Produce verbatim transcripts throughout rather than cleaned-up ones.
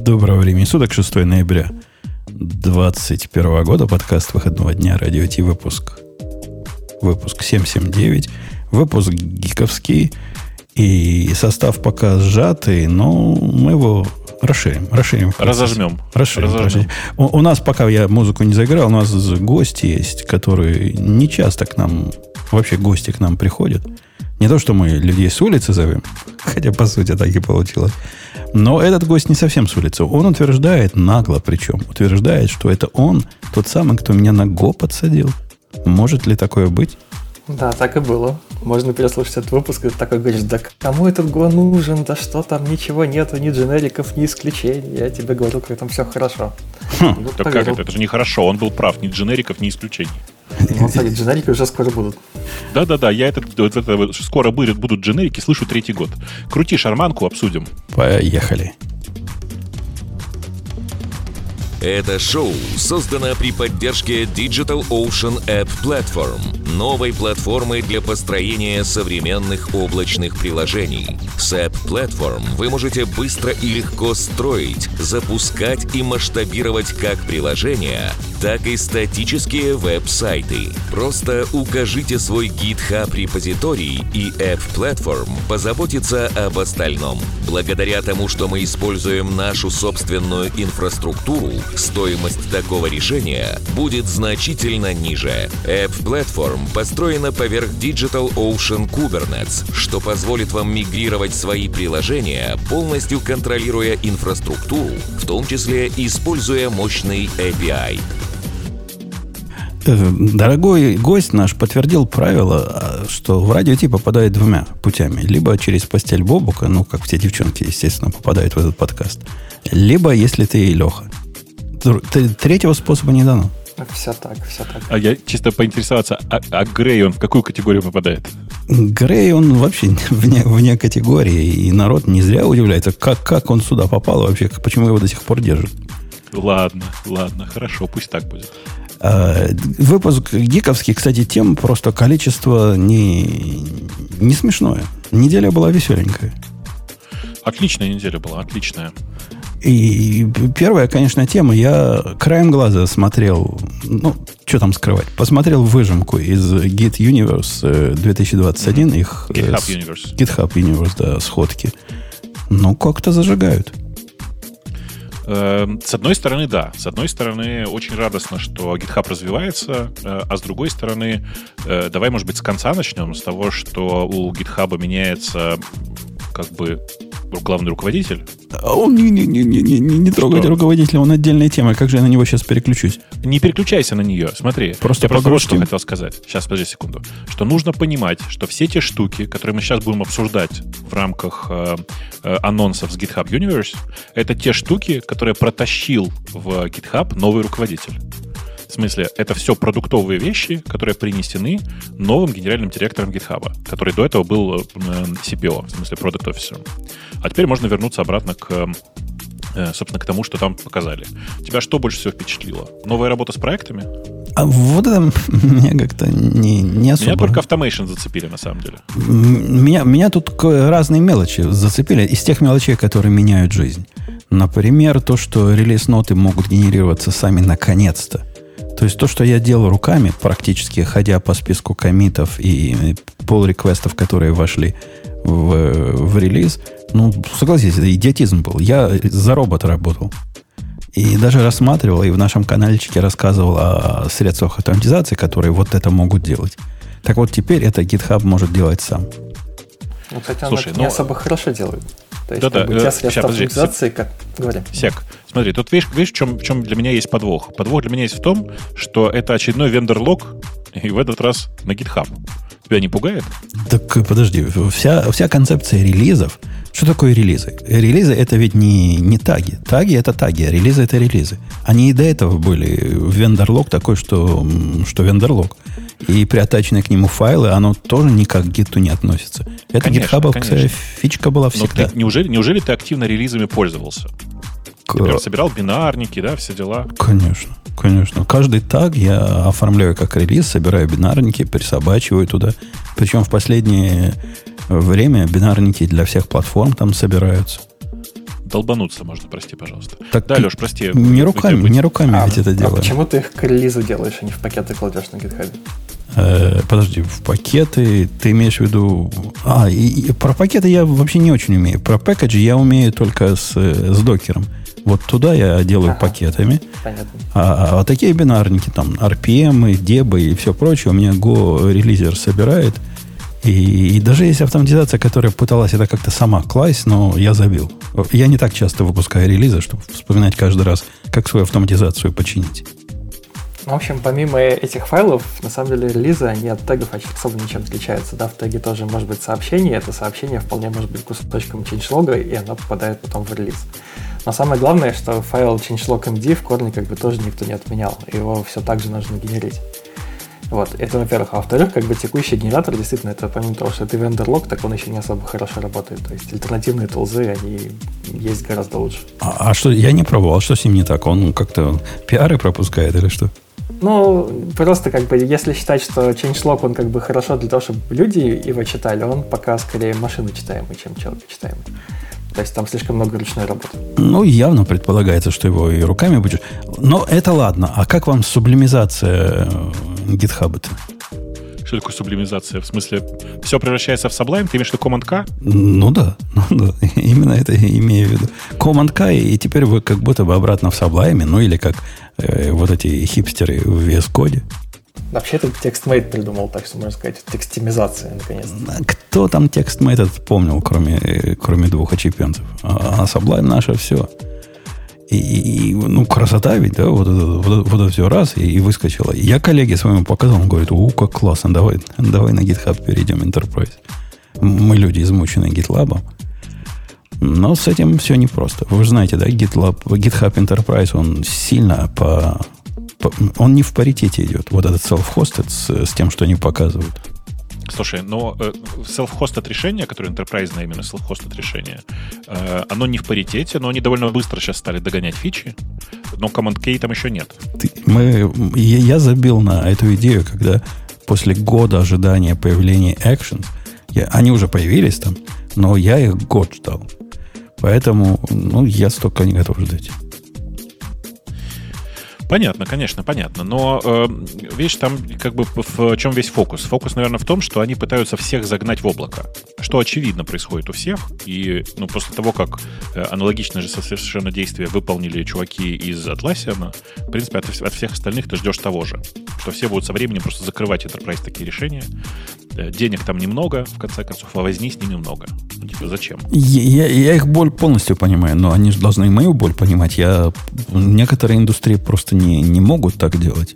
Доброго времени суток, шестого ноября двадцать первого года, подкаст выходного дня, Радио Ти, выпуск. Выпуск семьсот семьдесят девять, выпуск гиковский, и состав пока сжатый, но мы его расширим. Расширим. Разожмем. Расширим. Разожмем. расширим. У, у нас, пока я музыку не заиграл, у нас гости есть, которые не часто к нам, вообще гости к нам приходят. Не то, что мы людей с улицы зовем, хотя, по сути, так и получилось. Но этот гость не совсем с улицы. Он утверждает, нагло причем, утверждает, что это он, тот самый, кто меня на Го подсадил. Может ли такое быть? Да, так и было. Можно переслушать этот выпуск, и ты такой говоришь, да кому этот Go нужен, да что там, ничего нету, ни дженериков, ни исключений. Я тебе говорю, как там все хорошо. Хм, ну, так как это? Это же нехорошо, он был прав, ни дженериков, ни исключений. Ну, смотри, дженерики уже скоро будут. Да-да-да, я это, вот это скоро будут дженерики, слышу третий год. Крути шарманку, обсудим. Поехали. Это шоу создано при поддержке DigitalOcean App Platform, новой платформы для построения современных облачных приложений. С App Platform вы можете быстро и легко строить, запускать и масштабировать как приложения, так и статические веб-сайты. Просто укажите свой GitHub-репозиторий, и App Platform позаботится об остальном. Благодаря тому, что мы используем нашу собственную инфраструктуру, стоимость такого решения будет значительно ниже. App Platform построена поверх DigitalOcean Kubernetes, что позволит вам мигрировать свои приложения, полностью контролируя инфраструктуру, в том числе используя мощный эй пи ай. Дорогой гость наш подтвердил правило, что в Радио Ти попадает двумя путями. Либо через постель Бобука, ну, как все девчонки, естественно, попадают в этот подкаст. Либо, если ты и Леха. Третьего способа не дано. Все так, все так. А я чисто поинтересоваться, а, а Грей, он в какую категорию попадает? Грей, он вообще вне, вне категории, и народ не зря удивляется, как, как он сюда попал вообще, почему его до сих пор держат. Ладно, ладно, хорошо, пусть так будет. А, выпуск гиковский, кстати, тем просто количество не, не смешное. Неделя была веселенькая. Отличная неделя была, отличная. И первая, конечно, тема, я краем глаза смотрел, ну, что там скрывать, посмотрел выжимку из Git Universe две тысячи двадцать один, mm-hmm. их... GitHub с, Universe. GitHub Universe, да, сходки. Ну, как-то зажигают. С одной стороны, да. С одной стороны, очень радостно, что GitHub развивается, а с другой стороны, давай, может быть, с конца начнем, с того, что у GitHub меняется как бы главный руководитель. Он не, не, не, не, не, не трогайте руководителя, он отдельная тема. Как же я на него сейчас переключусь? Не переключайся на нее. Смотри, просто я просто вот что хотел сказать. Сейчас, подожди секунду. Что нужно понимать, что все те штуки, которые мы сейчас будем обсуждать в рамках э, э, анонсов с GitHub Universe, это те штуки, которые протащил в GitHub новый руководитель. В смысле, это все продуктовые вещи, которые принесены новым генеральным директором GitHub, который до этого был си пи о, в смысле Product Officer. А теперь можно вернуться обратно к, собственно, к тому, что там показали. Тебя что больше всего впечатлило? Новая работа с проектами? А вот это меня как-то не, не особо... Меня только Automation зацепили, на самом деле. Меня, меня тут разные мелочи зацепили, из тех мелочей, которые меняют жизнь. Например, то, что релиз-ноты могут генерироваться сами наконец-то. То есть то, что я делал руками, практически ходя по списку коммитов и pull-реквестов, которые вошли в, в релиз, ну, согласитесь, это идиотизм был. Я за робота работал. И даже рассматривал, и в нашем каналчике рассказывал о средствах автоматизации, которые вот это могут делать. Так вот, теперь это GitHub может делать сам. Ну, хотя Слушай, он не ну, особо хорошо делает. То есть, да-да, как бы, у тебя э, средства ща, подожди, автоматизации, как... Говори. Сек, смотри, тут видишь, видишь в, чем, в чем для меня есть подвох? Подвох для меня есть в том, что это очередной вендор-лог, и в этот раз на GitHub. Тебя не пугает? Так подожди, вся, вся концепция релизов. Что такое релизы? Релизы это ведь не, не таги. Таги это таги, а релизы это релизы. Они и до этого были. Вендор-лог такой, что, что вендор-лог. И приотачены к нему файлы, оно тоже никак к гиту не относится. Это гитхабовская фичка была всегда. Но ты, неужели, неужели ты активно релизами пользовался? К... Например, собирал бинарники, да, все дела? Конечно, конечно. Каждый таг я оформляю как релиз, собираю бинарники, пересобачиваю туда. Причем в последнее время бинарники для всех платформ там собираются. долбануться можно, прости, пожалуйста. Так да, Леш, прости. Не руками, вы, не руками а, ведь это а делаем. почему ты их к релизу делаешь, а не в пакеты кладешь на GitHub? Э, подожди, в пакеты ты имеешь в виду... А, и, и про пакеты я вообще не очень умею. Про пэкэджи я умею только с, с докером. Вот туда я делаю ага. пакетами. Понятно. А, а такие бинарники, там, ар пи эм, дебы и все прочее, у меня Go релизер собирает. И, и даже есть автоматизация, которая пыталась это как-то сама класть, но я забил. Я не так часто выпускаю релизы, чтобы вспоминать каждый раз, как свою автоматизацию починить. В общем, помимо этих файлов, на самом деле релизы, они от тегов особо ничем не отличаются. Да, в теге тоже может быть сообщение, это сообщение вполне может быть кусочком changelog, и оно попадает потом в релиз. Но самое главное, что файл changelog.md в корне как бы тоже никто не отменял, его все так же нужно генерить. Вот, это во-первых. А во-вторых, как бы текущий генератор, действительно, это помимо того, что это vendor-log, так он еще не особо хорошо работает. То есть альтернативные тулзы, они есть гораздо лучше. А, а что, я не пробовал, что с ним не так? Он как-то пиары пропускает или что? Ну, просто как бы, если считать, что changelog, он как бы хорошо для того, чтобы люди его читали, он пока скорее машину читаемый, чем человек читаемый. То есть там слишком много ручной работы. Ну, явно предполагается, что его и руками будешь. Но это ладно. А как вам сублимизация GitHub-то? Что такое сублимизация? В смысле, все превращается в Sublime? Ты имеешь в виду Command-K? Ну да, ну да. Именно это имею в виду. Command-K, и теперь вы как будто бы обратно в Sublime, ну или как э, вот эти хипстеры в ви эс Code. Вообще этот TextMate придумал, так что можно сказать, текстимизация, наконец-то. Кто там TextMate этот помнил, кроме, кроме двух очепенцев? А Sublime наше все. И, и, ну, красота ведь, да, вот это, вот, вот это все раз и, и выскочило. Я коллеге своему показал, он говорит, у, как классно, давай, давай на GitHub перейдем, Enterprise. Мы люди, измученные GitLab. Но с этим все непросто. Вы же знаете, да, GitLab, GitHub Enterprise, он сильно по... по он не в паритете идет. Вот этот self-hosted с, с тем, что они показывают. Слушай, но э, self-hosted решение, которое enterprise именно self-hosted решение, э, оно не в паритете, но они довольно быстро сейчас стали догонять фичи, но Command-K там еще нет. Ты, мы, я, я забил на эту идею, когда после года ожидания появления Actions, я, они уже появились там, но я их год ждал. Поэтому, ну, я столько не готов ждать. Понятно, конечно, понятно. Но, э, видишь, там как бы в чем весь фокус? Фокус, наверное, в том, что они пытаются всех загнать в облако. Что, очевидно, происходит у всех. И ну, после того, как э, аналогичное же совершенно действие выполнили чуваки из Atlassian, в принципе, от, от всех остальных ты ждешь того же. Что все будут со временем просто закрывать Enterprise такие решения. Э, денег там немного, в конце концов, а возни с ними много. Ну, типа, зачем? Я, я их боль полностью понимаю, но они же должны и мою боль понимать. Я, некоторые индустрии просто не, не могут так делать.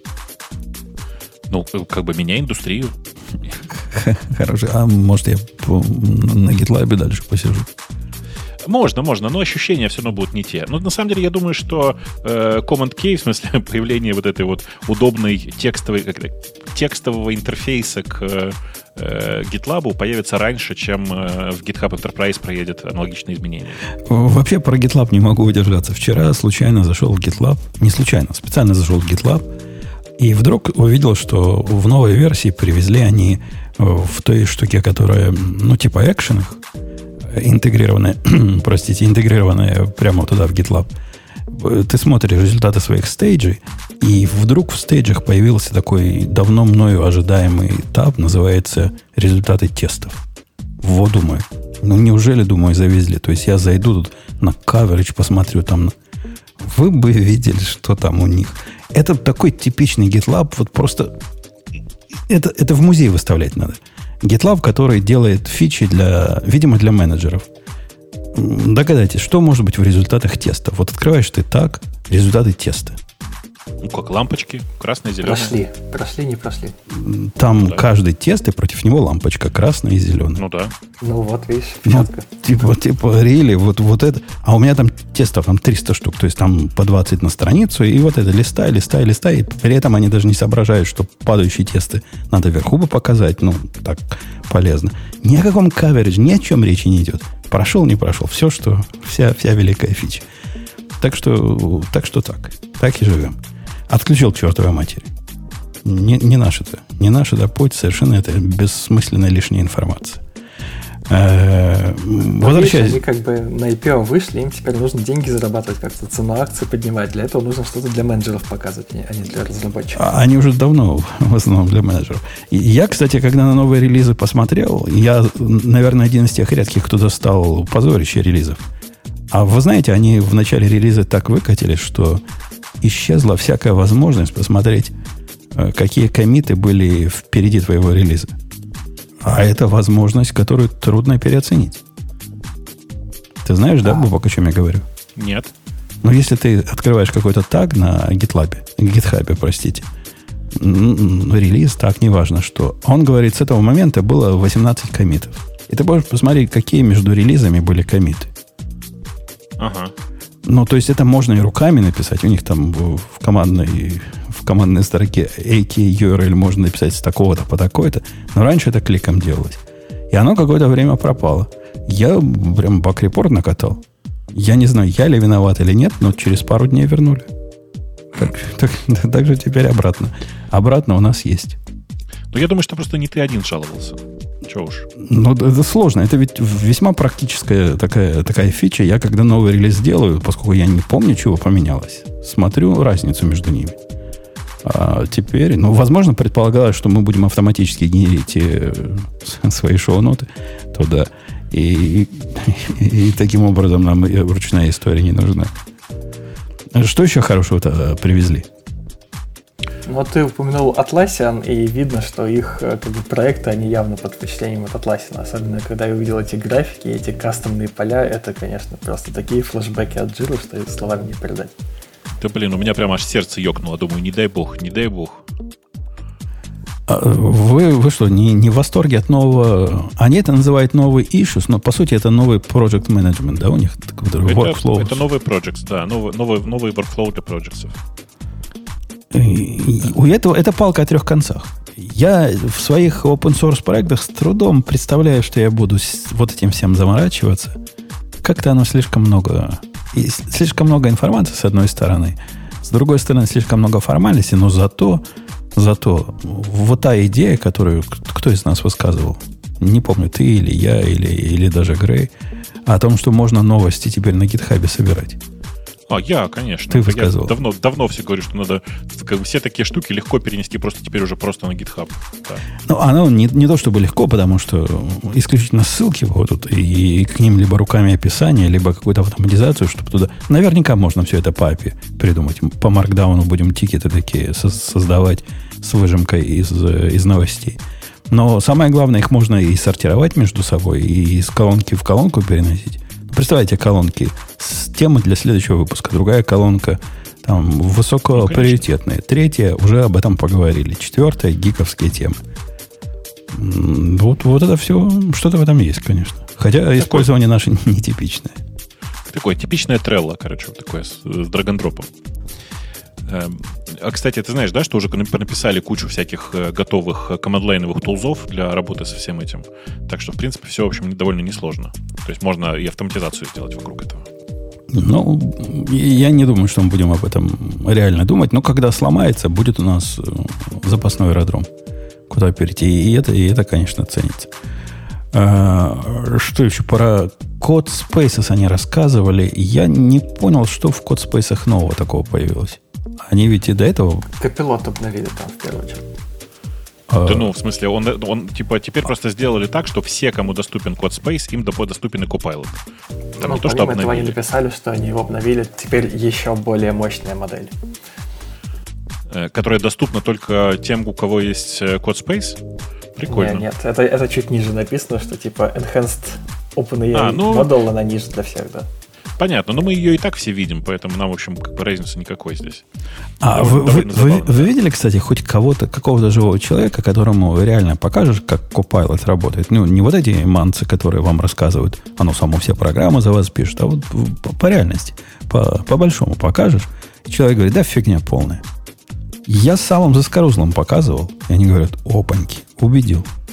Ну, как бы меняй индустрию. Хорошо. А может, я на GitLab дальше посижу? Можно, можно, но ощущения все равно будут не те. Но на самом деле я думаю, что э, Command-K, в смысле появление вот этой вот удобной текстовой, как это, текстового интерфейса к э, GitLab появится раньше, чем э, в GitHub Enterprise проедет аналогичные изменения. Вообще про GitLab не могу удержаться. Вчера случайно зашел в GitLab, не случайно, специально зашел в GitLab, и вдруг увидел, что в новой версии привезли они в той штуке, которая, ну, типа экшенах, интегрированная, простите, интегрированная прямо туда в GitLab. Ты смотришь результаты своих стейджей, и вдруг в стейджах появился такой давно мною ожидаемый таб, называется «Результаты тестов». Вот, думаю, ну неужели, думаю, завезли? То есть я зайду тут на coverage, посмотрю там. Вы бы видели, что там у них. Это такой типичный GitLab, вот просто... Это, это в музей выставлять надо. GitLab, который делает фичи для, видимо, для менеджеров. Догадайтесь, что может быть в результатах теста? Вот открываешь ты так, результаты теста. Ну, как лампочки, красная, зеленая. Прошли, прошли, не прошли. Там Ну, да. каждый тест, и против него лампочка красная и зеленая. Ну да. Ну вот, видишь, Ну, печатка. типа, типа, рели, вот, вот это. А у меня там тестов там триста штук, то есть там по двадцать на страницу, и вот это листай, листай, листай, и при этом они даже не соображают, что падающие тесты надо вверху бы показать, ну, так полезно. Ни о каком каверидже, ни о чем речи не идет. Прошел, не прошел. Все, что, вся, вся великая фича. Так что, так что так. Так и живем. Отключил к чертовой матери. Не, не наш это. Не наш это путь, совершенно это бессмысленная лишняя информация. Возвращаясь. Они как бы на ай пи о вышли, им теперь нужно деньги зарабатывать, как-то цену акций поднимать. Для этого нужно что-то для менеджеров показывать, а не для разработчиков. Они уже давно в основном для менеджеров. И я, кстати, когда на новые релизы посмотрел, я, наверное, один из тех редких, кто достал позорище релизов. А вы знаете, они в начале релиза так выкатились, что исчезла всякая возможность посмотреть, какие коммиты были впереди твоего релиза. А это возможность, которую трудно переоценить. Ты знаешь, да, Бобок, о чем я говорю? Нет. Ну, если ты открываешь какой-то таг на GitLab, GitHub, простите, релиз, так, неважно что, он говорит, с этого момента было восемнадцать коммитов. И ты можешь посмотреть, какие между релизами были коммиты. Ага. Ну, то есть это можно и руками написать. У них там в командной, в командной строке эй кей ю ар эл можно написать с такого-то по такой-то. Но раньше это кликом делалось. И оно какое-то время пропало. Я прям баг-репорт накатал. Я не знаю, я ли виноват или нет, но через пару дней вернули. Так, так, так же теперь обратно. Обратно у нас есть. Ну, я думаю, что просто не ты один жаловался. Чего уж. Ну, это сложно. Это ведь весьма практическая такая, такая фича. Я, когда новый релиз делаю, поскольку я не помню, чего поменялось, смотрю разницу между ними. А теперь, ну, возможно, предполагалось, что мы будем автоматически генерить э, свои шоу-ноты туда. И, и, и таким образом нам ручная история не нужна. Что еще хорошего-то привезли? Ну, ты упомянул Atlassian, и видно, что их как бы, проекты, они явно под впечатлением от Atlassian. Особенно, когда я увидел эти графики, эти кастомные поля, это, конечно, просто такие флешбеки от Jira, что их словами не передать. Да, блин, у меня прямо аж сердце ёкнуло. Думаю, не дай бог, не дай бог. А вы, вы что, не, не в восторге от нового... Они это называют новый issues, но, по сути, это новый project management, да, у них? Это, это новый projects, да, новый, новый, новый workflow для projects. И у этого это палка о трех концах. Я в своих open source проектах с трудом представляю, что я буду вот этим всем заморачиваться. Как-то оно слишком много... И слишком много информации, с одной стороны. С другой стороны, слишком много формальностей, но зато, зато вот та идея, которую кто из нас высказывал, не помню, ты или я, или, или даже Грей, о том, что можно новости теперь на GitHub собирать. А, я, конечно. Ты высказывал. Я давно, давно все говорю, что надо как бы, все такие штуки легко перенести просто теперь уже просто на GitHub. Да. Ну, оно не, не то чтобы легко, потому что исключительно ссылки будут, и, и к ним либо руками описание, либо какую-то автоматизацию, чтобы туда... Наверняка можно все это по эй пи ай придумать. По маркдауну будем тикеты такие со- создавать с выжимкой из, из новостей. Но самое главное, их можно и сортировать между собой, и из колонки в колонку переносить. Представляете, колонки с темы для следующего выпуска. Другая колонка там высокоприоритетная. Третья, уже об этом поговорили. Четвертая, гиковские темы. Вот, вот это все, что-то в этом есть, конечно. Хотя такое, использование наше нетипичное. Такое типичное Trello, короче, вот такое с, с драг-н-дропом. А, кстати, ты знаешь, да, что уже написали кучу всяких готовых команд-лайновых тулзов для работы со всем этим. Так что, в принципе, все, в общем, довольно несложно. То есть можно и автоматизацию сделать вокруг этого. Ну, я не думаю, что мы будем об этом реально думать. Но когда сломается, будет у нас запасной аэродром, куда перейти. И это, и это конечно, ценится. А, что еще? Про CodeSpaces они рассказывали. Я не понял, что в CodeSpaces нового такого появилось. Они ведь и до этого... Копилот обновили там, в первую очередь. А... Да ну, в смысле, он, он типа теперь а... просто сделали так, что все, кому доступен CodeSpace, им доступен и Copilot. Там ну, не то, что этого они написали, что они его обновили. Теперь еще более мощная модель. Которая доступна только тем, у кого есть CodeSpace? Прикольно. Нет, нет, это, это чуть ниже написано, что типа Enhanced OpenAI а, ну... Model, она ниже для всех, да. Понятно, но мы ее и так все видим, поэтому нам, в общем, как бы разницы никакой здесь. А вы, вы, вы, вы видели, кстати, хоть кого-то, какого-то живого человека, которому реально покажешь, как Copilot работает? Ну, не вот эти манцы, которые вам рассказывают, оно само все программы за вас пишет, а вот по, по реальности, по, по-большому покажешь, и человек говорит, да, фигня полная. Я самым заскорузлым показывал, и они говорят, опаньки, убедил.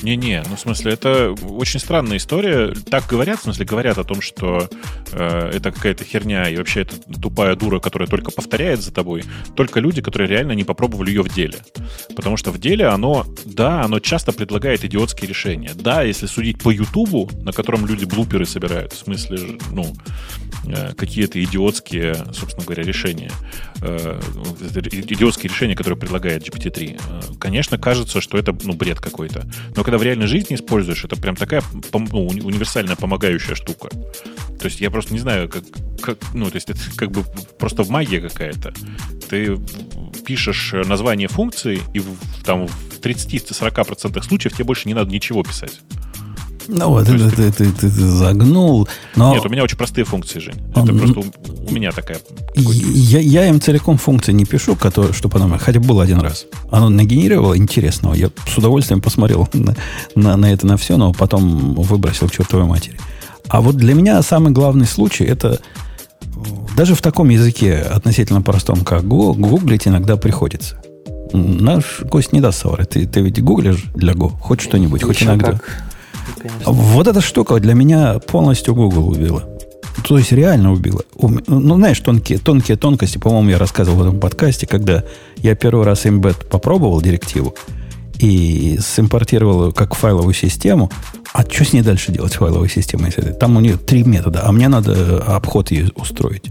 Не-не, ну в смысле, это очень странная история. Так говорят, в смысле, говорят о том, что э, это какая-то херня, и вообще это тупая дура, которая только повторяет за тобой. Только люди, которые реально не попробовали ее в деле. Потому что в деле оно, да, оно часто предлагает идиотские решения. Да, если судить по Ютубу, на котором люди блуперы собирают, в смысле, ну, э, какие-то идиотские, собственно говоря, решения. Э, идиотские решения, которые предлагает джи пи ти три. Э, конечно, кажется, что это, ну, бред какой-то. Но когда в реальной жизни используешь, это прям такая, ну, универсальная помогающая штука. То есть я просто не знаю, как, как, ну, то есть это как бы просто магия какая-то. Ты пишешь название функции, и в, там в тридцать-сорок процентов случаев тебе больше не надо ничего писать. Ну вот, ты, ты, ты, ты, ты загнул. Но... Нет, у меня очень простые функции, Жень. Он... Это просто у, у меня такая... Я, я им целиком функции не пишу, которые, что потом, хотя бы было один раз. Оно нагенерировало интересного. Я с удовольствием посмотрел на, на, на это, на все, но потом выбросил к чертовой матери. А вот для меня самый главный случай, это даже в таком языке, относительно простом, как Go, гуглить иногда приходится. Наш гость не даст соврать. Ты, ты ведь гуглишь для Go? Хоть что-нибудь, хоть иногда. Как... Конечно. Вот эта штука для меня полностью Google убила. То есть реально убила. Ну, знаешь, тонкие, тонкие тонкости, по-моему, я рассказывал в этом подкасте, когда я первый раз Embed попробовал директиву и симпортировал ее как файловую систему. А что с ней дальше делать, файловой системой? Там у нее три метода, а мне надо обход ее устроить.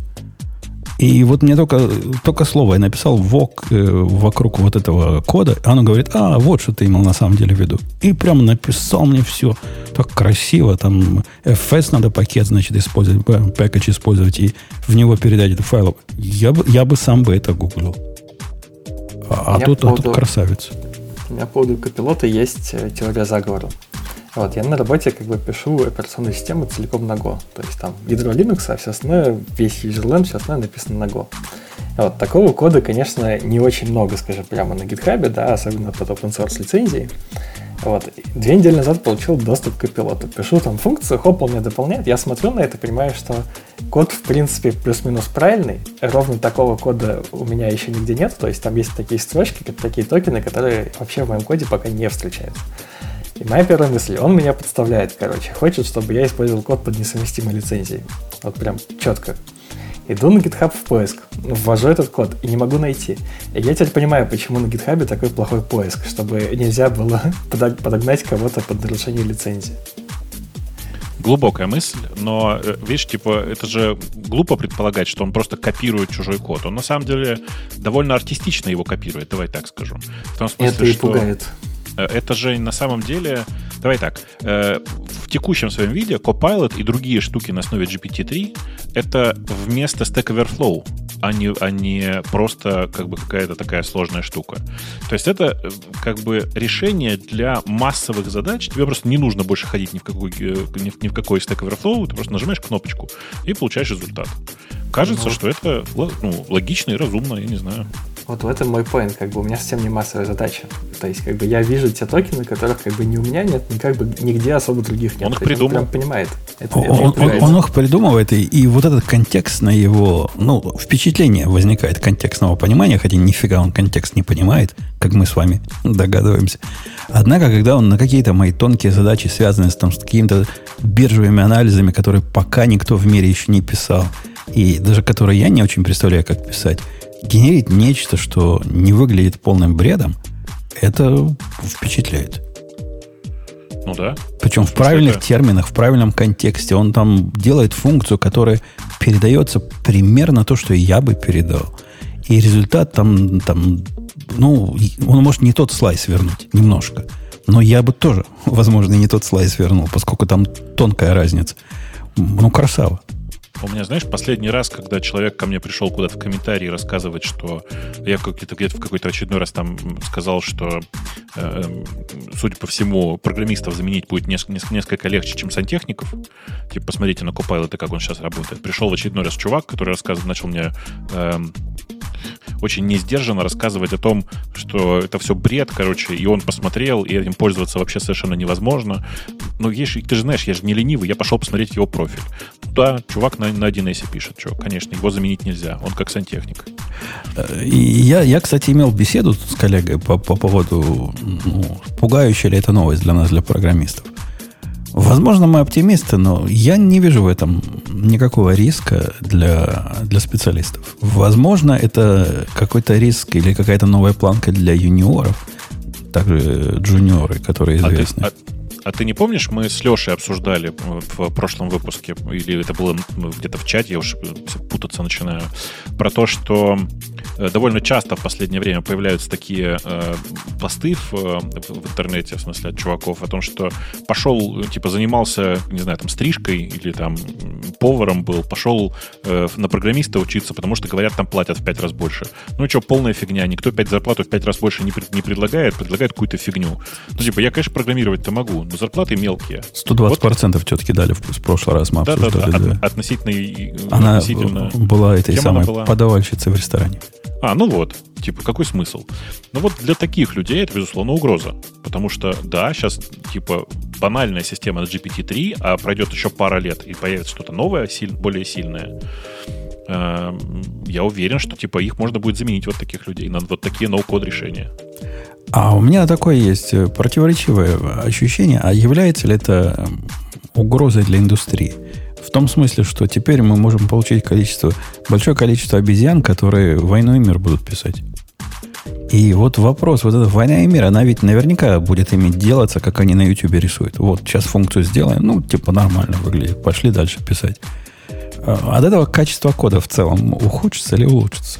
И вот мне только, только слово я написал вок, э, вокруг вот этого кода, оно говорит, а, вот что ты имел на самом деле в виду. И прям написал мне все так красиво, там эф эс надо пакет, значит, использовать, пакетч использовать и в него передать эту файл. Я бы, я бы сам бы это гуглил. А, а, тут, поводу, а тут красавец. У меня по поводу Copilot есть теория заговора. Вот, я на работе как бы пишу операционную систему целиком на Go. То есть там ядро Linux, а все остальное, весь userland, все остальное написано на Go. Вот, такого кода, конечно, не очень много, скажем, прямо на GitHub, да, особенно под open source лицензией. Вот. Две недели назад получил доступ к Copilot. Пишу там функцию, хоп, он меня дополняет. Я смотрю на это, понимаю, что код, в принципе, плюс-минус правильный. Ровно такого кода у меня еще нигде нет. То есть там есть такие строчки, такие токены, которые вообще в моем коде пока не встречаются. И моя первая мысль, он меня подставляет, короче. Хочет, чтобы я использовал код под несовместимой лицензией. Вот прям четко. Иду на GitHub в поиск, ввожу этот код и не могу найти. И я теперь понимаю, почему на GitHub такой плохой поиск, чтобы нельзя было подогнать кого-то под нарушение лицензии. Глубокая мысль, но, видишь, типа, это же глупо предполагать, что он просто копирует чужой код. Он на самом деле довольно артистично его копирует, давай так скажу. В том смысле, это и что пугает. Это же на самом деле... Давай так. В текущем своем виде Copilot и другие штуки на основе джи пи ти три это вместо Stack Overflow, а не, а не просто как бы какая-то такая сложная штука. То есть это как бы решение для массовых задач. Тебе просто не нужно больше ходить ни в какой, ни в какой Stack Overflow, ты просто нажимаешь кнопочку и получаешь результат. Кажется, ну, что это ну, логично и разумно, я не знаю. Вот в этом мой поинт, как бы у меня совсем не массовая задача. То есть, как бы я вижу те токены, которых как бы ни у меня нет, ни как бы нигде особо других нет. Он их придумал. Он прям понимает. Это, он, это он, он их придумывает, и, и вот этот контекст на его, ну, впечатление возникает контекстного понимания, хотя нифига он контекст не понимает, как мы с вами догадываемся. Однако, когда он на какие-то мои тонкие задачи, связанные с, там, с какими-то биржевыми анализами, которые пока никто в мире еще не писал, и даже которые я не очень представляю, как писать, генерить нечто, что не выглядит полным бредом, это впечатляет. Ну да. Причем в правильных это... терминах, в правильном контексте. Он там делает функцию, которая передается примерно то, что я бы передал. И результат там, там ну, он может не тот слайс вернуть, немножко. Но я бы тоже, возможно, не тот слайс вернул, поскольку там тонкая разница. Ну, красава. У меня, знаешь, последний раз, когда человек ко мне пришел куда-то в комментарии рассказывать, что я где-то, где-то в какой-то очередной раз там сказал, что, э, судя по всему, программистов заменить будет несколько, несколько легче, чем сантехников. Типа, посмотрите на Copilot, как он сейчас работает. Пришел в очередной раз чувак, который рассказывал, начал мне... Э, очень несдержанно рассказывать о том, что это все бред, короче, и он посмотрел, и этим пользоваться вообще совершенно невозможно. Но есть, ты же знаешь, я же не ленивый, я пошел посмотреть его профиль. Да, чувак на, на один эс пишет, что, конечно, его заменить нельзя, он как сантехник. И я, я, кстати, имел беседу с коллегой по, по поводу, ну, пугающая ли это новость для нас, для программистов. Возможно, мы оптимисты, но я не вижу в этом никакого риска для, для специалистов. Возможно, это какой-то риск или какая-то новая планка для юниоров, также джуниоры, которые известны. А ты, а, а ты не помнишь, мы с Лешей обсуждали в прошлом выпуске, или это было где-то в чате, я уж путаться начинаю, про то, что довольно часто в последнее время появляются такие э, посты в, в интернете, в смысле от чуваков, о том, что пошел, типа, занимался, не знаю, там, стрижкой или там поваром был, пошел э, на программиста учиться, потому что, говорят, там платят в пять раз больше. Ну что, полная фигня. Никто пять зарплату в пять раз больше не, не предлагает, предлагает какую-то фигню. Ну, типа, я, конечно, программировать-то могу, но зарплаты мелкие. сто двадцать процентов вот. Все-таки дали в, в прошлый раз, мы обсуждали. Да-да-да, да. От, относительно... Она относительно... была этой самой была? подавальщицей в ресторане. А, ну вот, типа, какой смысл? Ну вот для таких людей это, безусловно, угроза. Потому что, да, сейчас, типа, банальная система на джи пи ти три, а пройдет еще пара лет, и появится что-то новое, силь, более сильное. Я уверен, что, типа, их можно будет заменить вот таких людей на вот такие ноу-код решения. А у меня такое есть противоречивое ощущение. А является ли это угрозой для индустрии? В том смысле, что теперь мы можем получить количество, большое количество обезьян, которые «Войну и мир» будут писать. И вот вопрос, вот эта «Война и мир», она ведь наверняка будет иметь делаться, как они на YouTube рисуют. Вот, сейчас функцию сделаем, ну, типа нормально выглядит, пошли дальше писать. От этого качество кода в целом ухудшится или улучшится?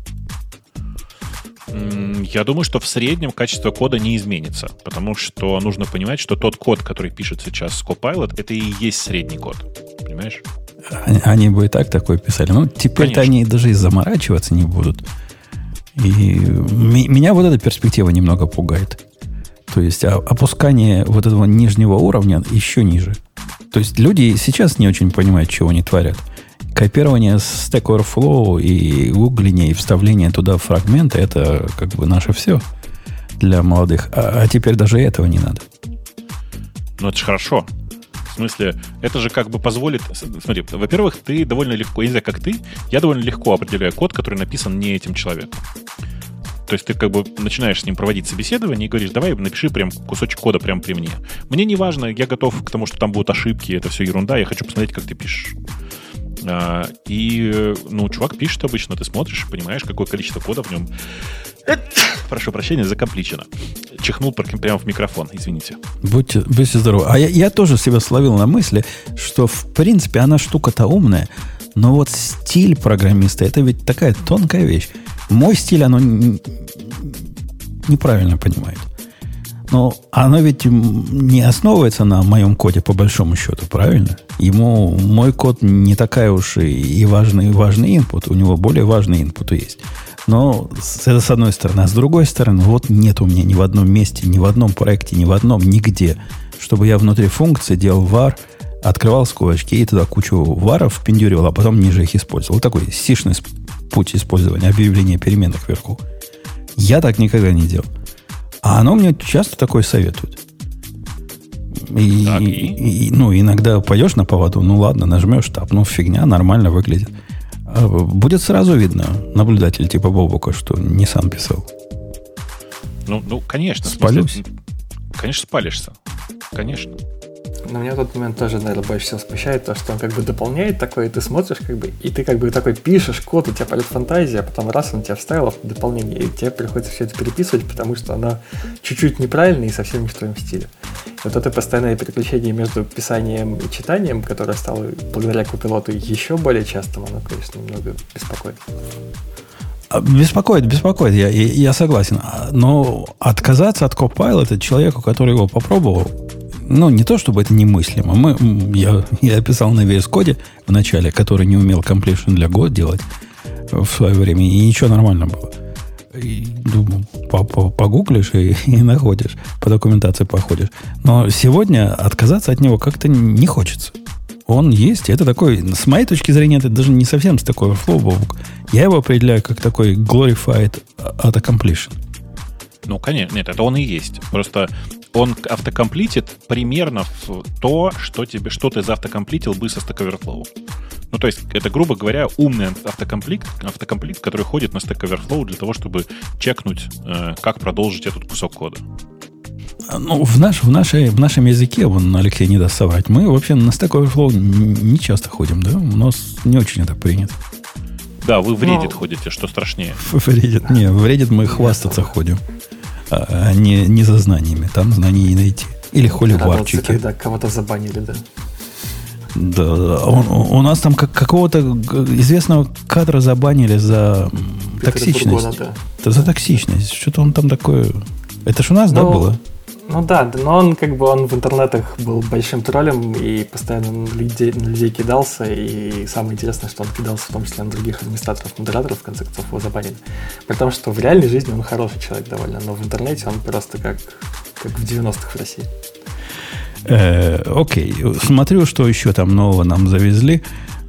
Я думаю, что в среднем качество кода не изменится, потому что нужно понимать, что тот код, который пишет сейчас Copilot, это и есть средний код. Понимаешь? Они, они бы и так такое писали. Ну, теперь-то они даже и заморачиваться не будут. И ми, меня вот эта перспектива немного пугает. То есть опускание вот этого нижнего уровня еще ниже. То есть люди сейчас не очень понимают, чего они творят. Копирование Stack Overflow и гугление, и вставление туда фрагмента — это как бы наше все для молодых. А, а теперь даже этого не надо. Ну, это же хорошо. В смысле, это же как бы позволит... Смотри, во-первых, ты довольно легко, я не знаю, как ты, я довольно легко определяю код, который написан не этим человеком. То есть ты как бы начинаешь с ним проводить собеседование и говоришь, давай напиши прям кусочек кода прямо при мне. Мне не важно, я готов к тому, что там будут ошибки, это все ерунда, я хочу посмотреть, как ты пишешь. И, ну, чувак пишет обычно, ты смотришь, понимаешь, какое количество кода в нем, прошу прощения, закомпличено. Чихнул прямо в микрофон, извините. Будьте, будьте здоровы. А я, я тоже себя словил на мысли, что, в принципе, она штука-то умная, но вот стиль программиста — это ведь такая тонкая вещь. Мой стиль, оно неправильно понимает. Но оно ведь не основывается на моем коде, по большому счету, правильно? Ему мой код не такая уж и важный, важный input, у него более важный input есть. Но это с одной стороны. А с другой стороны, вот нет у меня ни в одном месте, ни в одном проекте, ни в одном, нигде, чтобы я внутри функции делал var, открывал скобочки и туда кучу варов впендюривал, а потом ниже их использовал. Вот такой сишный путь использования, объявления переменных вверху. Я так никогда не делал. А оно мне часто такое советует. И, так, и? И, ну, иногда пойдешь на поводу, ну ладно, нажмешь таб, ну фигня, нормально выглядит. А будет сразу видно, наблюдатель типа Бобука, что не сам писал. Ну, ну конечно. Спалюсь? Смысле, конечно, спалишься. Конечно. Но меня в тот момент тоже, наверное, больше всего смущает то, что он как бы дополняет такое, и ты смотришь, как бы, и ты как бы такой пишешь код, у тебя полет фантазия, а потом раз он тебя вставил в дополнение, и тебе приходится все это переписывать, потому что оно чуть-чуть неправильное и совсем не в твоем стиле. Вот это постоянное переключение между писанием и читанием, которое стало благодаря Copilot еще более частым, оно, конечно, немного беспокоит. Беспокоит, беспокоит, я, я, я согласен. Но отказаться от Copilot человеку, который его попробовал, ну, не то, чтобы это немыслимо. Мы, я, я писал на ви эс Code в начале, который не умел completion для Go делать в свое время, и ничего, нормально было. И, думаю, погуглишь и, и находишь, по документации походишь. Но сегодня отказаться от него как-то не хочется. Он есть. Это такой, с моей точки зрения, это даже не совсем Stack Overflow, Бобук. Я его определяю как такой glorified autocompletion. Ну, конечно, нет, это он и есть. Просто он автокомплитит примерно в то, что, тебе, что ты заавтокомплитил бы со Stack Overflow. Ну, то есть, это, грубо говоря, умный автокомплит, автокомплит, который ходит на Stack Overflow для того, чтобы чекнуть, э, как продолжить этот кусок кода. Ну, в, наш, в, нашей, в нашем языке, вон Алексей не даст соврать, мы вообще на Stack Overflow не часто ходим, да? У нас не очень это принято. Да, вы в Reddit Но... ходите, что страшнее. В Reddit, не, в Reddit мы хвастаться ходим, а не, не за знаниями. Там знаний не найти. Или холиварчики. Когда кого-то забанили, да. Да, он, у нас там как, какого-то известного кадра забанили за токсичность. Да. Это за токсичность. Что-то он там такое... Это ж у нас, ну, да, было? Ну да, но он как бы он в интернетах был большим троллем и постоянно на людей, на людей кидался. И самое интересное, что он кидался в том числе на других администраторов, модераторов, в конце концов его забанили. При том, что в реальной жизни он хороший человек довольно, но в интернете он просто как, как в девяностых в России. Э, окей, смотрю, что еще там нового нам завезли.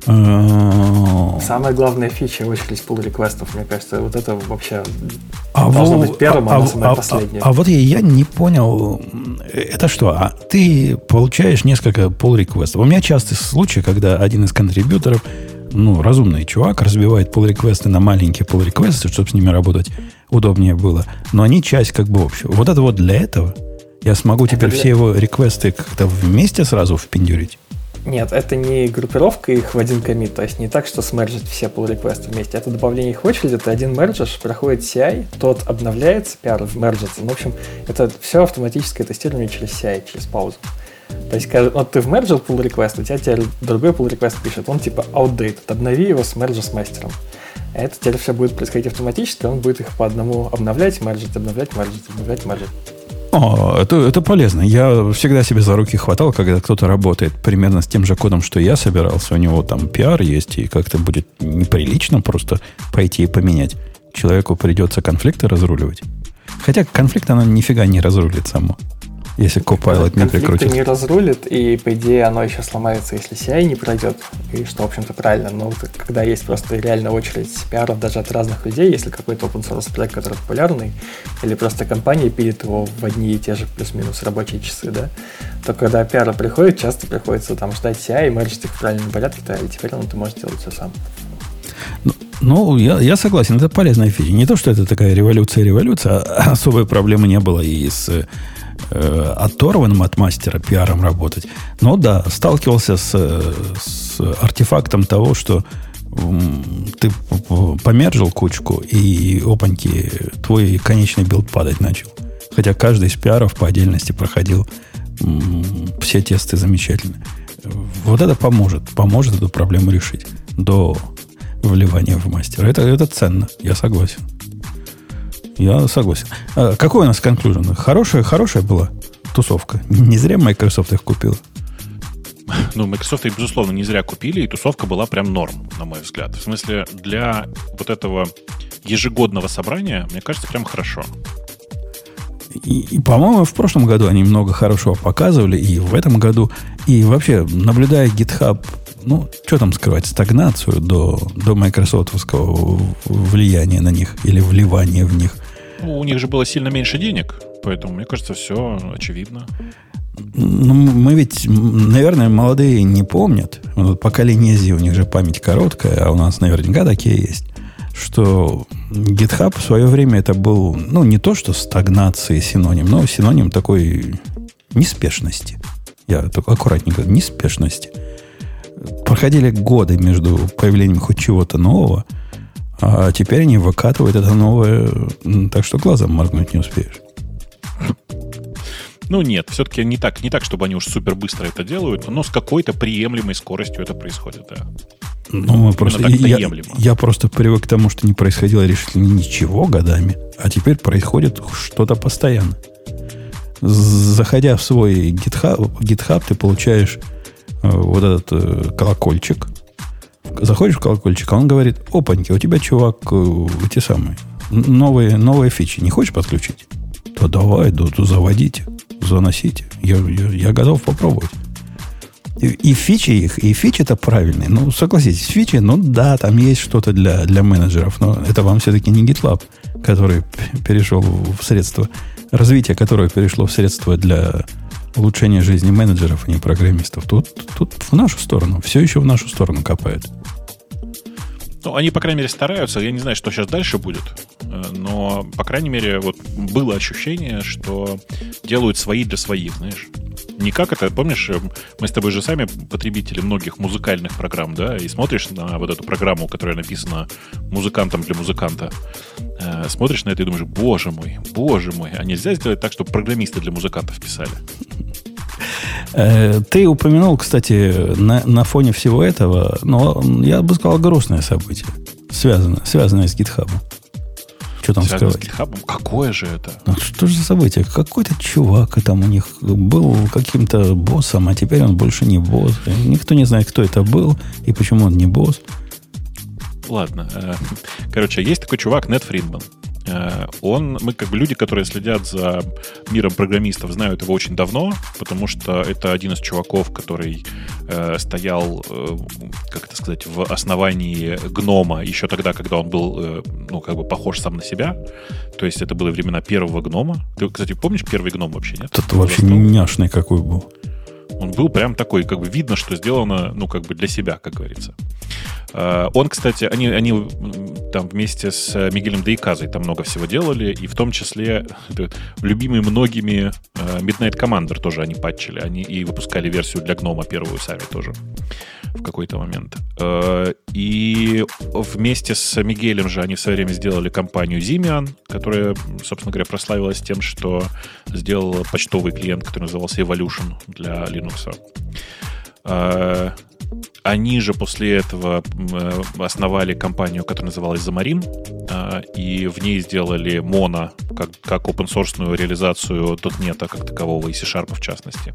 Самая главная фича — очередь pull реквестов, мне кажется, вот это вообще а должно во, быть первым, а, а она самая а, последняя. А, а вот я, я не понял, это что? А ты получаешь несколько pull реквестов. У меня частый случай, когда один из контрибьюторов, ну, разумный чувак, разбивает pull реквесты на маленькие pull реквесты, чтобы с ними работать удобнее было. Но они часть как бы общего. Вот это вот для этого я смогу теперь для... все его реквесты как-то вместе сразу впендюрить? Нет, это не группировка их в один коммит, то есть не так, что смержить все pull реквесты вместе. Это добавление их в очередь, ты один мерджишь, проходит си ай, тот обновляется, пиар мерджится. Ну, в общем, это все автоматическое тестирование через си ай, через паузу. То есть, вот ты вмерджил pull request, у тебя теперь другой pull request пишет, он типа outdated, обнови его с мерджа с мастером. А это теперь все будет происходить автоматически, он будет их по одному обновлять, мерджить, обновлять, мерджить, обновлять, мерджить. О, это, это полезно. Я всегда себе за руки хватал, когда кто-то работает примерно с тем же кодом, что я собирался. У него там пиар есть, и как-то будет неприлично просто пойти и поменять. Человеку придется конфликты разруливать. Хотя конфликт она нифига не разрулит само. Если Copilot не прикрутит. Конфликты не разрулит, и, по идее, оно еще сломается, если си ай не пройдет, и что, в общем-то, правильно. Но когда есть просто реально очередь пиаров даже от разных людей, если какой-то open source проект, который популярный, или просто компания пилит его в одни и те же плюс-минус рабочие часы, да, то когда пиары приходят, часто приходится там ждать си ай и мерджить их в правильном порядке, да, и теперь он ты можешь делать все сам. Ну, ну я, я согласен, это полезная фича. Не то, что это такая революция-революция, а особой проблемы не было и с оторванным от мастера пиаром работать. Но да, сталкивался с, с артефактом того, что ты помержил кучку, и опаньки, твой конечный билд падать начал. Хотя каждый из пиаров по отдельности проходил все тесты замечательно. Вот это поможет, поможет эту проблему решить до вливания в мастера. Это, это ценно, я согласен. Я согласен. А какой у нас конклюжен? Хорошая, хорошая была тусовка. Не зря Microsoft их купил. Ну, Microsoft их, безусловно, не зря купили, и тусовка была прям норм, на мой взгляд. В смысле, для вот этого ежегодного собрания, мне кажется, прям хорошо. И, и, по-моему, в прошлом году они много хорошего показывали, и в этом году. И вообще, наблюдая GitHub, ну, что там скрывать, стагнацию до, до майкрософтовского влияния на них или вливания в них. Ну, у них же было сильно меньше денег, поэтому, мне кажется, все очевидно. Ну, мы ведь, наверное, молодые не помнят. Вот поколение Z, у них же память короткая, а у нас наверняка такие есть, что GitHub в свое время это был, ну, не то, что стагнации синоним, но синоним такой неспешности. Я только аккуратненько, неспешности. Проходили годы между появлением хоть чего-то нового, а теперь они выкатывают это новое, так что глазом моргнуть не успеешь. Ну нет, все-таки не так, не так, чтобы они уж супер быстро это делают, но с какой-то приемлемой скоростью это происходит, да. Ну, мы просто, я, я просто привык к тому, что не происходило решительно ничего годами, а теперь происходит что-то постоянно. Заходя в свой GitHub, GitHub ты получаешь э, вот этот э, колокольчик. Заходишь в колокольчик, а он говорит: опаньки, у тебя, чувак, э, эти самые новые, новые фичи. Не хочешь подключить? То давай, да, то заводите, заносите. Я, я, я готов попробовать. И, и фичи их, и фичи-то правильные. Ну, согласитесь, фичи, ну да, там есть что-то для, для менеджеров, но это вам все-таки не GitLab, который перешел в средства, развитие которого перешло в средства для улучшения жизни менеджеров, а не программистов. Тут, тут в нашу сторону, все еще в нашу сторону копают. Ну, они, по крайней мере, стараются. Я не знаю, что сейчас дальше будет, но, по крайней мере, вот было ощущение, что делают свои для своих, знаешь. Не как это, помнишь, мы с тобой же сами потребители многих музыкальных программ, да, и смотришь на вот эту программу, которая написана музыкантом для музыканта, э, смотришь на это и думаешь, боже мой, боже мой, а нельзя сделать так, чтобы программисты для музыкантов писали? Ты упомянул, кстати, на, на фоне всего этого, но я бы сказал, грустное событие, связанное, связанное с GitHub. Что там связано скрывать? с GitHub? Какое же это? Ну, что же за событие? Какой-то чувак там у них был каким-то боссом, а теперь он больше не босс. Никто не знает, кто это был и почему он не босс. Ладно. Короче, есть такой чувак, Нет Фридман. Он, мы как бы люди, которые следят за миром программистов, знают его очень давно, потому что это один из чуваков, который э, стоял, э, как это сказать, в основании гнома еще тогда, когда он был, э, ну, как бы похож сам на себя. То есть это были времена первого гнома. Ты, кстати, помнишь первый гном вообще, нет? Тут вообще няшный какой был. Он был прям такой, как бы видно, что сделано, ну, как бы для себя, как говорится. Он, кстати, они, они там вместе с Мигелем де Иказой там много всего делали, и в том числе любимый многими Midnight Commander тоже они патчили, они и выпускали версию для гнома первую сами тоже в какой-то момент. И вместе с Мигелем же они в свое время сделали компанию Simian, которая, собственно говоря, прославилась тем, что сделала почтовый клиент, который назывался Evolution для Linux. Они же после этого основали компанию, которая называлась Xamarin, и в ней сделали Mono как, как open-source реализацию .NET как такового и C-Sharp в частности.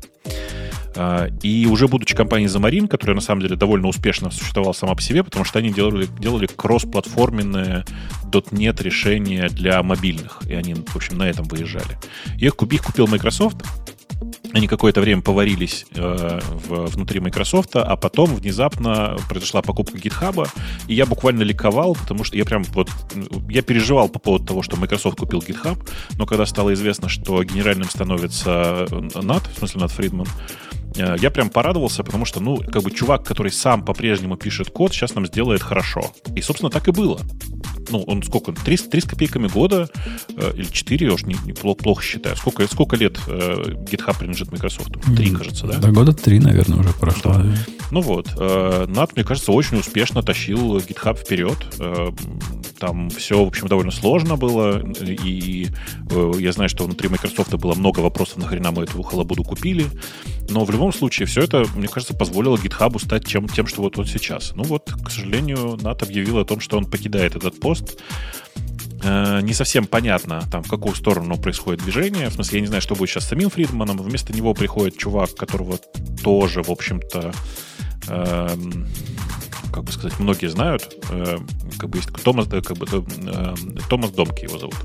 И уже будучи компанией Xamarin, которая на самом деле довольно успешно существовала сама по себе, потому что они делали, делали кросс-платформенное .NET решение для мобильных, и они, в общем, на этом выезжали. Их, их купил Microsoft. Они какое-то время поварились э, в, внутри Microsoft, а потом внезапно произошла покупка GitHub, и я буквально ликовал, потому что я прям вот я переживал по поводу того, что Microsoft купил GitHub, но когда стало известно, что генеральным становится Нат, в смысле Нат Фридман, э, я прям порадовался, потому что, ну, как бы чувак, который сам по-прежнему пишет код, сейчас нам сделает хорошо. И, собственно, так и было. Ну, он сколько? Три, три с копейками года э, или четыре, я уж не, не плохо, плохо считаю. Сколько, сколько лет э, GitHub принадлежит Microsoft? Три, mm, кажется, да? Да, года три, наверное, уже прошло. Да. Ну вот. Э, Нат, мне кажется, очень успешно тащил GitHub вперед. Э, там все, в общем, довольно сложно было. И э, я знаю, что внутри Microsoft было много вопросов, нахрена мы эту халабуду купили. Но в любом случае все это, мне кажется, позволило GitHub стать тем, тем, что вот он сейчас. Ну вот, к сожалению, Нат объявил о том, что он покидает этот пост. Э, не совсем понятно, там, в какую сторону происходит движение. В смысле, я не знаю, что будет сейчас с самим Фридманом. Вместо него приходит чувак, которого тоже, в общем-то, э, как бы сказать, многие знают. Э, как бы есть Томас, как бы, э, Томас Домки его зовут.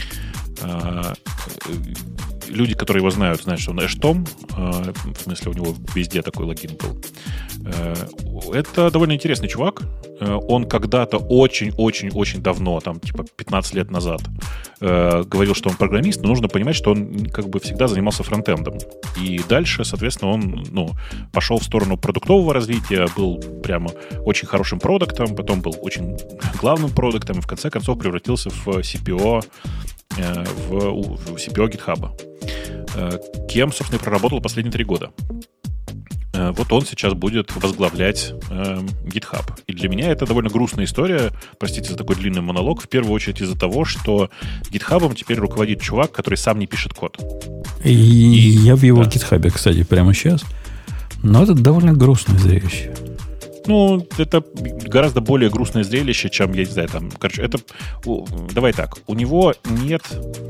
Э, люди, которые его знают, знают, что он Эштом. Э, в смысле, у него везде такой логин был. Э, это довольно интересный чувак. Он когда-то очень-очень-очень давно, там, типа пятнадцать лет назад, э, говорил, что он программист, но нужно понимать, что он как бы всегда занимался фронтендом. И дальше, соответственно, он, ну, пошел в сторону продуктового развития, был прямо очень хорошим продуктом, потом был очень главным продуктом, и в конце концов превратился в си пи о, э, в, в си пи о GitHub. Э, кем, собственно, и проработал последние три года. Вот он сейчас будет возглавлять э, GitHub. И для меня это довольно грустная история, простите за такой длинный монолог, в первую очередь из-за того, что GitHub теперь руководит чувак, который сам не пишет код. И, и я в его да. GitHub, кстати, прямо сейчас. Но это довольно грустное зрелище. Ну, это гораздо более грустное зрелище, чем, я не знаю, там, короче, это, давай так, у него нет...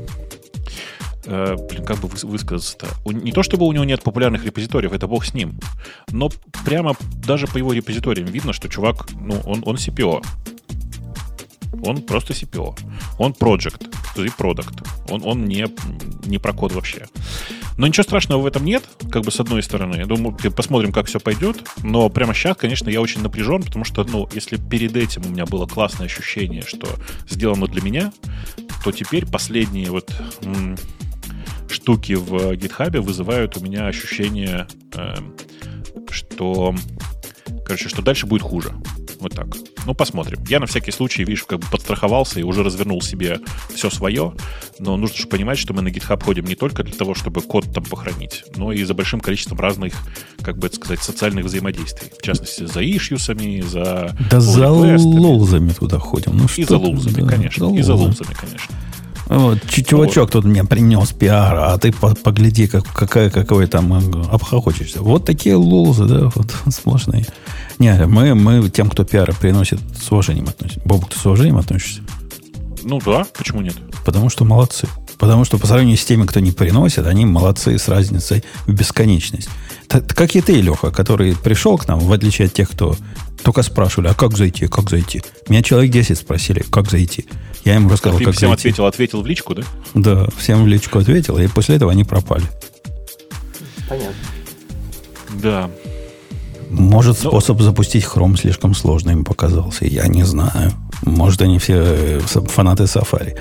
Блин, как бы высказаться-то? Не то, чтобы у него нет популярных репозиториев, это бог с ним. Но прямо даже по его репозиториям видно, что чувак, ну, он, он си пи о. Он просто си пи о. Он project, то есть product. Он, он не, не про код вообще. Но ничего страшного в этом нет, как бы с одной стороны. Я думаю, посмотрим, как все пойдет. Но прямо сейчас, конечно, я очень напряжен, потому что, ну, если перед этим у меня было классное ощущение, что сделано для меня, то теперь последние вот м- штуки в GitHub вызывают у меня ощущение, э- что, короче, что дальше будет хуже. Вот так. Ну, посмотрим. Я на всякий случай, видишь, как бы подстраховался и уже развернул себе все свое. Но нужно же понимать, что мы на GitHub ходим не только для того, чтобы код там похоронить, но и за большим количеством разных, как бы это сказать, социальных взаимодействий. В частности, за ишьюсами, за... Да за лолзами туда ходим. Ну, и за лолзами, да, конечно. За и за лолзами, конечно. Вот, чувачок вот. Тут мне принес пиар, а ты погляди, как, какая, какой там обхохочешься. Вот такие лолзы, да, вот сложные. Не, мы, мы тем, кто пиары приносит, с уважением относимся. Бобук, ты с уважением относишься? Ну да, почему нет? Потому что молодцы. Потому что по сравнению с теми, кто не приносит, они молодцы с разницей в бесконечность. Так, как и ты, Леха, который пришел к нам, в отличие от тех, кто только спрашивали, а как зайти, как зайти? Меня человек десять спросили, как зайти. Я им рассказал, ты как всем зайти. ответил, ответил в личку, да? Да, всем в личку ответил, и после этого они пропали. Понятно. Да. Может, способ Но... запустить Chrome слишком сложным им показался. Я не знаю. Может, они все фанаты Safari.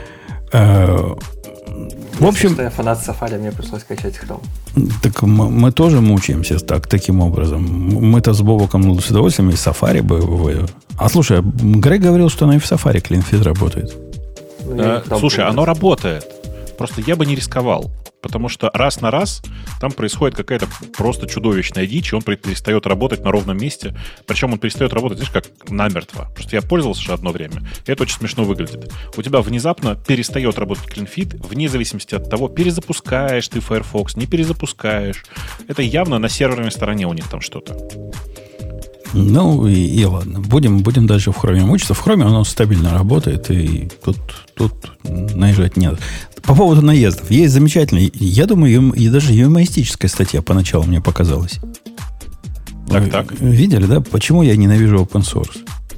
В общем... Если что я фанат Safari, мне пришлось качать Chrome. Так мы, мы тоже мучаемся так, таким образом. Мы-то с Бобоком с удовольствием и Safari бы... А слушай, Грег говорил, что она и в Safari CleanFeed работает. Ну, а, слушай, оно работает. Просто я бы не рисковал. Потому что раз на раз там происходит какая-то просто чудовищная дичь, и он перестает работать на ровном месте. Причем он перестает работать, знаешь, как намертво. Просто я пользовался же одно время, и это очень смешно выглядит. У тебя внезапно перестает работать CleanFeed, вне зависимости от того, перезапускаешь ты Firefox, не перезапускаешь. Это явно на серверной стороне у них там что-то. Ну и, и ладно. Будем, будем дальше в Chrome мучиться. В Chrome оно стабильно работает, и тут, тут наезжать нет. По поводу наездов. Есть замечательный, я думаю, и даже юмористическая статья поначалу мне показалась. Так, Вы так. Видели, да? Почему я ненавижу open source?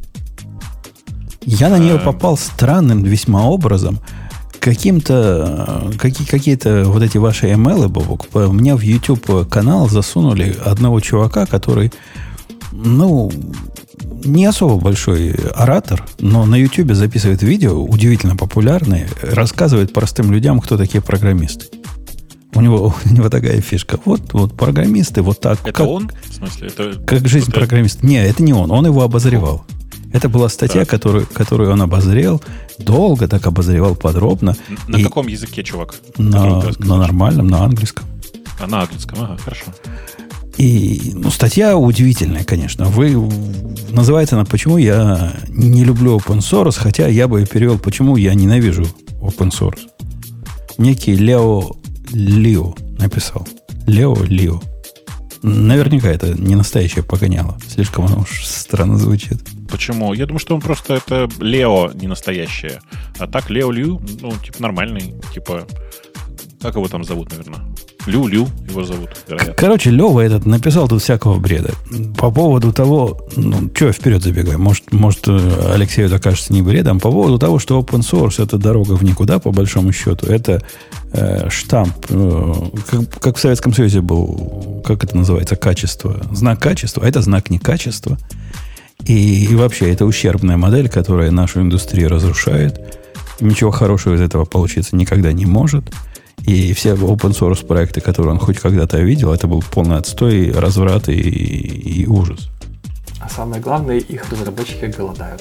Я на нее попал странным весьма образом. Каким-то, какие, какие-то вот эти ваши эм эл, Бобок, у меня в YouTube канал засунули одного чувака, который, ну, не особо большой оратор, но на YouTube записывает видео, удивительно популярные, рассказывает простым людям, кто такие программисты. У него, у него такая фишка. Вот, вот программисты, вот так. Это как, он? В смысле? Это как жизнь это... программиста. Не, это не он. Он его обозревал. Это была статья, которую, которую он обозрел, долго так обозревал, подробно. На и каком языке, чувак? На, на нормальном, на английском. А, на английском, ага, хорошо. И, ну, статья удивительная, конечно. Вы, называется она «Почему я не люблю open source», хотя я бы перевел «Почему я ненавижу open source». Некий Лео Лио написал. Лео Лио. Наверняка это не настоящее погоняло. Слишком оно уж странно звучит. Почему? Я думаю, что он просто это Лео не настоящее. А так Лео Лю, ну, типа нормальный. Типа, как его там зовут, наверное? Лю-Лю его зовут, вероятно. Короче, Лева этот написал тут всякого бреда. По поводу того, ну, что я вперед забегаю, может, может, Алексею это кажется не бредом, по поводу того, что open source это дорога в никуда, по большому счету, это э, штамп, э, как, как в Советском Союзе был, как это называется, качество, знак качества, а это знак некачества. И, и вообще, это ущербная модель, которая нашу индустрию разрушает. Ничего хорошего из этого получиться никогда не может. И все open source проекты, которые он хоть когда-то видел, это был полный отстой, разврат и, и ужас. А самое главное, их разработчики голодают.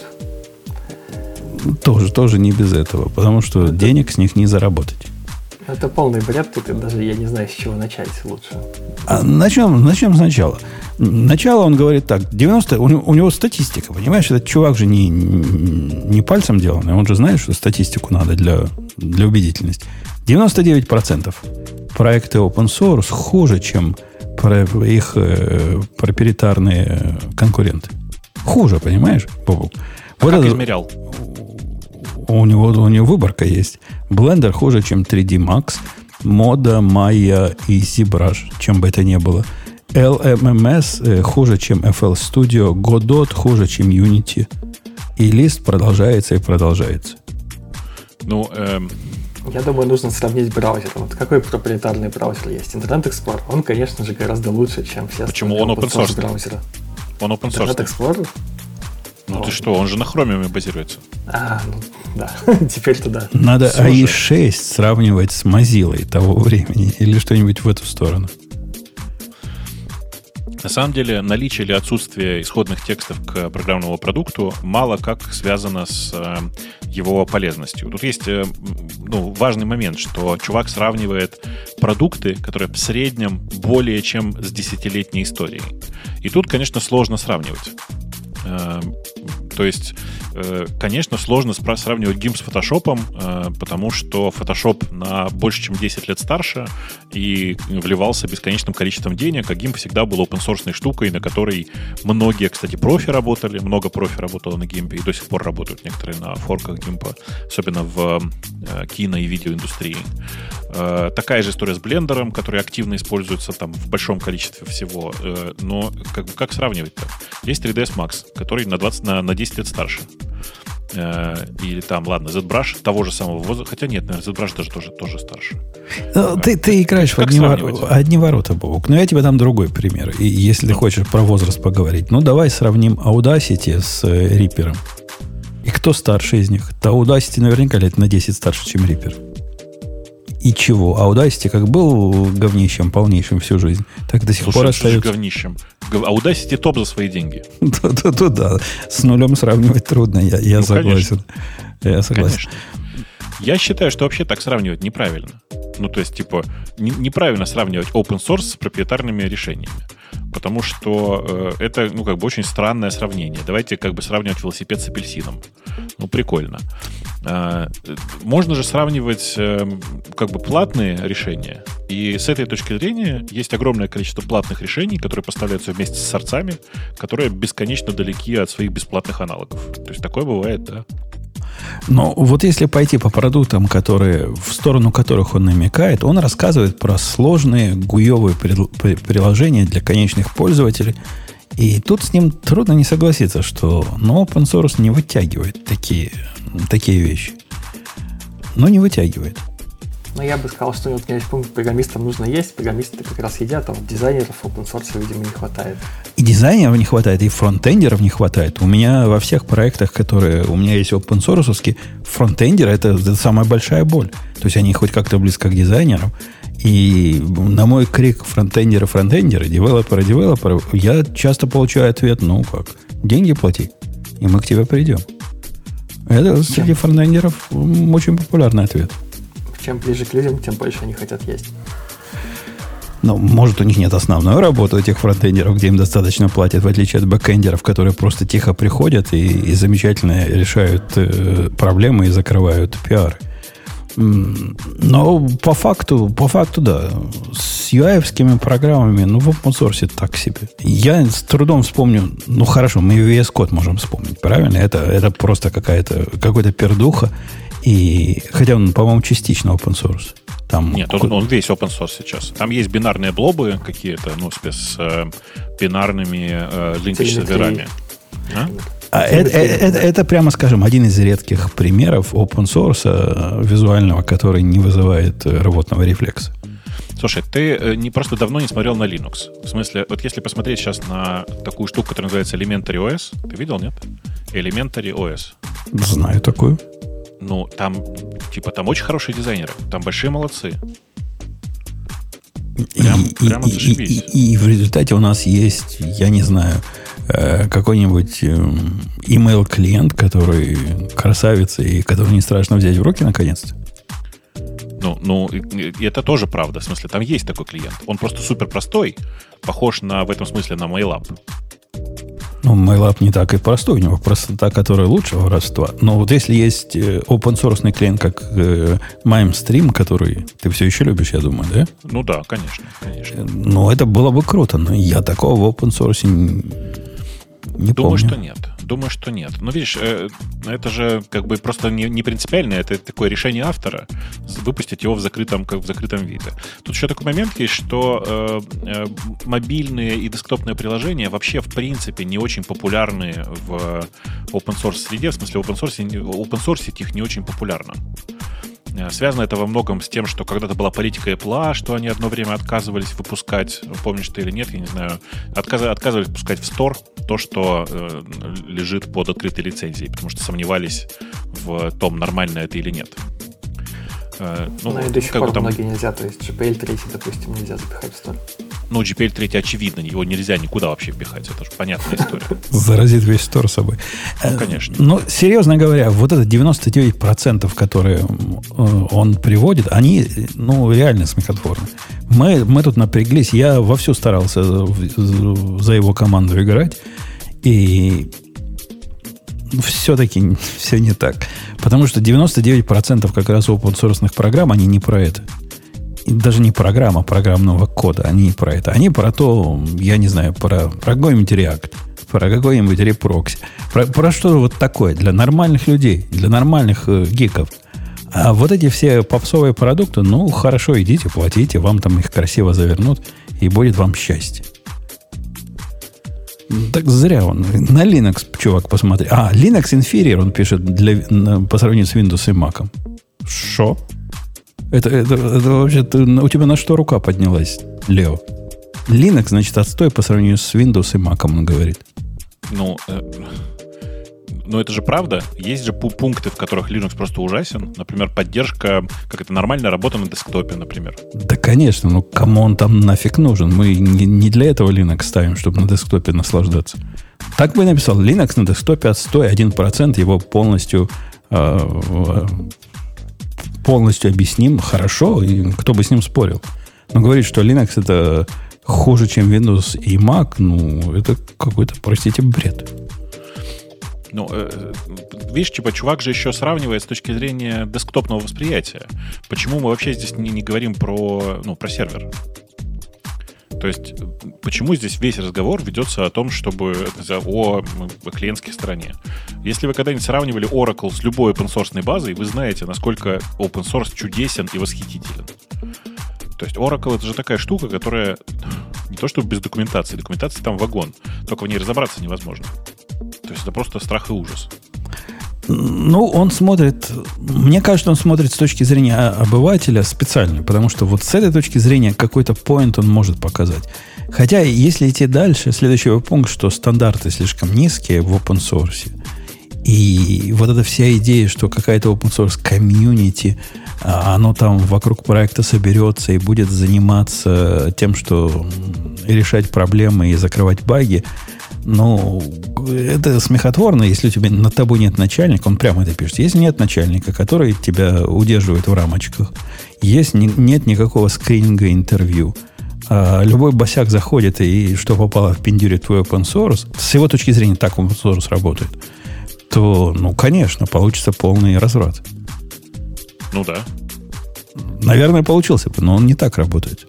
Тоже, тоже не без этого, потому что это, денег с них не заработать. Это полный бред, тут даже я не знаю, с чего начать лучше. А начнем, начнем сначала. Начало он говорит так, девяносто, у, у него статистика, понимаешь, этот чувак же не, не пальцем деланный, он же знает, что статистику надо для, для убедительности. девяносто девять процентов проекты open source хуже, чем их э, проприетарные конкуренты. Хуже, понимаешь, Бобок? А вот как это, измерял? У него, у него выборка есть. Blender хуже, чем три ди Max, Moda, Maya и ZBrush, чем бы это ни было. эл эм эм эс э, хуже, чем эф эл Studio, Godot хуже, чем Unity. И лист продолжается и продолжается. Ну, эм, Я думаю, нужно сравнить браузер. Вот какой проприетарный браузер есть? Internet Explorer, он, конечно же, гораздо лучше, чем все Почему? Он open source браузеры. Он open source. Internet Explorer? Ну ты что, он же на Chromium базируется. А, ну да, теперь-то да. Надо эй и шесть сравнивать с Mozilla того времени или что-нибудь в эту сторону. На самом деле, наличие или отсутствие исходных текстов к программному продукту мало как связано с э, его полезностью. Тут есть э, ну, важный момент, что чувак сравнивает продукты, которые в среднем более чем с десятилетней историей. И тут, конечно, сложно сравнивать. Э, то есть, э, конечно, сложно спра- сравнивать гимп с фотошопом, э, потому что Photoshop на больше, чем десять лет старше и вливался бесконечным количеством денег, а гимп всегда был open-source штукой, на которой многие, кстати, профи работали, много профи работало на гимпе и до сих пор работают некоторые на форках гимпа, особенно в э, кино- и видеоиндустрии. Э, такая же история с блендером, который активно используется там в большом количестве всего, э, но как, как сравнивать-то? Есть три ди эс Max, который на, двадцать, на, на десять лет старше. Э, или там, ладно, ZBrush того же самого возраста. Хотя нет, наверное, ZBrush даже тоже, тоже старше. Ну, ты, ты играешь в одни, вор... одни ворота, Бог. Но я тебе дам другой пример. И если ты хочешь про возраст поговорить, ну давай сравним Audacity с Reaper. И кто старше из них? То Audacity наверняка лет на десять старше, чем Reaper. И чего? Audacity как был говнищем полнейшим всю жизнь, так до сих Слушай, пор остается... говнищем. Audacity топ за свои деньги. Да-да-да. С нулем сравнивать трудно, я, я ну, согласен. Я согласен. Конечно. Я считаю, что вообще так сравнивать неправильно. Ну, то есть, типа, не, неправильно сравнивать open source с проприетарными решениями. Потому что э, это, ну, как бы очень странное сравнение. Давайте как бы сравнивать велосипед с апельсином. Ну, прикольно. Э, можно же сравнивать э, как бы платные решения. И с этой точки зрения есть огромное количество платных решений, которые поставляются вместе с сорцами, которые бесконечно далеки от своих бесплатных аналогов. То есть такое бывает, да. Но вот если пойти по продуктам, которые, в сторону которых он намекает, он рассказывает про сложные гуевые приложения для конечных пользователей. И тут с ним трудно не согласиться, что ну, open source не вытягивает такие, такие вещи. Но не вытягивает. Но я бы сказал, что у него есть пункт, программистам нужно есть, программисты как раз едят, а вот дизайнеров open source, видимо, не хватает. И дизайнеров не хватает, и фронтендеров не хватает. У меня во всех проектах, которые у меня есть open source, фронтендеры это, это самая большая боль. То есть они хоть как-то близко к дизайнерам. И на мой крик фронтендеры, фронтендеры, девелоперы, девелоперы, я часто получаю ответ, ну как, деньги плати, и мы к тебе придем. Это среди фронтендеров очень популярный ответ. Чем ближе к людям, тем больше они хотят есть. Ну, может, у них нет основной работы, у этих фронтендеров, где им достаточно платят, в отличие от бэкэндеров, которые просто тихо приходят и, и замечательно решают э, проблемы и закрывают пиары. Но по факту, по факту, да, с ю ай-овскими программами, ну, в open source так себе. Я с трудом вспомню, ну, хорошо, мы ви эс Code можем вспомнить, правильно? Это, это просто какая-то, какой-то пердуха. И, хотя он, по-моему, частично open source. Там Нет, он, он весь open source сейчас. Там есть бинарные блобы какие-то, ну, с э, бинарными э, линк-серверами. А? А это, это, это, прямо скажем, один из редких примеров open source визуального, который не вызывает рвотного рефлекса. Слушай, ты не просто давно не смотрел на Linux. В смысле, вот если посмотреть сейчас на такую штуку, которая называется Elementary о эс, ты видел, нет? Elementary о эс. Знаю такую. Ну, там, типа, там очень хорошие дизайнеры, там большие молодцы. Прям, и, прямо и, зашибись. И, и, и в результате у нас есть, я не знаю, какой-нибудь email-клиент, который красавец и который не страшно взять в руки наконец-то. Ну, ну, и это тоже правда. В смысле, там есть такой клиент. Он просто супер простой, похож на, в этом смысле на MailUp. Ну, MailUp не так и простой, у него простота, которая лучше воровства. Но вот если есть open-source клиент, как э, MimeStream, который ты все еще любишь, я думаю, да? Ну да, конечно, конечно. Ну, это было бы круто, но я такого в open-source не, не Думаю, помню. что нет. Думаю, что нет. Но видишь, это же как бы просто не, не принципиально, это такое решение автора выпустить его в закрытом, как в закрытом виде. Тут еще такой момент есть, что э, э, мобильные и десктопные приложения вообще в принципе не очень популярны в open source среде, в смысле open source, open source их не очень популярно. Связано это во многом с тем, что когда-то была политика Apple, что они одно время отказывались выпускать, помнишь ты или нет, я не знаю, отказ, отказывались выпускать в Store то, что э, лежит под открытой лицензией, потому что сомневались в том, нормально это или нет. Э, ну, Но и до сих пор там... многие нельзя, то есть джи пи эл три, допустим, нельзя запихать в Store. Ну, джи пи эл три очевидно, его нельзя никуда вообще впихать, это же понятная история. Заразит весь стор собой. Ну, конечно. Но, серьезно говоря, вот это девяносто девять процентов, которые он приводит, они, ну, реально смехотворны. Мы, мы тут напряглись, я вовсю старался за его команду играть, и все-таки все не так. Потому что девяносто девять процентов как раз open-source программ, они не про это. И даже не программа программного кода, они не про это. Они про то, я не знаю, про, про какой-нибудь React, про какой-нибудь репрокси. Про, про что вот такое для нормальных людей, для нормальных э, гиков. А вот эти все попсовые продукты, ну, хорошо, идите, платите, вам там их красиво завернут, и будет вам счастье. Так зря он. На Linux, чувак, посмотри. А, Linux Inferior, он пишет, для, по сравнению с Windows и Mac. Шо? Это, это, это вообще... Ты, у тебя на что рука поднялась, Лео? Linux, значит, отстой по сравнению с Windows и Mac, он говорит. Ну, э, но это же правда. Есть же пункты, в которых Linux просто ужасен. Например, поддержка, как это, нормальная работа на десктопе, например. Да, конечно. Ну, кому он там нафиг нужен? Мы не, не для этого Linux ставим, чтобы на десктопе наслаждаться. Так бы и написал. Linux на десктопе отстой, один процент его полностью... Э, полностью объясним, хорошо, и кто бы с ним спорил. Но говорит, что Linux это хуже, чем Windows и Mac, ну, это какой-то, простите, бред. Ну, э, видишь, типа, чувак же еще сравнивает с точки зрения десктопного восприятия. Почему мы вообще здесь не, не говорим про, ну, про сервер? То есть, почему здесь весь разговор ведется о том, чтобы о, о клиентской стороне? Если вы когда-нибудь сравнивали Oracle с любой open-source базой, вы знаете, насколько open source чудесен и восхитителен. То есть Oracle — это же такая штука, которая не то чтобы без документации, документации там вагон, только в ней разобраться невозможно. То есть это просто страх и ужас. Ну, он смотрит... Мне кажется, он смотрит с точки зрения обывателя специально, потому что вот с этой точки зрения какой-то point он может показать. Хотя, если идти дальше, следующий пункт, что стандарты слишком низкие в open source, и вот эта вся идея, что какая-то open source комьюнити, оно там вокруг проекта соберется и будет заниматься тем, что решать проблемы и закрывать баги, ну, это смехотворно, если у тебя над тобой нет начальника, он прямо это пишет. Если нет начальника, который тебя удерживает в рамочках, есть, не, нет никакого скрининга интервью, а любой босяк заходит и что попало в пиндюре твой open source, с его точки зрения так open source работает, то, ну, конечно, получится полный разврат. Ну да. Наверное, получился бы, но он не так работает.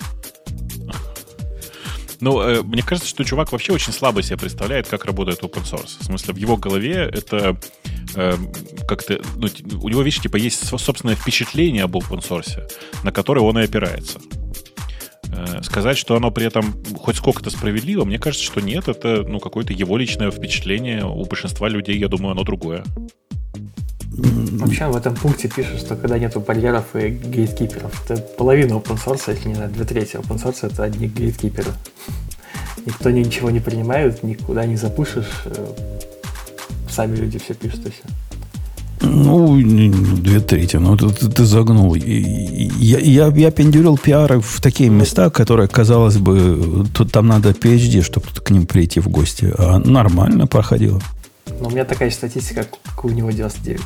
Ну, э, мне кажется, что чувак вообще очень слабо себе представляет, как работает open source. В смысле, в его голове это э, как-то... Ну, у него, видишь, типа, есть собственное впечатление об open source, на которое он и опирается. Э, сказать, что оно при этом хоть сколько-то справедливо, мне кажется, что нет. Это, ну, какое-то его личное впечатление. У большинства людей, я думаю, оно другое. Вообще в этом пункте пишут, что когда нету барьеров и гейткиперов, это половина open source, если не знаю, две трети open source это одни гейткиперы. Никто ничего не принимает, никуда не запушишь, сами люди все пишут и все. Ну, две трети, ну ты, ты, ты загнул. Я, я, я пиндюрил пиары в такие места, которые, казалось бы, тут там надо пи эйч ди, чтобы к ним прийти в гости, а нормально проходило. Но у меня такая статистика, как у него девяносто девять.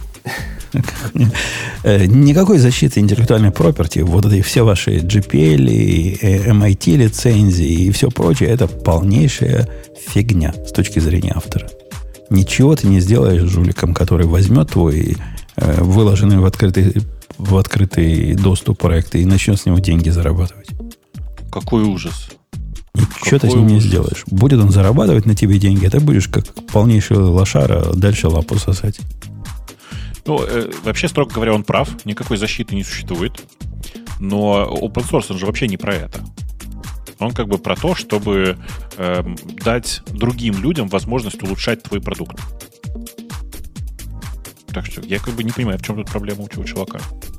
Никакой защиты интеллектуальной property, вот эти все ваши джи пи эл, эм ай ти лицензии и все прочее, это полнейшая фигня с точки зрения автора. Ничего ты не сделаешь с жуликом, который возьмет твой э, выложенный в открытый, в открытый доступ проект и начнет с него деньги зарабатывать. Какой ужас. Ничего ты с ним не сделаешь. Будет он зарабатывать на тебе деньги, а ты будешь как полнейший лошара дальше лапу сосать. Ну, э, вообще, строго говоря, он прав. Никакой защиты не существует. Но open source, он же вообще не про это. Он как бы про то, чтобы э, дать другим людям возможность улучшать твой продукт. Так что я как бы не понимаю, в чем тут проблема у чувака.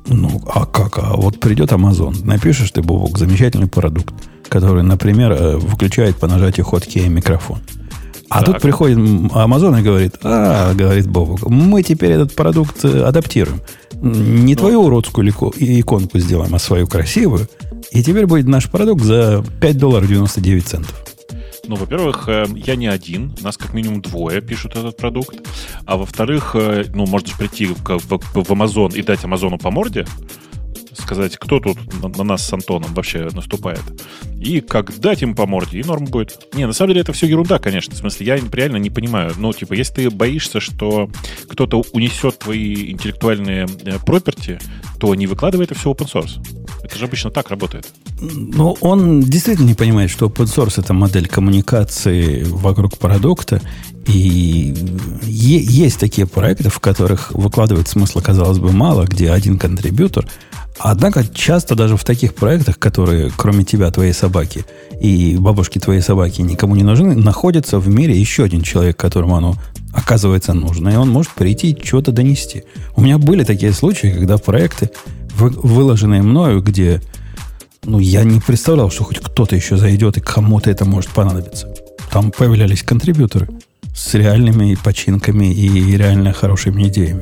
Ну, а как? А вот придет Amazon, напишешь ты, Бобок, замечательный продукт, который, например, выключает по нажатию хоткея микрофон. А так. Тут приходит Amazon и говорит, а, говорит Бобок, мы теперь этот продукт адаптируем. Не ну. твою уродскую иконку сделаем, а свою красивую. И теперь будет наш продукт за пять долларов девяносто девять центов. Ну, во-первых, я не один, нас как минимум двое пишут этот продукт. А во-вторых, ну, можно же прийти в, в, в Amazon и дать Амазону по морде, сказать, кто тут на, на нас с Антоном вообще наступает. И как дать им по морде, и норм будет. Не, на самом деле это все ерунда, конечно. В смысле, я реально не понимаю. Ну, типа, если ты боишься, что кто-то унесет твои интеллектуальные property, то не выкладывай это все в open source. Это же обычно так работает. Ну, он действительно не понимает, что open source — это модель коммуникации вокруг продукта. И е- есть такие проекты, в которых выкладывать смысла, казалось бы, мало, где один контрибьютор. Однако часто даже в таких проектах, которые, кроме тебя, твоей собаки и бабушки твоей собаки никому не нужны, находится в мире еще один человек, которому оно оказывается нужно. И он может прийти и что-то донести. У меня были такие случаи, когда проекты, вы, выложенные мною, где ну, я не представлял, что хоть кто-то еще зайдет и кому-то это может понадобиться. Там появлялись контрибьюторы с реальными починками и реально хорошими идеями.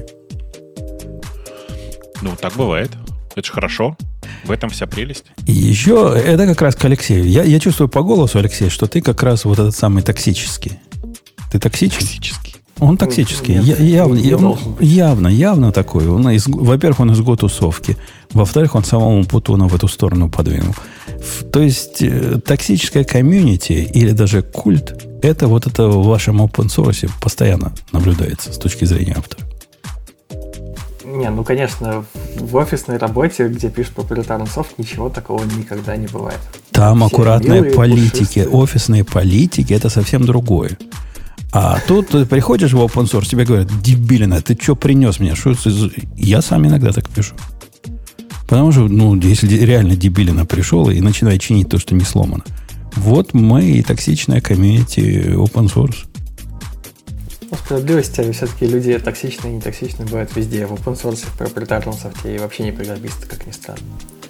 Ну, так бывает. Это же хорошо. В этом вся прелесть. И еще, это как раз к Алексею. Я, я чувствую по голосу, Алексей, что ты как раз вот этот самый токсический. Ты токсичный? Токсический. Он токсический. Нет, я, явно, не явно, явно, явно такой. Он из, во-первых, он из го-тусовки. Во-вторых, он самому Путуна в эту сторону подвинул. То есть, токсическое комьюнити или даже культ, это вот это в вашем open source постоянно наблюдается с точки зрения автора. Не, ну, конечно, в офисной работе, где пишут проприетарный софт, ничего такого никогда не бывает. Там все аккуратные милые, политики, пушистые. офисные политики, это совсем другое. А тут ты приходишь в open source, тебе говорят, дебилина, ты что принес мне? Что это за... Я сам иногда так пишу. Потому что, ну, если реально дебилина пришел и начинает чинить то, что не сломано. Вот мы и токсичная комьюнити open source. Ну, справедливости, все-таки люди токсичные и нетоксичные бывают везде. В open source, в проприетарном софте и вообще не программисты, как ни странно.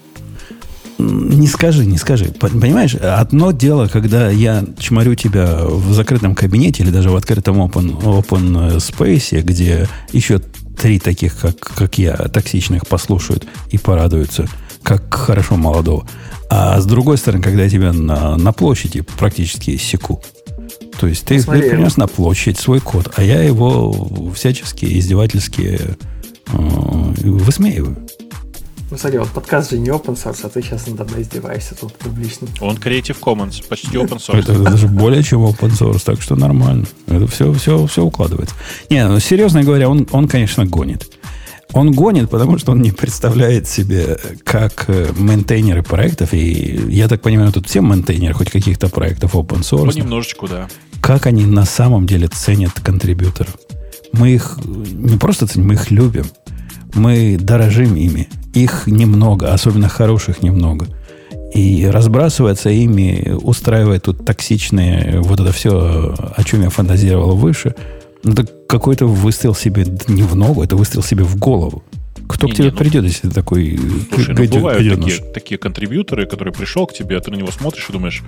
Не скажи, не скажи. Понимаешь, одно дело, когда я чморю тебя в закрытом кабинете или даже в открытом open, open space, где еще три таких, как, как я, токсичных послушают и порадуются, как хорошо молодого. А с другой стороны, когда я тебя на, на площади практически секу. То есть ты, ты принес на площадь свой код, а я его всячески издевательски э, высмеиваю. Ну, смотри, вот подкаст же не open source, а ты сейчас надо мной издеваешься тут публично. Он Creative Commons, почти open source. Это даже более чем open source, так что нормально. Это все, все, все укладывается. Не, ну, серьезно говоря, он, он, конечно, гонит. Он гонит, потому что он не представляет себе, как мейнтейнеры проектов, и я так понимаю, тут все мейнтейнеры хоть каких-то проектов open source. Понемножечку, да. Как они на самом деле ценят контрибьюторов. Мы их не просто ценим, мы их любим. Мы дорожим ими. Их немного, особенно хороших немного. И разбрасываться ими, устраивая тут токсичные, вот это все, о чем я фантазировал выше, это какой-то выстрел себе не в ногу, это выстрел себе в голову. Кто не, к тебе не, ну, придет, если ты такой... Слушай, ну, бывают такие, такие контрибьюторы, которые пришел к тебе, а ты на него смотришь и думаешь,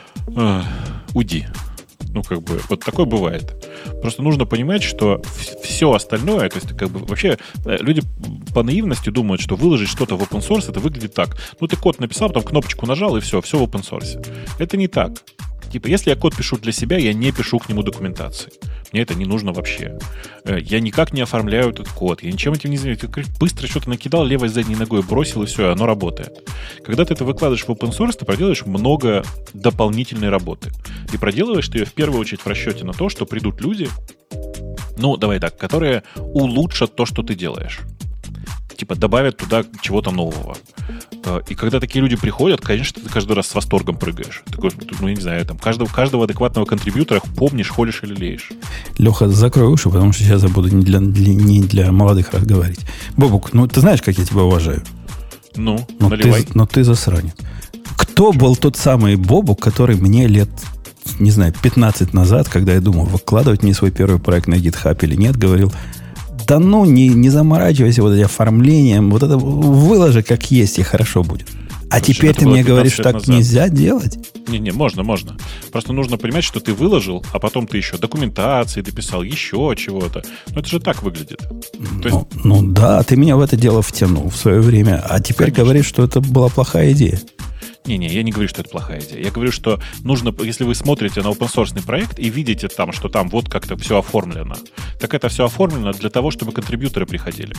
уйди. Ну, как бы, вот такое бывает. Просто нужно понимать, что все остальное, то есть, как бы, вообще, люди по наивности думают, что выложить что-то в open source, это выглядит так. Ну, ты код написал, потом кнопочку нажал, и все, все в open source. Это не так. Типа, если я код пишу для себя, я не пишу к нему документации. Мне это не нужно вообще. Я никак не оформляю этот код. Я ничем этим не занимаюсь. Я быстро что-то накидал, левой задней ногой бросил, и все, и оно работает. Когда ты это выкладываешь в open source, ты проделаешь много дополнительной работы. И проделываешь ты ее в первую очередь в расчете на то, что придут люди, ну, давай так, которые улучшат то, что ты делаешь. Типа добавят туда чего-то нового. И когда такие люди приходят, конечно, ты каждый раз с восторгом прыгаешь. Такой, ну, я не знаю, там, каждого, каждого адекватного контрибьютора помнишь, холишь или леешь. Леха, закрой уши, потому что сейчас я буду не для, для, не для молодых разговаривать. Бобук, ну, ты знаешь, как я тебя уважаю? Ну, но наливай. Ты, но ты засранец. Кто был тот самый Бобук, который мне лет, не знаю, пятнадцать назад, когда я думал, выкладывать мне свой первый проект на GitHub или нет, говорил, Да ну, не, не заморачивайся вот этим оформлением. Вот это выложи как есть, и хорошо будет. А Слушай, теперь ты мне говоришь, так назад. Нельзя делать? Не-не, можно, можно. Просто нужно понимать, что ты выложил, а потом ты еще документации дописал, еще чего-то. Ну, это же так выглядит. То есть... ну, ну да, ты меня в это дело втянул в свое время, а теперь Конечно. Говоришь, что это была плохая идея. Не-не, я не говорю, что это плохая идея. Я говорю, что нужно, если вы смотрите на open-source проект и видите там, что там вот как-то все оформлено, так это все оформлено для того, чтобы контрибьюторы приходили.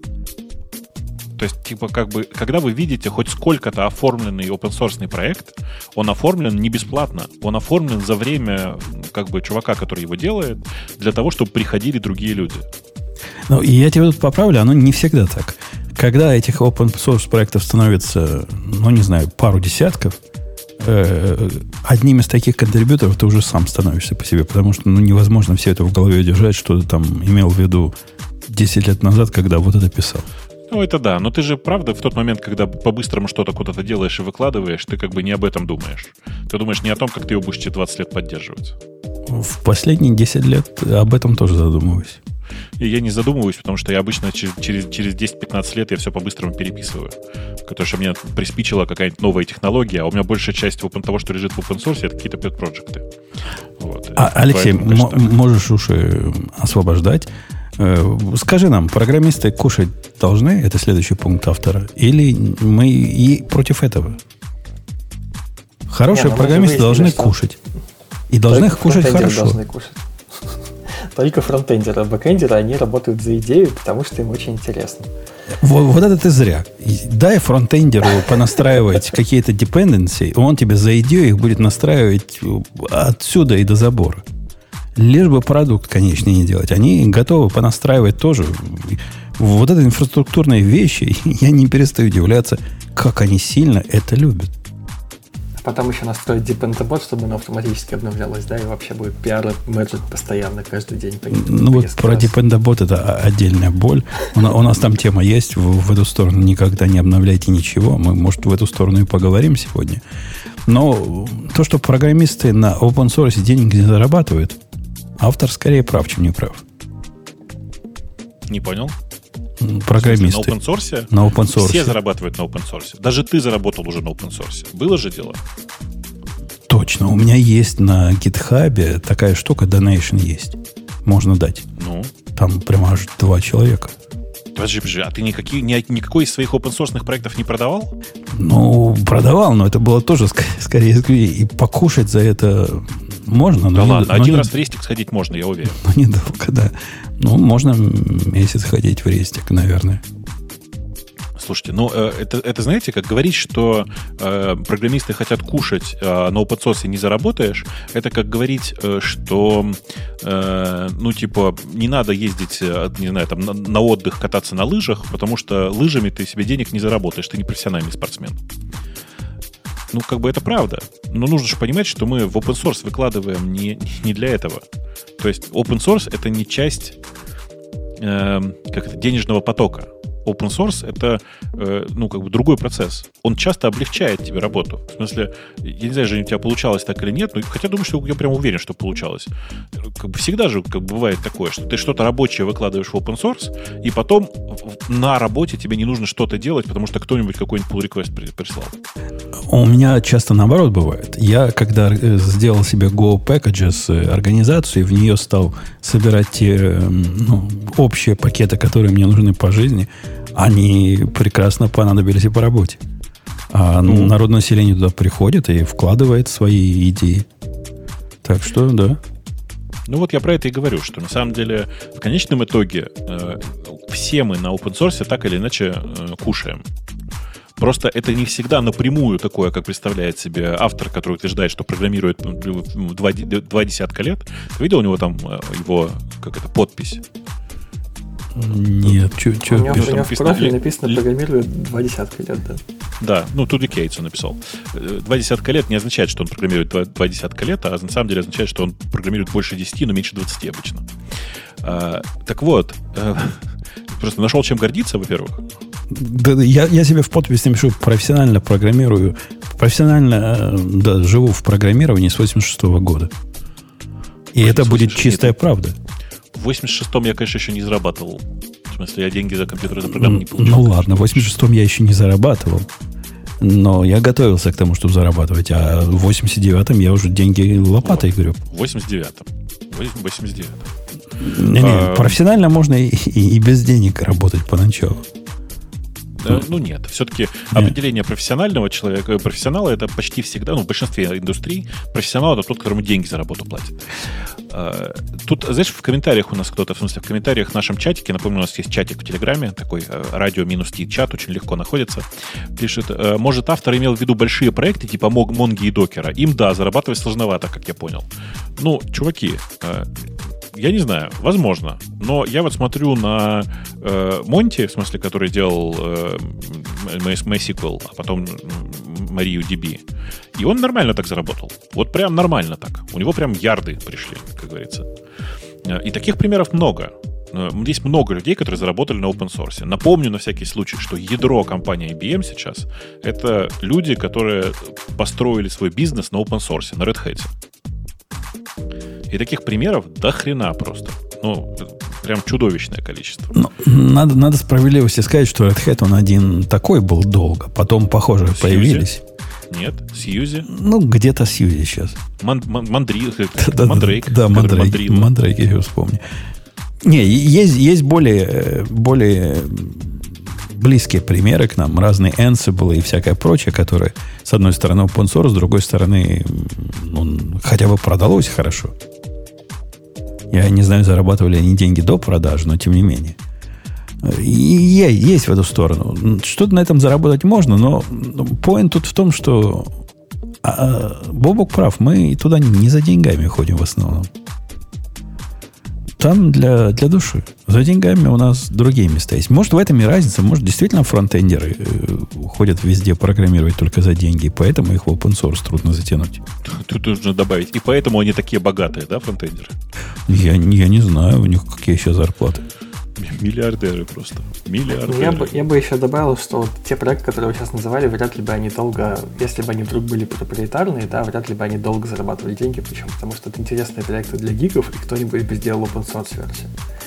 То есть, типа, как бы, когда вы видите хоть сколько-то оформленный open-source проект, он оформлен не бесплатно, он оформлен за время, как бы, чувака, который его делает, для того, чтобы приходили другие люди. Ну, и я тебя тут поправлю, оно не всегда так. Когда этих open-source проектов становится, ну, не знаю, пару десятков, э, одним из таких контрибьюторов ты уже сам становишься по себе, потому что, ну, невозможно все это в голове держать, что ты там имел в виду десять лет назад, когда вот это писал. Ну, это да, но ты же, правда, в тот момент, когда по-быстрому что-то куда-то делаешь и выкладываешь, ты как бы не об этом думаешь. Ты думаешь не о том, как ты его будешь через двадцать лет поддерживать. В последние десять лет об этом тоже задумываюсь. И я не задумываюсь, потому что я обычно через, через, через десять-пятнадцать лет я все по-быстрому переписываю. Потому что мне приспичила какая-нибудь новая технология, а у меня большая часть того, что лежит в open source, это какие-то пэт-проджекты. Вот. А, Алексей, м- можешь уши освобождать. Скажи нам, программисты кушать должны? Это следующий пункт автора. Или мы и против этого? Хорошие Не, программисты должны что... кушать. И должны их кушать хорошо. Должны кушать. Только фронтендеры, а бэкендеры, они работают за идею, потому что им очень интересно. Вот, вот это ты зря. Дай фронтендеру понастраивать какие-то dependency, он тебе за идею их будет настраивать отсюда и до забора. Лишь бы продукт, конечно, не делать. Они готовы понастраивать тоже. Вот это инфраструктурные вещи, я не перестаю удивляться, как они сильно это любят. Потом еще настроить Dependabot, чтобы оно автоматически обновлялось, да, и вообще будет пиар мерджить постоянно, каждый день. По, ну вот про Dependabot это отдельная боль. У, у нас там тема есть, в, в эту сторону никогда не обновляйте ничего. Мы, может, в эту сторону и поговорим сегодня. Но то, что программисты на open source денег не зарабатывают, автор скорее прав, чем не прав. Не понял? Программисты. На open source? На open source. Все зарабатывают на open source. Даже ты заработал уже на open source. Было же дело? Точно. У меня есть на GitHub такая штука, donation есть. Можно дать. Ну? Там прямо аж два человека. Подожди, подожди, а ты никакие, ни, никакой из своих open source проектов не продавал? Ну, продавал, но это было тоже скорее, скорее и покушать за это можно. Да но ладно, не, один но раз не, в рестик сходить можно, я уверен. Ну, недолго, да. Ну, можно месяц ходить в рестик, наверное. Слушайте, ну, э, это, это, знаете, как говорить, что э, программисты хотят кушать, а на open source не заработаешь, это как говорить, э, что, э, ну, типа, не надо ездить, не знаю, там, на, на отдых кататься на лыжах, потому что лыжами ты себе денег не заработаешь, ты не профессиональный спортсмен. Ну, как бы это правда. Но нужно же понимать, что мы в open source выкладываем не, не для этого. То есть open source — это не часть э, как это, денежного потока. Open source — это, э, ну, как бы другой процесс. Он часто облегчает тебе работу. В смысле, я не знаю, Женя, у тебя получалось так или нет, но хотя думаю, что я прям уверен, что получалось. Как бы всегда же как бы бывает такое, что ты что-то рабочее выкладываешь в open source, и потом на работе тебе не нужно что-то делать, потому что кто-нибудь какой-нибудь pull request прислал. У меня часто наоборот бывает. Я, когда сделал себе Go Packages организацию, и в нее стал собирать те, ну, общие пакеты, которые мне нужны по жизни, они прекрасно понадобились и по работе. А ну, народное население туда приходит и вкладывает свои идеи. Так что, да. Ну вот я про это и говорю, что на самом деле в конечном итоге э, все мы на open source так или иначе э, кушаем. Просто это не всегда напрямую такое, как представляет себе автор, который утверждает, что программирует два, два десятка лет. Ты видел у него там его, как это, подпись? Нет, что у него, у него в профиле написано «программирует два десятка лет», да. Да, ну, two decades он написал. Два десятка лет не означает, что он программирует два, два десятка лет, а на самом деле означает, что он программирует больше десяти, но меньше двадцати обычно. А, так вот, а, просто нашел чем гордиться, во-первых. Да, я, я себе в подпись напишу: профессионально программирую, профессионально, да, живу в программировании с восемьдесят шестого года. И это будет чистая правда. в восемьдесят шестом я, конечно, еще не зарабатывал. В смысле, я деньги за компьютерную программу не получил. Ну конечно. ладно, в восемьдесят шестом я еще не зарабатывал. Но я готовился к тому, чтобы зарабатывать. А в восемьдесят девятом я уже деньги лопатой Вот. греб. В восемьдесят девятом. В восемьдесят девятом. Не-не, А, профессионально можно и, и- и без денег работать поначалу. Э, Ну нет, все-таки определение профессионального человека, профессионала это почти всегда, ну в большинстве индустрий профессионал это тот, которому деньги за работу платят. Э, Тут, знаешь, в комментариях у нас кто-то, в смысле в комментариях в нашем чатике, напомню, у нас есть чатик в Телеграме, такой э, радио-ти чат, очень легко находится, пишет, э, может автор имел в виду большие проекты типа Мог- Монги и Докера, им да, зарабатывать сложновато, как я понял. Ну, чуваки, э, я не знаю, возможно. Но я вот смотрю на э, Монти, в смысле, который делал э, MySQL, а потом MariaDB. И он нормально так заработал. Вот прям нормально так. У него прям ярды пришли, как говорится. И таких примеров много. Есть много людей, которые заработали на open source. Напомню на всякий случай, что ядро компании ай би эм сейчас — это люди, которые построили свой бизнес на open source, на Red Hat. И таких примеров до хрена просто. Ну, прям чудовищное количество. Ну, надо, надо справедливости сказать, что Red Hat он один такой был долго. Потом, похоже, Сьюзи? появились. Нет, Сьюзи. Ну, где-то Сьюзи сейчас. Ман, ман, Мандри, Да, Мандрейк. Да, который Мандрейк. Мандрила. Мандрейк, я его вспомню. Не, есть, есть более, более близкие примеры к нам. Разные Ansible и всякое прочее, которые, с одной стороны, open source, с другой стороны, ну, хотя бы продалось хорошо. Я не знаю, зарабатывали они деньги до продажи, но тем не менее. И есть в эту сторону. Что-то на этом заработать можно, но point тут в том, что а, Бобок прав, мы туда не за деньгами ходим в основном. Там для, для души. За деньгами у нас другие места есть. Может, в этом и разница. Может, действительно фронтендеры э, ходят везде программировать только за деньги, поэтому их в open source трудно затянуть. Тут нужно добавить. И поэтому они такие богатые, да, фронтендеры? Я, я не знаю, у них какие еще зарплаты. Миллиардеры просто. Миллиардеры. Я бы, я бы еще добавил, что вот те проекты, которые вы сейчас называли, вряд ли бы они долго, если бы они вдруг были проприетарные, да, вряд ли бы они долго зарабатывали деньги, причем потому что это интересные проекты для гиков, и кто-нибудь бы сделал open source версию.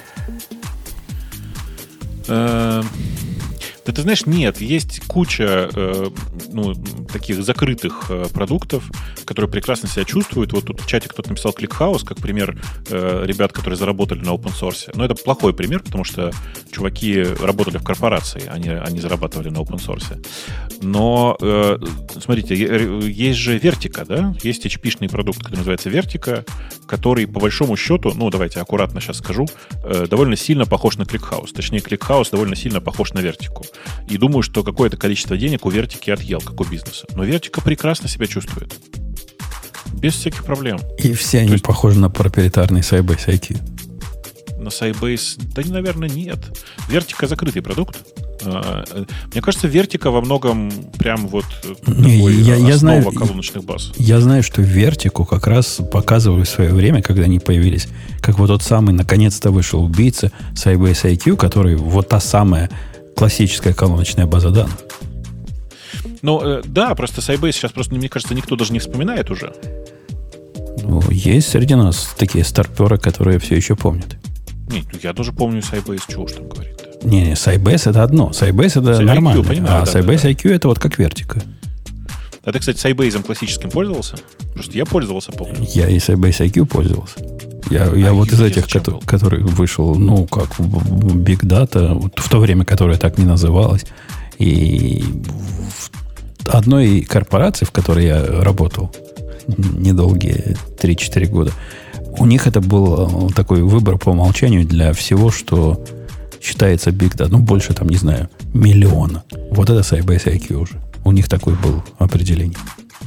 Да ты знаешь, нет, есть куча э, ну, таких закрытых э, продуктов, которые прекрасно себя чувствуют. Вот тут в чате кто-то написал ClickHouse, как пример э, ребят, которые заработали на open source. Но это плохой пример, потому что чуваки работали в корпорации, они, они зарабатывали на open source. Но, э, смотрите, есть же Vertica, да? Есть эйч пи-шный продукт, который называется Vertica, который, по большому счету, ну, давайте аккуратно сейчас скажу, э, довольно сильно похож на ClickHouse. Точнее, ClickHouse довольно сильно похож на Vertica. И думаю, что какое-то количество денег у Vertica отъел, как у бизнеса. Но Vertica прекрасно себя чувствует. Без всяких проблем. И все они есть... похожи на проприетарный Sybase ай кью. На Sybase? Да, наверное, нет. Vertica закрытый продукт. Мне кажется, Vertica во многом прям вот Не, такой я, основа я знаю, колоночных баз. Я знаю, что Vertica как раз показывали в свое время, когда они появились, как вот тот самый, наконец-то вышел убийца Sybase ай кью, который вот та самая классическая колоночная база данных. Ну, э, да, просто Sybase сейчас просто, мне кажется, никто даже не вспоминает уже. Ну, есть среди нас такие старперы, которые все еще помнят. Нет, я тоже помню Sybase, чего уж там говорить-то. Не-не, Sybase это одно. Sybase это Sybase нормально. ай кью, понимаю, а да, Sybase да, да. ай кью это вот как Vertica. А ты, кстати, Sybase классическим пользовался? Просто я пользовался, помню. Я и Sybase ай кью пользовался. Я, я А вот из Unity этих, зачем кото- был? который вышел, ну, как Big Data, вот в то время, которое так не называлось. И в одной корпорации, в которой я работал недолгие три-четыре года, у них это был такой выбор по умолчанию для всего, что считается Big Data. Ну, больше там, не знаю, миллиона. Вот это Sybase ай кью уже. У них такое было определение.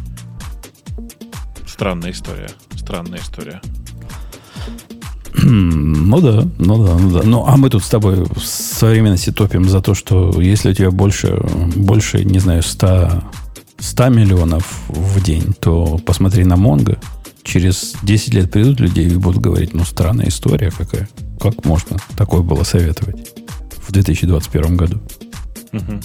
Странная история. Странная история. Ну да, ну да, ну да. Ну, а мы тут с тобой в современности топим за то, что если у тебя больше, больше не знаю, ста миллионов в день, то посмотри на Mongo. Через десять лет придут люди и будут говорить, ну, странная история какая. Как можно такое было советовать в две тысячи двадцать первом году? Угу.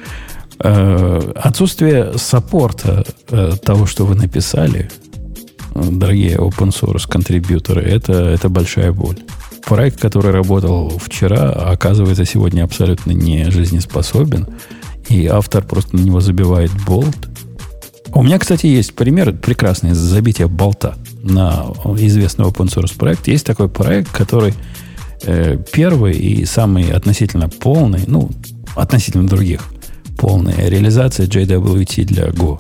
Отсутствие саппорта того, что вы написали, дорогие open source контрибьюторы, это, это большая боль. Проект, который работал вчера, оказывается сегодня абсолютно не жизнеспособен, и автор просто на него забивает болт. У меня, кстати, есть пример прекрасный забития болта на известный open source проект. Есть такой проект, который э, первый и самый относительно полный, ну, относительно других, полная реализация джей дабл ю ти для Go.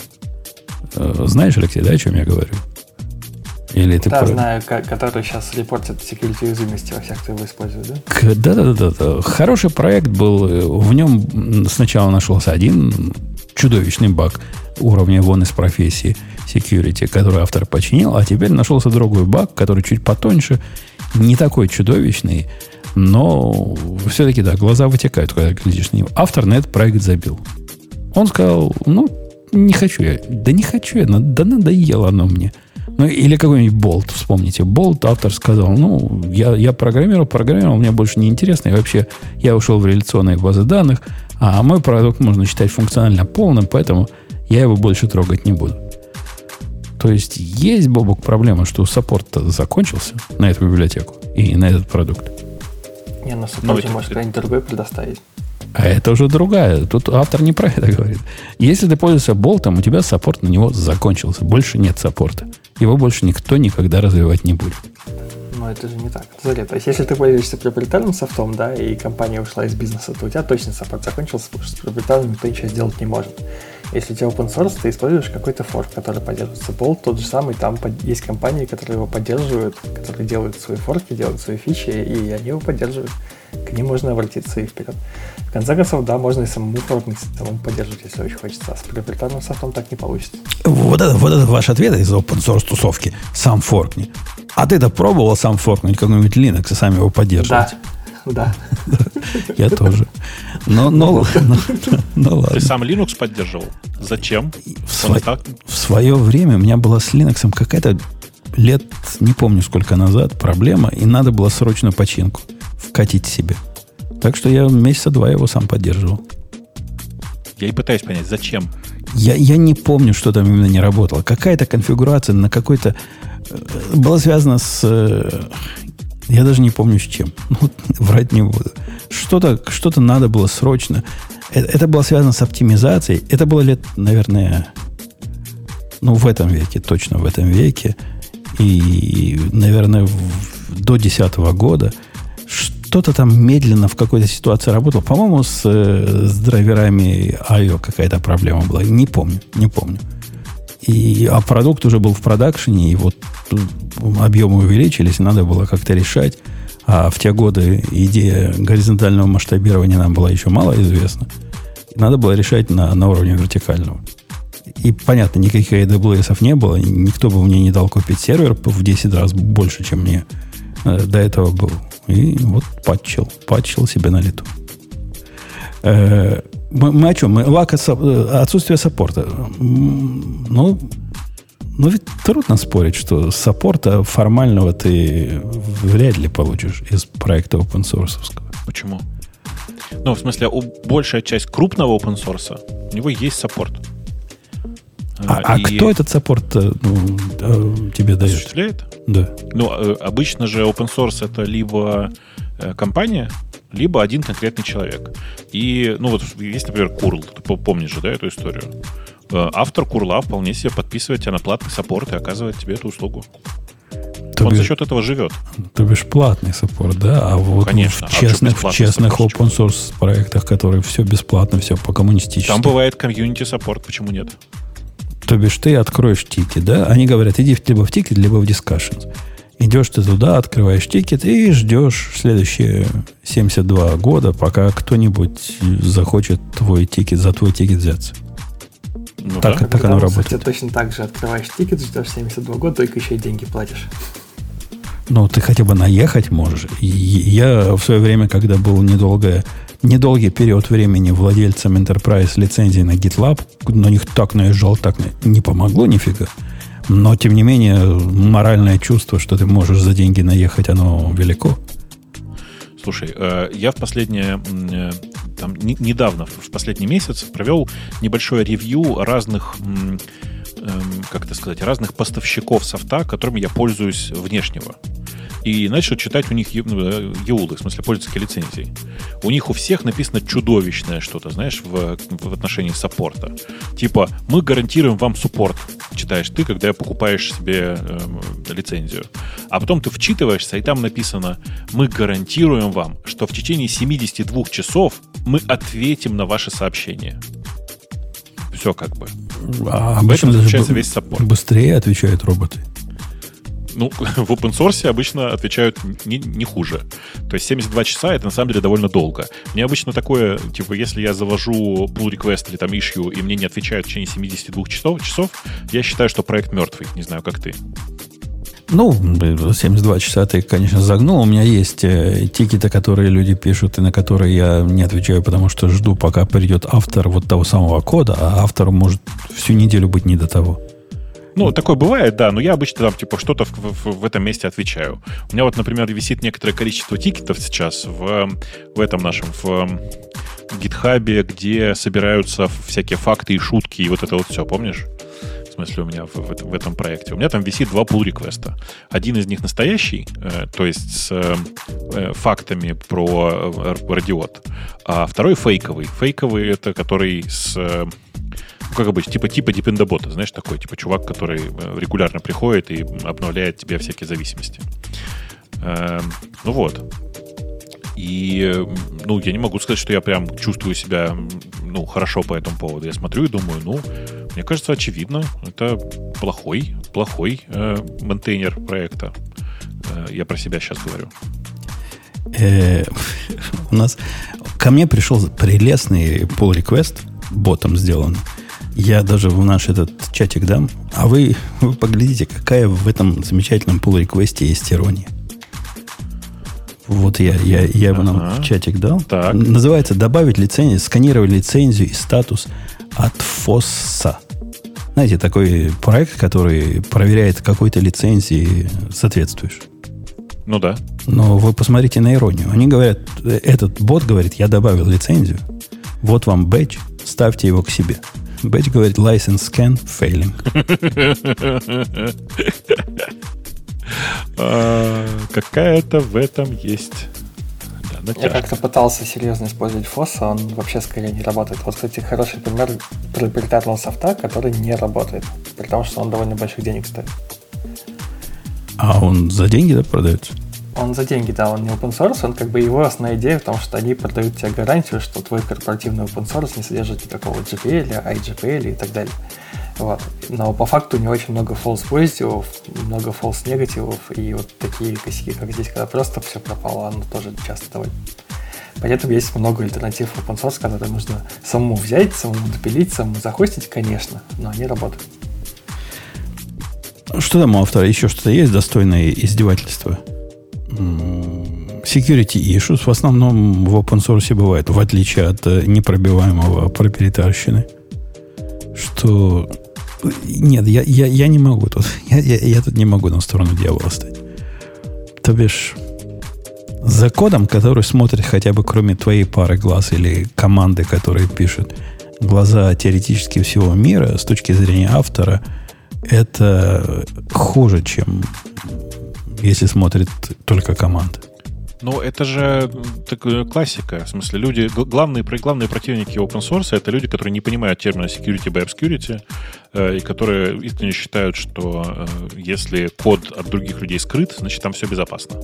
Э, знаешь, Алексей, да, о чем я говорю? Или ты да, про... знаю, который сейчас репортит security уязвимости во всех, кто его использует, да? Да-да-да. Хороший проект был. В нем сначала нашелся один чудовищный баг уровня вон из профессии security, который автор починил, а теперь нашелся другой баг, который чуть потоньше, не такой чудовищный, но все-таки, да, глаза вытекают, когда глядишь на него. Автор на этот проект забил. Он сказал, ну, не хочу я. Да не хочу я, да надоело оно мне. Ну, или какой-нибудь болт, вспомните. Болт, автор сказал, ну, я, я программировал, программировал, мне больше не интересно. И вообще, я ушел в реляционные базы данных, а мой продукт можно считать функционально полным, поэтому я его больше трогать не буду. То есть, есть, Бобок, проблема, что саппорт закончился на эту библиотеку и на этот продукт. Не, на саппорте можешь кто-нибудь другой предоставить. А это уже другая. Тут автор не про это говорит. Если ты пользуешься болтом, у тебя саппорт на него закончился. Больше нет саппорта. Его больше никто никогда развивать не будет. Но это же не так. Смотри, то есть, если ты пользуешься проприетарным софтом, да, и компания ушла из бизнеса, то у тебя точно саппорт закончился, потому что с проприетарным никто ничего сделать не может. Если у тебя open source, ты используешь какой-то форк, который поддерживается. Болт тот же самый, там есть компании, которые его поддерживают, которые делают свои форки, делают свои фичи, и они его поддерживают. К ним можно обратиться и вперед. В конце концов, да, можно и самому форкнуть, самому поддерживать, если очень хочется. А с проприетарным софтом так не получится. Вот это, вот это ваш ответ из open source тусовки. Сам форкни. А ты-то пробовал сам форкнуть какой-нибудь Linux и сам его поддерживать? Да, да. Я тоже. Но, но, но, но ладно. Ты сам Linux поддерживал? Зачем? В, сво... в свое время у меня была с Linux какая-то лет, не помню сколько назад, проблема, и надо было срочно починку вкатить себе. Так что я месяца два его сам поддерживал. Я и пытаюсь понять, зачем? Я, я не помню, что там именно не работало. Какая-то конфигурация на какой-то... была связана с... Я даже не помню с чем. Ну, врать не буду. Что-то, что-то надо было срочно. Это, это было связано с оптимизацией. Это было лет, наверное... Ну, в этом веке. Точно в этом веке. И, наверное, в, до десятого года что-то там медленно в какой-то ситуации работало. По-моему, с, с драйверами ай о какая-то проблема была. Не помню, не помню. И, а продукт уже был в продакшене, и вот объемы увеличились, и надо было как-то решать. А в те годы идея горизонтального масштабирования нам была еще мало известна. И надо было решать на, на уровне вертикального. И, понятно, никаких эй дабл ю эс не было, никто бы мне не дал купить сервер в десять раз больше, чем мне до этого был. И вот патчил, патчил себе на лету. Э, мы, мы о чем? Мы, лак, отсутствие саппорта. Ну, ну, ведь трудно спорить, что саппорта формального ты вряд ли получишь из проекта open source. Почему? Ну, в смысле, у, большая часть крупного open source, у него есть саппорт. А, а, и... а кто этот саппорт ну, тебе дает? Осуществляет? Да. Ну, обычно же open source это либо компания, либо один конкретный человек. И, ну, вот есть, например, курл, ты помнишь же, да, эту историю? Автор курла вполне себе подписывает тебя на платный саппорт и оказывает тебе эту услугу. То Он бишь, за счет этого живет. То бишь платный саппорт, да? А вот Конечно. в честных, а в честных open source проектах, которые все бесплатно, все по-коммунистически. Там бывает комьюнити саппорт, почему нет? То бишь ты откроешь тикет, да? Они говорят, иди либо в тикет, либо в discussions. Идешь ты туда, открываешь тикет и ждешь следующие семьдесят два года, пока кто-нибудь захочет твой тикет, за твой тикет взяться. Ну, так да. так оно работает. Ты точно так же открываешь тикет, ждешь семьдесят два года, только еще и деньги платишь. Ну, ты хотя бы наехать можешь. И я в свое время, когда был недолгое, недолгий период времени владельцем Enterprise лицензии на GitLab, на них так наезжал, так не помогло нифига. Но, тем не менее, моральное чувство, что ты можешь за деньги наехать, оно велико. Слушай, я в последнее, там, недавно, в последний месяц провел небольшое ревью разных как это сказать, разных поставщиков софта, которыми я пользуюсь внешнего. И начал читать у них еулы, в смысле, пользовательские лицензии. У них у всех написано чудовищное что-то, знаешь, в, в отношении саппорта. Типа, мы гарантируем вам суппорт, читаешь ты, когда покупаешь себе э, лицензию. А потом ты вчитываешься, и там написано, мы гарантируем вам, что в течение семидесяти двух часов мы ответим на ваши сообщения. Все как бы. А обычно даже б- весь саппорт. Быстрее отвечают роботы. Ну, в open source обычно отвечают не, не хуже. То есть семьдесят два часа — это на самом деле довольно долго. Мне обычно такое, типа, если я завожу pull request или там issue, и мне не отвечают в течение семидесяти двух часов, часов, я считаю, что проект мертвый. Не знаю, как ты. Ну, семьдесят два часа ты, конечно, загнул. У меня есть э, тикеты, которые люди пишут, и на которые я не отвечаю, потому что жду, пока придет автор вот того самого кода, а автору может всю неделю быть не до того. Ну, такое бывает, да, но я обычно там, типа, что-то в, в, в этом месте отвечаю. У меня вот, например, висит некоторое количество тикетов сейчас в, в этом нашем, в гитхабе, где собираются всякие факты и шутки, и вот это вот все, помнишь? В смысле, у меня в, в, в этом проекте. У меня там висит два pull-реквеста. Один из них настоящий, э, то есть с э, фактами про э, радиот, а второй фейковый. Фейковый — это который с... Э, как обычно, типа, типа депендобота, знаешь, такой, типа чувак, который регулярно приходит и обновляет тебе всякие зависимости. Э, ну вот. И, ну, я не могу сказать, что я прям чувствую себя, ну, хорошо по этому поводу. Я смотрю и думаю, ну, мне кажется, очевидно, это плохой, плохой э, мейнтейнер проекта. Э, я про себя сейчас говорю. У нас ко мне пришел прелестный pull request, ботом сделан. Я даже в наш этот чатик дам. А вы, вы поглядите, какая в этом замечательном pull-реквесте есть ирония. Вот я, я, я его нам ага. в чатик дал. Так. Называется «Добавить лицензию, сканировать лицензию и статус от фосса». Знаете, такой проект, который проверяет, какой ты лицензии соответствуешь. Ну да. Но вы посмотрите на иронию. Они говорят, этот бот говорит, я добавил лицензию, вот вам бэдж, ставьте его к себе. Бэдж говорит, license scan failing. Какая-то в этом есть. Я как-то пытался серьезно использовать фос, а он вообще скорее не работает. Вот, кстати, хороший пример проприетарного софта, который не работает, при том, что он довольно больших денег стоит. А он за деньги, да, продается? Он за деньги, да, он не open source, он как бы его основная идея в том, что они продают тебе гарантию, что твой корпоративный open source не содержит никакого джи пи эл, ай джи пи эл и так далее. Вот. Но по факту у него очень много false позитивов, много false негативов, и вот такие косяки, как здесь, когда просто все пропало, оно тоже часто довольно. Поэтому есть много альтернатив open source, которые нужно самому взять, самому допилить, самому захостить, конечно, но они работают. Что там у автора? Еще что-то есть достойное издевательства? Security issues в основном в open source бывает, в отличие от непробиваемого проприетарщины. Что... Нет, я, я, я не могу тут. Я, я, я тут не могу на сторону дьявола стать. То бишь, за кодом, который смотрит хотя бы кроме твоей пары глаз или команды, которые пишут глаза теоретически всего мира, с точки зрения автора, это хуже, чем если смотрит только команда. Ну, это же так, классика. В смысле, люди, главные, главные противники open source — это люди, которые не понимают термина security by obscurity, э, и которые искренне считают, что э, если код от других людей скрыт, значит, там все безопасно.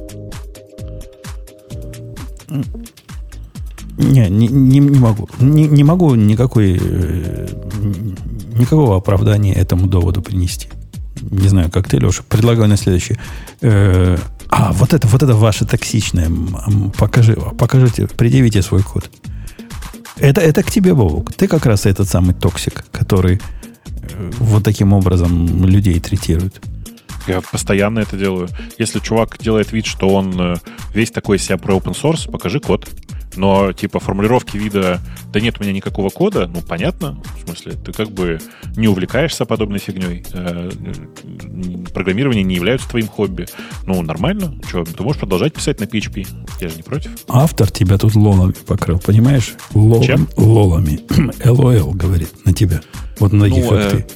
Не, не, не, не могу. Не, не могу никакой, э, никакого оправдания этому доводу принести. Не знаю, как ты, Леша. Предлагаю на следующее. Э, а, вот это, вот это ваше токсичное. Покажи, покажите, предъявите свой код. Это, это к тебе, Бобук. Ты как раз этот самый токсик, который э, вот таким образом людей третирует. Я постоянно это делаю. Если чувак делает вид, что он весь такой из себя про open source, покажи код. Но, типа, формулировки вида «да нет у меня никакого кода», ну, понятно. В смысле, ты как бы не увлекаешься подобной фигней. Программирование не является твоим хобби. Ну, нормально. Что, ты можешь продолжать писать на пи эйч пи. Я же не против. Автор тебя тут лолами покрыл, понимаешь? Лол, Чем? Лолами. эл о эл говорит на тебя. Вот на таких, ну, как э, ты.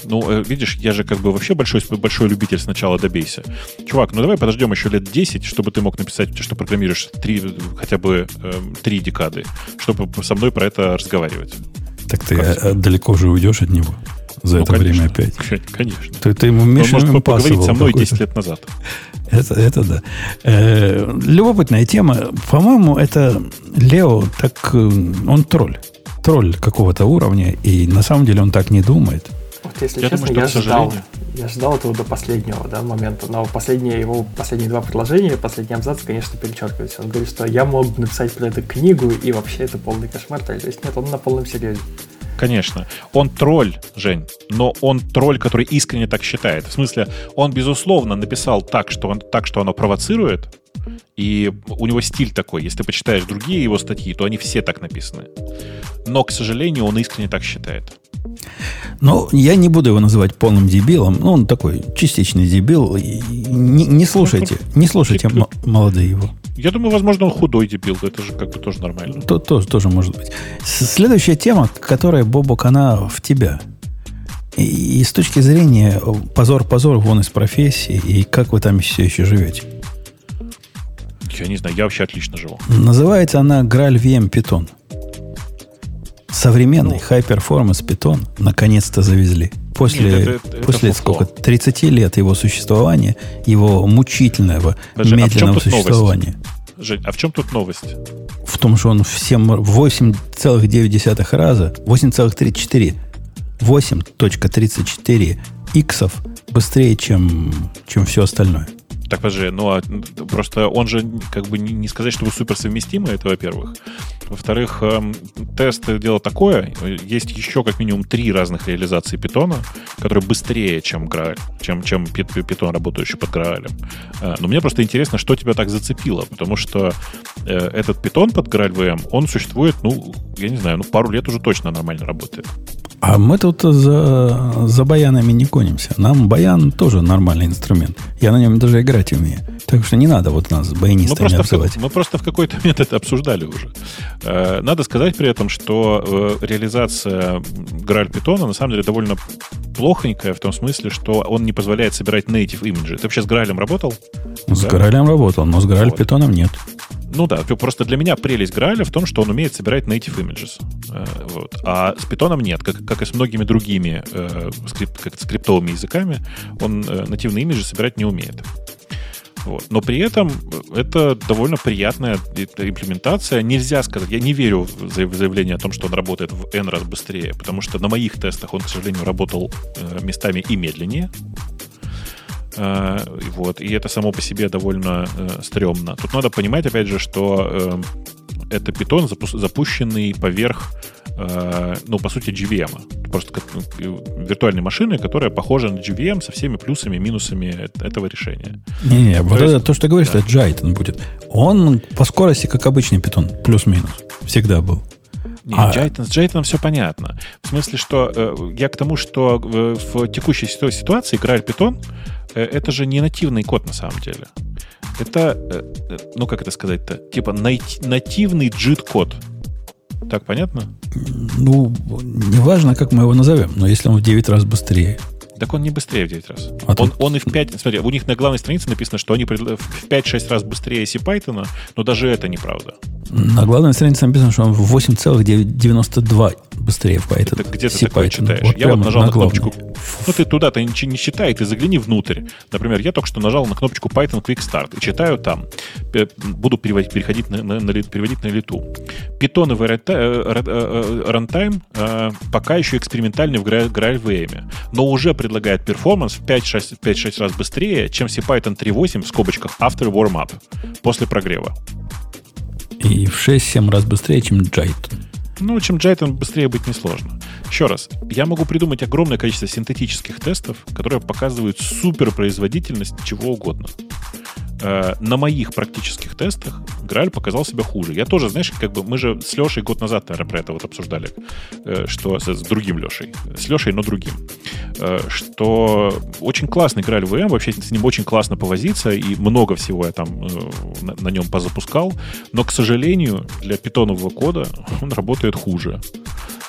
Ну, видишь, я же как бы вообще большой, большой любитель сначала добейся. Чувак, ну давай подождем еще лет десять, чтобы ты мог написать, что программируешь три, хотя бы э, три декады, чтобы со мной про это разговаривать. Так ты а, далеко же уйдешь от него за ну, это конечно, время опять. Конечно. Ты, ты ему Mission Он может поговорить со мной десять лет назад. Это, это да. Э, любопытная тема. По-моему, это Лео, так он тролль. Тролль какого-то уровня, и на самом деле он так не думает. Вот если я честно, думаю, я что, ждал, я ждал этого до последнего да, момента, но последние его последние два предложения, последний абзац, конечно, перечеркивается. Он говорит, что я мог написать про это книгу, и вообще это полный кошмар. То есть нет, он на полном серьезе. Конечно. Он тролль, Жень, но он тролль, который искренне так считает. В смысле, он, безусловно, написал так, что, он, так, что оно провоцирует, и у него стиль такой. Если ты почитаешь другие его статьи, то они все так написаны. Но, к сожалению, он искренне так считает. Ну, я не буду его называть полным дебилом. Ну, он такой частичный дебил. Не, не слушайте, не слушайте м- молодые его. Я думаю, возможно, он худой дебил. Это же как бы тоже нормально. То, тоже, тоже может быть. Следующая тема, которая, Бобок, она в тебя. И, и с точки зрения позор-позор вон из профессии, и как вы там все еще живете. Я не знаю, я вообще отлично живу. Называется она Graal ви эм Python. Современный ну, High Performance Python наконец-то завезли. После, нет, это, это, после это сколько? тридцать лет его существования, его мучительного, Подожди, медленного а существования. Новость? Жень, а в чем тут новость? В том, что он всем восемь целых девять десятых раза, восемь целых тридцать четыре, восемь целых тридцать четыре иксов быстрее, чем, чем все остальное. Так, подожди, ну а просто он же как бы не сказать, что вы суперсовместимы, это во-первых. Во-вторых, эм, тест дело такое. Есть еще как минимум три разных реализации питона, которые быстрее, чем Graal, чем, чем питон, работающий под Graal. Э, но мне просто интересно, что тебя так зацепило, потому что э, этот питон под Graal ви эм, он существует, ну, я не знаю, ну, пару лет уже точно нормально работает. А мы тут за, за баянами не гонимся. Нам баян тоже нормальный инструмент. Я на нем даже играть умею. Так что не надо вот нас баянистами обзывать. Мы просто в какой-то момент это обсуждали уже. Надо сказать при этом, что реализация Graal Python на самом деле довольно плохонькая в том смысле, что он не позволяет собирать native image. Ты вообще с Graal работал? С да? Graal работал, но с Graal вот. Python нет. Ну да, просто для меня прелесть Graal в том, что он умеет собирать native images. Вот. А с Python нет, как, как и с многими другими э, скрип, как скриптовыми языками, он э, нативные имиджи собирать не умеет. Вот. Но при этом это довольно приятная имплементация. Нельзя сказать, я не верю в заявление о том, что он работает в N раз быстрее, потому что на моих тестах он, к сожалению, работал э, местами и медленнее. Uh, вот, и это само по себе довольно uh, стрёмно. Тут надо понимать, опять же, что uh, это Python, запу- запущенный поверх, uh, ну, по сути, джи ви эм. Просто как, uh, виртуальной машины, которая похожа на джи ви эм со всеми плюсами и минусами этого решения. Не-не, вот то это есть, то, что ты говоришь, да. это Jython будет. Он по скорости, как обычный Python, плюс-минус. Всегда был. Нет, а... Jython, с Jython все понятно. В смысле, что э, я к тому, что в, в текущей ситуации Graal Python э, это же не нативный код на самом деле. Это, э, ну как это сказать-то, типа нати- нативный джит-код. Так понятно? Ну, неважно, как мы его назовем, но если он в девять раз быстрее. Так он не быстрее в девять раз. А он, тут... он и в пять... Смотри, у них на главной странице написано, что они в пять-шесть раз быстрее CPython, но даже это неправда. На главной странице написано, что он в восемь целых девяносто два быстрее в Python. Это где ты такое читаешь? Вот я вот нажал на, на кнопочку. Ну, ты туда-то ничего не читай, ты загляни внутрь. Например, я только что нажал на кнопочку Python Quick Start и читаю там. Буду переводить, переходить на, на, на, переводить на лету. Python в runtime э, пока еще экспериментальный в Graal ви эм, но уже предлагает перформанс в пять-шесть раз быстрее, чем CPython три точка восемь в скобочках after warm-up, после прогрева. И в шесть-семь раз быстрее, чем Jython. Ну, чем Jython быстрее быть несложно. Еще раз, я могу придумать огромное количество синтетических тестов, которые показывают суперпроизводительность чего угодно. На моих практических тестах Graal показал себя хуже. Я тоже, знаешь, как бы мы же с Лешей год назад, наверное, про это вот обсуждали, что с, с другим Лешей. С Лешей, но другим. Что очень классный Graal ви эм, вообще с ним очень классно повозиться, и много всего я там на, на нем позапускал, но, к сожалению, для питонового кода он работает хуже.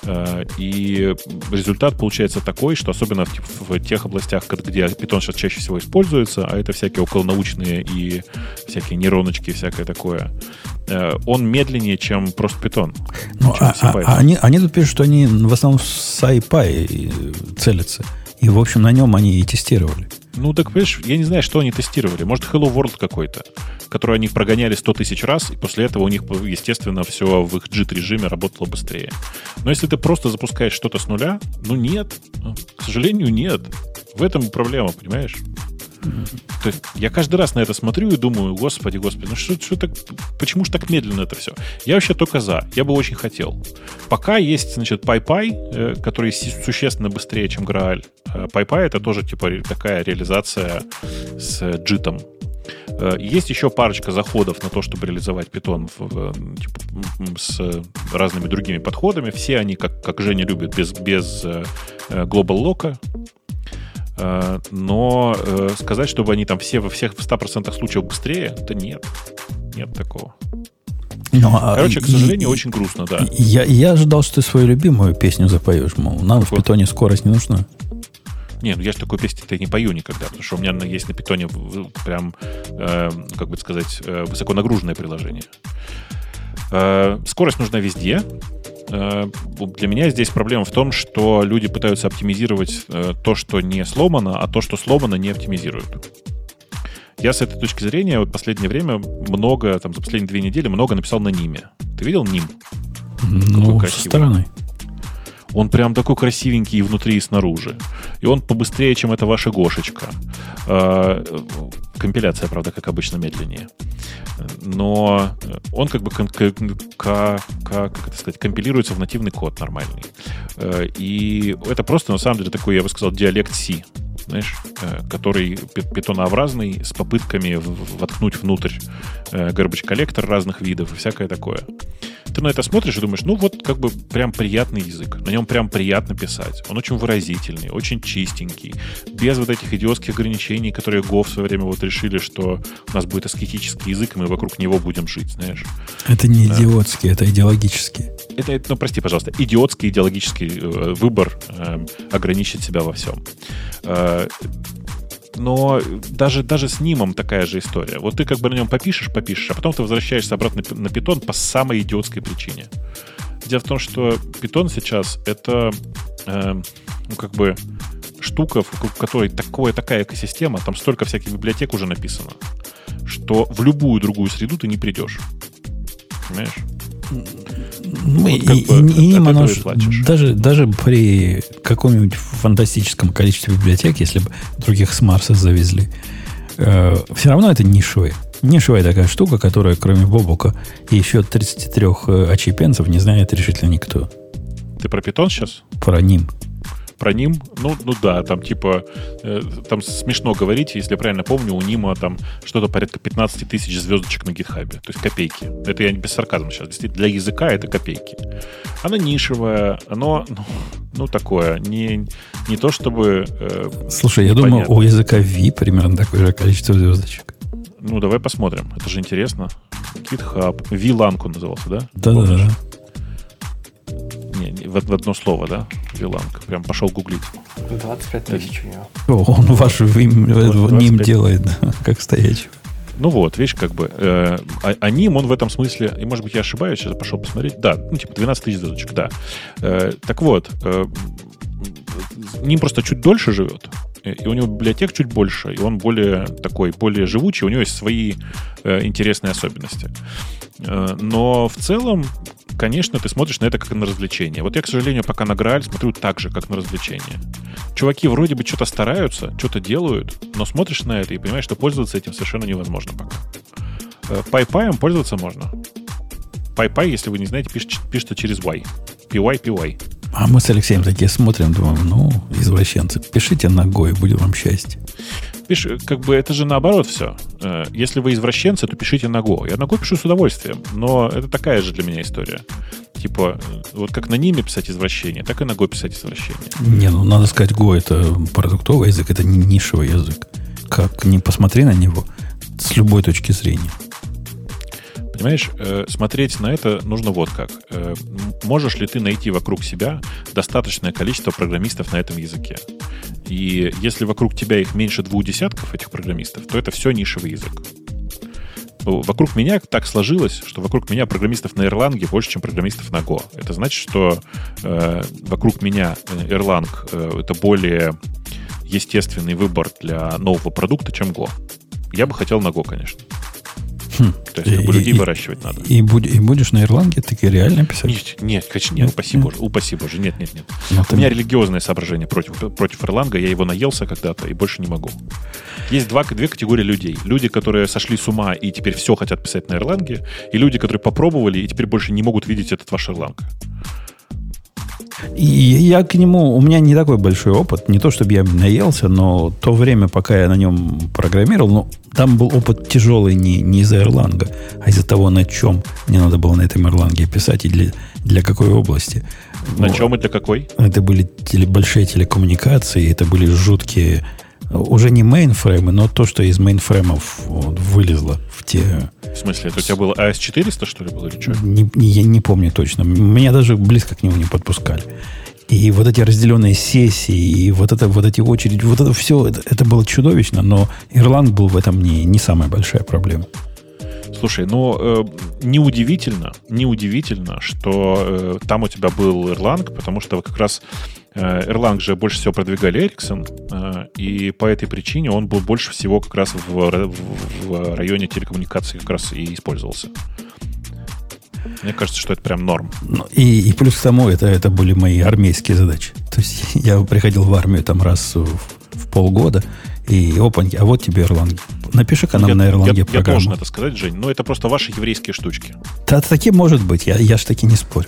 И результат получается такой, что особенно в, в тех областях, где Python сейчас чаще всего используется, а это всякие околонаучные и всякие нейроночки и всякое такое, он медленнее, чем просто Python. Ну, а, а, а они, они тут пишут, что они в основном с SciPy целятся. И, в общем, на нем они и тестировали. Ну, так, понимаешь, я не знаю, что они тестировали. Может, Hello World какой-то, который они прогоняли сто тысяч раз, и после этого у них, естественно, все в их джит-режиме работало быстрее. Но если ты просто запускаешь что-то с нуля, ну, нет. К сожалению, нет. В этом проблема, понимаешь? То есть я каждый раз на это смотрю и думаю, господи, господи, ну что, что так, почему же так медленно это все? Я вообще только за, я бы очень хотел. Пока есть, значит, PyPy, который существенно быстрее, чем Graal. PyPy это тоже типа такая реализация с джитом. Есть еще парочка заходов на то, чтобы реализовать Python в, типа, с разными другими подходами. Все они, как, как Женя любит, без, без Global Lock. Но э, сказать, чтобы они там все во всех в ста процентах случаев быстрее, да нет. Нет такого. Но, Короче, к сожалению, и, очень грустно, да. Я, я ожидал, что ты свою любимую песню запоешь, мол, нам Какой? В питоне скорость не нужна. Не, ну я же такой песни-то не пою никогда, потому что у меня есть на питоне прям, э, как бы сказать, высоконагруженное приложение. Э, скорость нужна везде. Для меня здесь проблема в том, что люди пытаются оптимизировать то, что не сломано, а то, что сломано, не оптимизируют. Я с этой точки зрения вот в последнее время много, там, за последние две недели много написал на Ниме. Ты видел Ним? Ну, со стороны. Он прям такой красивенький и внутри, и снаружи. И он побыстрее, чем эта ваша Гошечка. Компиляция, правда, как обычно, медленнее. Но он как бы как, как, как это сказать, компилируется в нативный код нормальный. И это просто, на самом деле, такой, я бы сказал, диалект C, знаешь, который питонообразный, с попытками воткнуть внутрь garbage коллектор разных видов и всякое такое. Ты на это смотришь и думаешь, ну вот как бы прям приятный язык. На нем прям приятно писать. Он очень выразительный, очень чистенький. Без вот этих идиотских ограничений, которые Go в свое время вот решили, что у нас будет аскетический язык, и мы вокруг него будем жить, знаешь. Это не идиотский, а, это идеологический. Это, это, ну, прости, пожалуйста, идиотский идеологический э, выбор э, ограничить себя во всем. Э, Но даже, даже с Нимом такая же история. Вот ты как бы на нем попишешь, попишешь, а потом ты возвращаешься обратно на Python по самой идиотской причине. Дело в том, что Python сейчас это э, ну, как бы штука, в которой такое, такая экосистема, там столько всяких библиотек уже написано, что в любую другую среду ты не придешь. Понимаешь? Ну, вот и, и, и им оно даже, даже при каком-нибудь фантастическом количестве библиотек, если бы других с Марса завезли, э, все равно это нишевая. Нишевая такая штука, которая, кроме Бобука и еще тридцати трёх очепенцев, не знает решительно никто. Ты про Python сейчас? Про Ним. Про Ним, ну, ну да, там типа, э, там смешно говорить, если я правильно помню, у Нима там что-то порядка пятнадцать тысяч звездочек на гитхабе, то есть копейки. Это я не без сарказма сейчас, действительно, для языка это копейки. Оно нишевое, оно, ну, ну такое, не, не то чтобы... Э, Слушай, я думаю, у языка V примерно такое же количество звездочек. Ну, давай посмотрим, это же интересно. GitHub, VLAN он назывался, да? Да-да-да. Не, не, в, в одно слово, да? Виланка. Прям пошел гуглить. двадцать пять тысяч у него. О, он ваш Ним делает, да, как стоячий. Ну вот, видишь, как бы. Э, а, а Ним, он в этом смысле, и, может быть, я ошибаюсь, сейчас пошел посмотреть. Да, ну, типа двенадцать тысяч звездочек, да. Э, так вот, э, Ним просто чуть дольше живет, и у него библиотек чуть больше, и он более такой, более живучий, у него есть свои э, интересные особенности. Э, но в целом, конечно, ты смотришь на это как на развлечение. Вот я, к сожалению, пока на Graal смотрю так же, как на развлечение. Чуваки вроде бы что-то стараются, что-то делают, но смотришь на это и понимаешь, что пользоваться этим совершенно невозможно пока. PyPy пользоваться можно. PyPy, если вы не знаете, пишет, пишется через Y. пи уай, пи уай. А мы с Алексеем такие смотрим, думаем, ну, извращенцы, пишите ногой, будет вам счастье. Пиш, как бы это же наоборот все. Если вы извращенцы, то пишите на Go. Я на Go пишу с удовольствием, но это такая же для меня история. Типа, вот как на Ниме писать извращение, так и на Go писать извращение. Не, ну надо сказать, Go это продуктовый язык, это не нишевый язык. Как ни посмотри на него с любой точки зрения. Понимаешь, э, смотреть на это нужно вот как. Э, можешь ли ты найти вокруг себя достаточное количество программистов на этом языке? И если вокруг тебя их меньше двух десятков, этих программистов, то это все нишевый язык. Вокруг меня так сложилось, что вокруг меня программистов на Erlang больше, чем программистов на Go. Это значит, что э, вокруг меня Erlang э, это более естественный выбор для нового продукта, чем Go. Я бы хотел на Go, конечно. Хм. То есть как бы, людей и, выращивать надо. И, будь, и будешь на Erlang таки реально писать? Нет, нет, конечно, нет, упаси Боже, упаси Боже, нет, нет, нет. Но У ты... меня религиозное соображение против, против Erlang, я его наелся когда-то и больше не могу. Есть два, две категории людей. Люди, которые сошли с ума и теперь все хотят писать на Erlang, и люди, которые попробовали и теперь больше не могут видеть этот ваш Erlang. И я к нему, у меня не такой большой опыт, не то чтобы я наелся, но то время, пока я на нем программировал, ну, там был опыт тяжелый не, не из-за Erlang, а из-за того, на чем мне надо было на этом Erlang писать и для, для какой области. На вот. Чем и для какой? Это были теле, большие телекоммуникации, это были жуткие, уже не мейнфреймы, но то, что из мейнфреймов вот, вылезло в те... В смысле, это у тебя было эй эс четыреста, что ли, было или что? Не, я не помню точно. Меня даже близко к нему не подпускали. И вот эти разделенные сессии, и вот, это, вот эти очереди, вот это все, это, это было чудовищно, но Erlang был в этом не, не самая большая проблема. Слушай, ну, э, неудивительно, неудивительно, что э, там у тебя был Erlang, потому что как раз э, Erlang же больше всего продвигали Ericsson, э, и по этой причине он был больше всего как раз в, в, в районе телекоммуникаций как раз и использовался. Мне кажется, что это прям норм. Ну, и, и плюс к тому, это, это были мои армейские задачи. То есть я приходил в армию там раз в, в полгода, и опаньки, а вот тебе Erlang. Напиши-ка нам я, на Erlang я, программу. Я должен это сказать, Жень, но это просто ваши еврейские штучки. Да, таки может быть, я, я ж таки не спорю.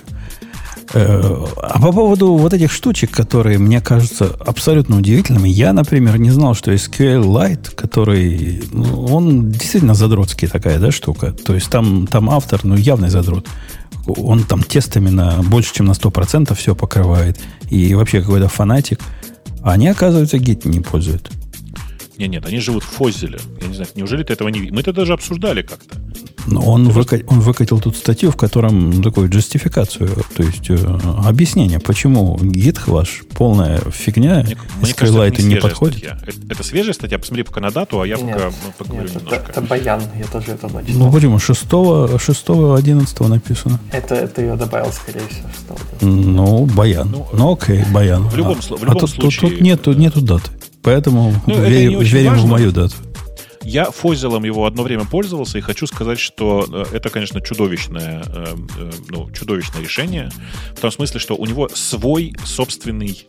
А по поводу вот этих штучек, которые мне кажутся абсолютно удивительными, я, например, не знал, что эс кью эль-Lite, который, ну, он действительно задротский такая, да, штука. То есть там, там автор, ну, явный задрот. Он там тестами на больше, чем на сто процентов все покрывает. И вообще какой-то фанатик. А они, оказывается, гит не пользуют. Нет, нет, они живут в Фоззеле. Я не знаю, неужели ты этого не видишь? Мы это даже обсуждали как-то. Но он, выка... он выкатил тут статью, в котором такую джастификацию, то есть э, объяснение, почему гит ваш полная фигня, эс кью эль-Lite не, не подходит. Это, это свежая статья? Посмотри пока на дату, а я нет, пока ну, поговорю нет, немножко. Это, это баян, я тоже это начал. Ну почему? шестого одиннадцатого написано. Это, это ее добавил, скорее всего. Что ну, баян. Ну, ну окей, баян. В любом, а, в любом а тут, случае... Тут, тут нету, нету даты. Поэтому ну, верим, верим в мою дату. Я Фоззелом его одно время пользовался, и хочу сказать, что это, конечно, чудовищное, ну, чудовищное решение. В том смысле, что у него свой собственный,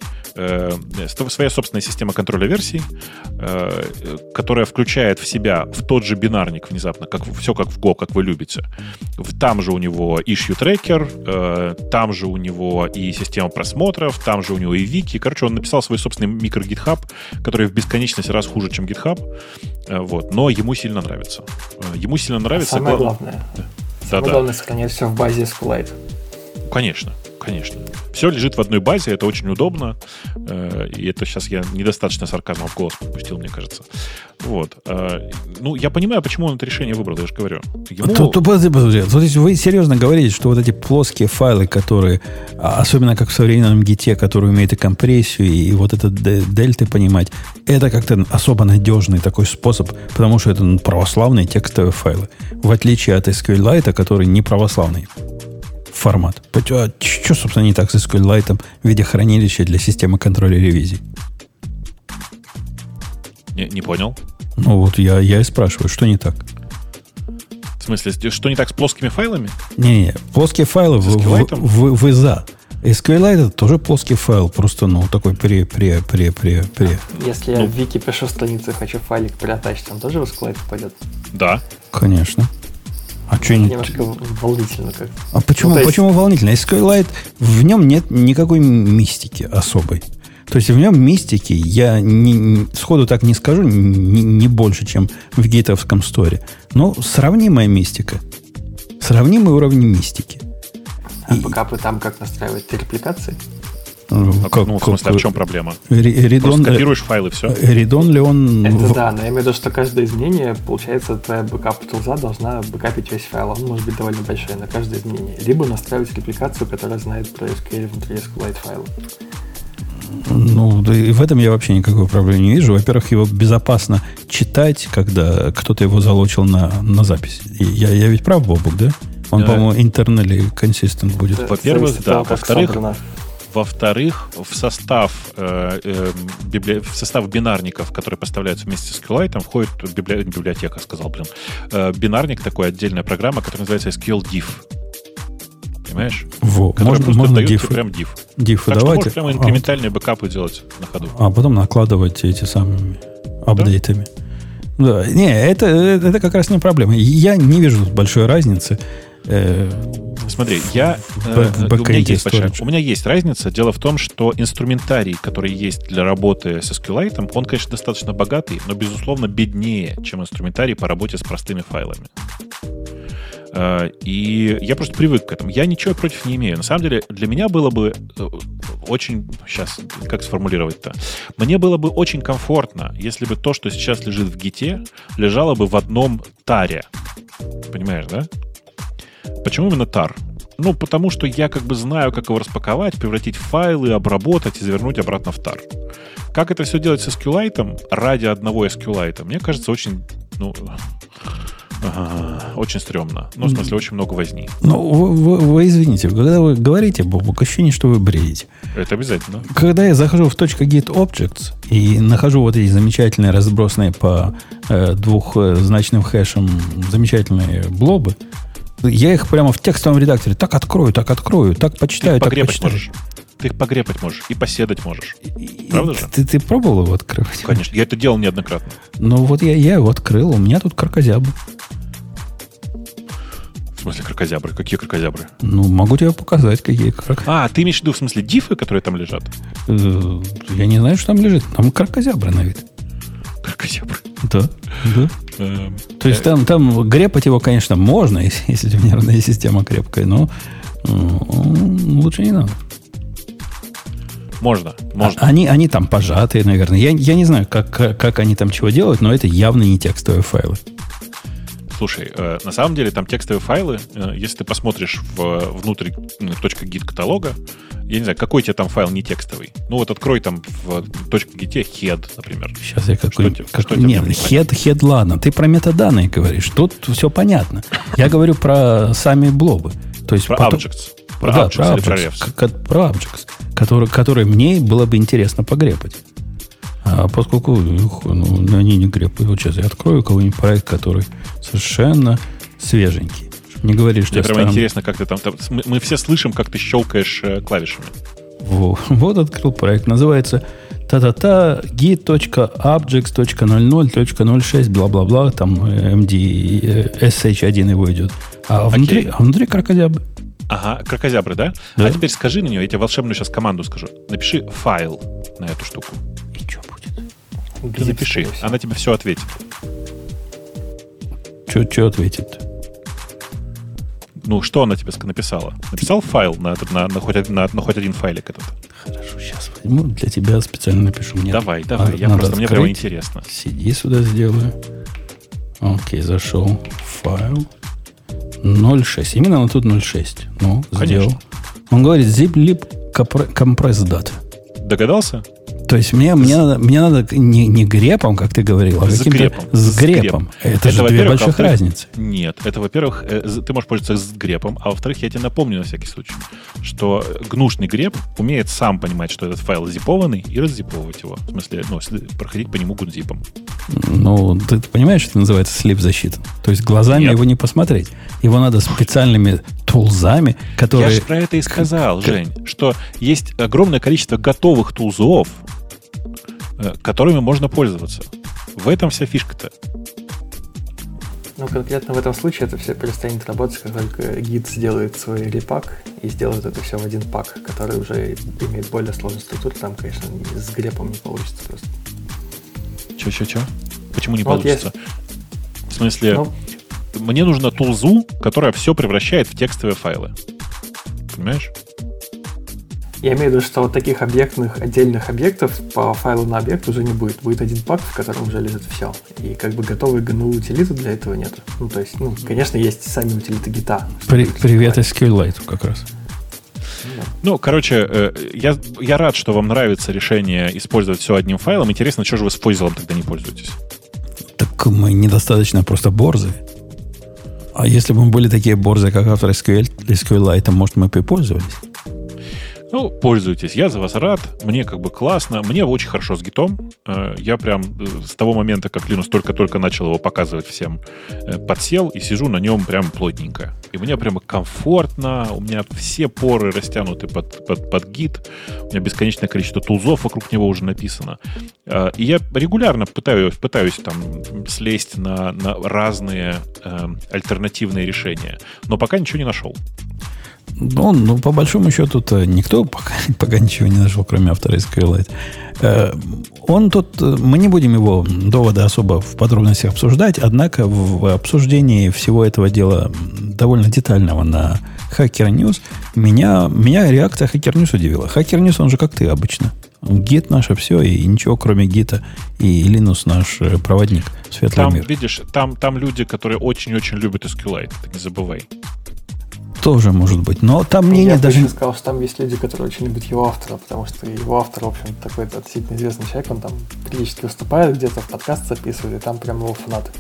своя собственная система контроля версий, которая включает в себя в тот же бинарник внезапно, как, все как в Go, как вы любите. Там же у него issue tracker, там же у него и система просмотров, там же у него и вики. Короче, он написал свой собственный микро-GitHub, который в бесконечность раз хуже, чем GitHub. Вот. Но ему сильно нравится. Ему сильно нравится... А самое главное, да. самое да, главное да. сохранять все в базе SQLite. Конечно, конечно. Все лежит в одной базе, это очень удобно. И это сейчас я недостаточно сарказма в голос попустил, мне кажется. Вот. Ну, я понимаю, почему он это решение выбрал, я же говорю. Ему... Тут, тут, подожди, подожди. Вот если вы серьезно говорите, что вот эти плоские файлы, которые, особенно как в современном гите, которые умеют и компрессию, и вот это дельты понимать, это как-то особо надежный такой способ, потому что это православные текстовые файлы. В отличие от эс кью эль-Lite, который не православный формат. А что, собственно, не так с эс кью эль-Lite в виде хранилища для системы контроля ревизий? Не, не понял. Ну вот я, я и спрашиваю, что не так? В смысле, что не так с плоскими файлами? Не-не, плоские файлы в, в, в, в ИЗА. эс кью эль-Lite это тоже плоский файл, просто, ну, такой при, при, при, при, при. Если ну. я в вики пишу страницу и хочу файлик приотачить, там тоже в SQLite попадет? Да. Конечно. А что не... Немножко волнительно как-то. А почему, ну, есть... почему волнительно? эс кью эль-Lite, в нем нет никакой мистики особой. То есть в нем мистики, я не, сходу так не скажу, не, не больше, чем в гитовском сторе. Но сравнимая мистика. Сравнимый уровень мистики. А И... бэкапы там как настраивать? Ты репликации? Ну, а, как, ну, в смысле, а в чем проблема? Редон, Просто копируешь файл и все. Редон ли он... Это в... да, но я имею в виду, что каждое изменение, получается, твоя бэкап-тулза должна бэкапить весь файл. Он может быть довольно большой на каждое изменение. Либо настраивать репликацию, которая знает про эс кью эль внутри SQLite файла. Ну, да и в этом я вообще никакой проблемы не вижу. Во-первых, его безопасно читать, когда кто-то его залочил на, на запись. И я, я ведь прав, Бобук, да? Он, да. по-моему, internally consistent будет. Во-первых, да. Во-вторых, во-вторых, в состав, э, э, библи... в состав бинарников, которые поставляются вместе с SQLite, входит библи... библиотека, сказал, блин. Э, бинарник такой, отдельная программа, которая называется эс кью эль diff. Понимаешь? Во, который можно, можно дает диф, тебе прям diff. Diff так давайте. что можешь прямо инкрементальные а, бэкапы делать на ходу. А потом накладывать эти самыми апдейтами. Да? Да. Не, это, это как раз не проблема. Я не вижу тут большой разницы. Смотри, я, э, у, меня есть большая, у меня есть разница. Дело в том, что инструментарий, который есть для работы с SQLite, он, конечно, достаточно богатый, но, безусловно, беднее, чем инструментарий по работе с простыми файлами. Э, и я просто привык к этому. Я ничего против не имею. На самом деле, для меня было бы очень... Сейчас, как сформулировать-то? Мне было бы очень комфортно, если бы то, что сейчас лежит в гите, лежало бы в одном таре. Понимаешь, да? Почему именно тар? Ну, потому что я как бы знаю, как его распаковать, превратить в файлы, обработать и завернуть обратно в тар. Как это все делать с SQLite ради одного SQLite, мне кажется, очень, ну, очень стрёмно. Ну, в смысле, очень много возни. Ну, вы, вы, вы извините, когда вы говорите, Бобук, ощущение, что вы бредите. Это обязательно. Когда я захожу в .git objects и нахожу вот эти замечательные, разбросанные по э, двухзначным хэшам замечательные блобы, я их прямо в текстовом редакторе так открою, так открою, так почитаю, так почитаю. Можешь. Ты их погрепать можешь и поседать можешь. Правда же? Ты, ты пробовал его открывать? Конечно. Я это делал неоднократно. Ну вот я, я его открыл. У меня тут кракозябры. В смысле кракозябры? Какие кракозябры? Ну, могу тебе показать, какие кракозябры. А, ты имеешь в виду в смысле дифы, которые там лежат? Я не знаю, что там лежит. Там кракозябры на вид. Кракозябры? Да. да. Эм, То есть там, там грепать его, конечно, можно, если, если у тебя нервная система крепкая, но лучше не надо. Можно, можно. А, они, они там пожатые, наверное. Я, я не знаю, как, как они там чего делают, но это явно не текстовые файлы. Слушай, э, на самом деле там текстовые файлы, э, если ты посмотришь в, внутрь ну, .git каталога, я не знаю, какой тебе там файл не текстовый. Ну вот открой там в .git head, например. Сейчас я какой-нибудь... Что, как, что нет, head, head, ладно. Ты про метаданные говоришь. Тут все понятно. Я говорю про сами блобы. То есть про потом... objects. Про да, objects про или objects, про refs. К- про objects, которые, которые мне было бы интересно погрепать. А поскольку ну, они не грепают. Вот сейчас я открою какой-нибудь проект, который совершенно свеженький. Не говори, что мне я прямо старым... интересно, как ты там... там мы, мы все слышим, как ты щелкаешь э, клавишами. Во, вот открыл проект. Называется та-та-та git.objects ноль ноль ноль шесть бла-бла-бла. Там эм ди эс эйч один его идет. А внутри, а внутри кракозябры. Ага, кракозябры, да? да? А теперь скажи на нее, я тебе волшебную сейчас команду скажу. Напиши файл на эту штуку. И что будет? Ты напиши, она тебе все ответит. Что ответит? Ну, что она тебе написала? Написал файл на, на, на, хоть, на, на хоть один файлик этот? Хорошо, сейчас возьму, для тебя специально напишу. Мне давай, давай, я просто, мне прямо интересно. Сиди сюда, сделаю. Окей, зашел. Файл. ноль шесть. Именно он тут ноль шесть. Ну, конечно. Сделал. Он говорит zip-lib compress data. Догадался? То есть мне, мне, надо, мне надо не, не грепом, как ты говорил, а с каким-то грепом. с грепом. Это, это же две больших разницы. Нет, это, во-первых, ты можешь пользоваться с грепом, а во-вторых, я тебе напомню на всякий случай, что гнушный греп умеет сам понимать, что этот файл зипованный, и раззиповывать его. В смысле, ну, проходить по нему гудзипом. Ну, ты, ты понимаешь, что это называется слип-защита? То есть глазами Нет. его не посмотреть. Его надо специальными тулзами, которые... Я же про это и сказал, Жень, что есть огромное количество готовых тулзов, которыми можно пользоваться. В этом вся фишка-то. Ну, конкретно в этом случае это все перестанет работать, как только Git сделает свой репак и сделает это все в один пак, который уже имеет более сложную структуру. Там, конечно, с грепом не получится просто. Че-че-че? Почему не вот получится? Есть. В смысле, ну, мне нужно тулзу, которая все превращает в текстовые файлы. Понимаешь? Я имею в виду, что вот таких объектных, отдельных объектов по файлу на объект уже не будет. Будет один пак, в котором уже лежит все. И как бы готовой джи эн ю-утилиты для этого нет. Ну, то есть, ну, конечно, есть сами утилиты гита. При, привет SQLite как раз. Ну, короче, я, я рад, что вам нравится решение использовать все одним файлом. Интересно, что же вы с фойзелом тогда не пользуетесь? Так мы недостаточно просто борзые. А если бы мы были такие борзые, как автор эс кью эль, SQLite, может, мы бы и пользовались? Ну, пользуйтесь. Я за вас рад. Мне как бы классно. Мне очень хорошо с гитом. Я прям с того момента, как Linux только-только начал его показывать всем, подсел и сижу на нем прям плотненько. И мне прямо комфортно. У меня все поры растянуты под, под, под гит. У меня бесконечное количество тулзов вокруг него уже написано. И я регулярно пытаюсь, пытаюсь там слезть на, на разные э, альтернативные решения. Но пока ничего не нашел. Ну, ну, по большому счету, никто пока, пока ничего не нашел, кроме автора SQLite. Э, он тут, мы не будем его доводы особо в подробностях обсуждать, однако в обсуждении всего этого дела довольно детального на Hacker News меня, меня реакция Hacker News удивила. Hacker News, он же как ты обычно. Гит наше все, и ничего кроме гита, и Linux наш проводник, светлый там, мир. Видишь, там, там люди, которые очень-очень любят SQLite, ты не забывай. Тоже может быть. Но там мнение я даже... Я сказал, что там есть люди, которые очень любят его автора, потому что его автор, в общем, такой относительно известный человек, он там периодически выступает где-то, в подкаст записывает, и там прям его фанаты.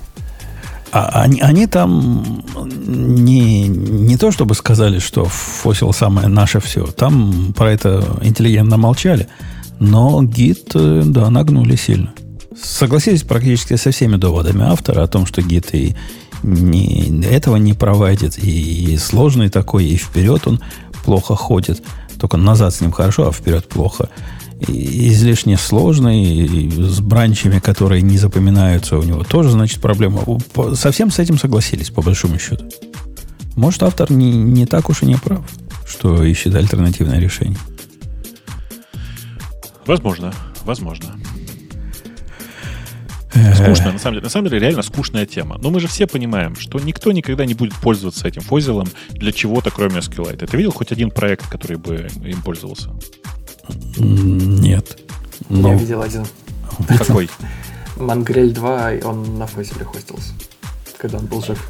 А они, они там не, не то чтобы сказали, что Fossil самое наше все. Там про это интеллигентно молчали. Но гит, да, нагнули сильно. Согласились практически со всеми доводами автора о том, что гит и не, этого не проводит, и, и сложный такой, и вперед он плохо ходит. Только назад с ним хорошо, а вперед плохо. И излишне сложный, и с бранчами, которые не запоминаются у него, тоже, значит, проблема. Совсем с этим согласились, по большому счету. Может, автор не, не так уж и не прав, что ищет альтернативное решение. Возможно, возможно. Скучно, на самом деле. На самом деле, реально скучная тема. Но мы же все понимаем, что никто никогда не будет пользоваться этим фойзелом для чего-то, кроме SQLite. Ты видел хоть один проект, который бы им пользовался? Нет. Но... Я видел один. Какой? Mongrel два, и он на фойзеле хостился, когда он был жив.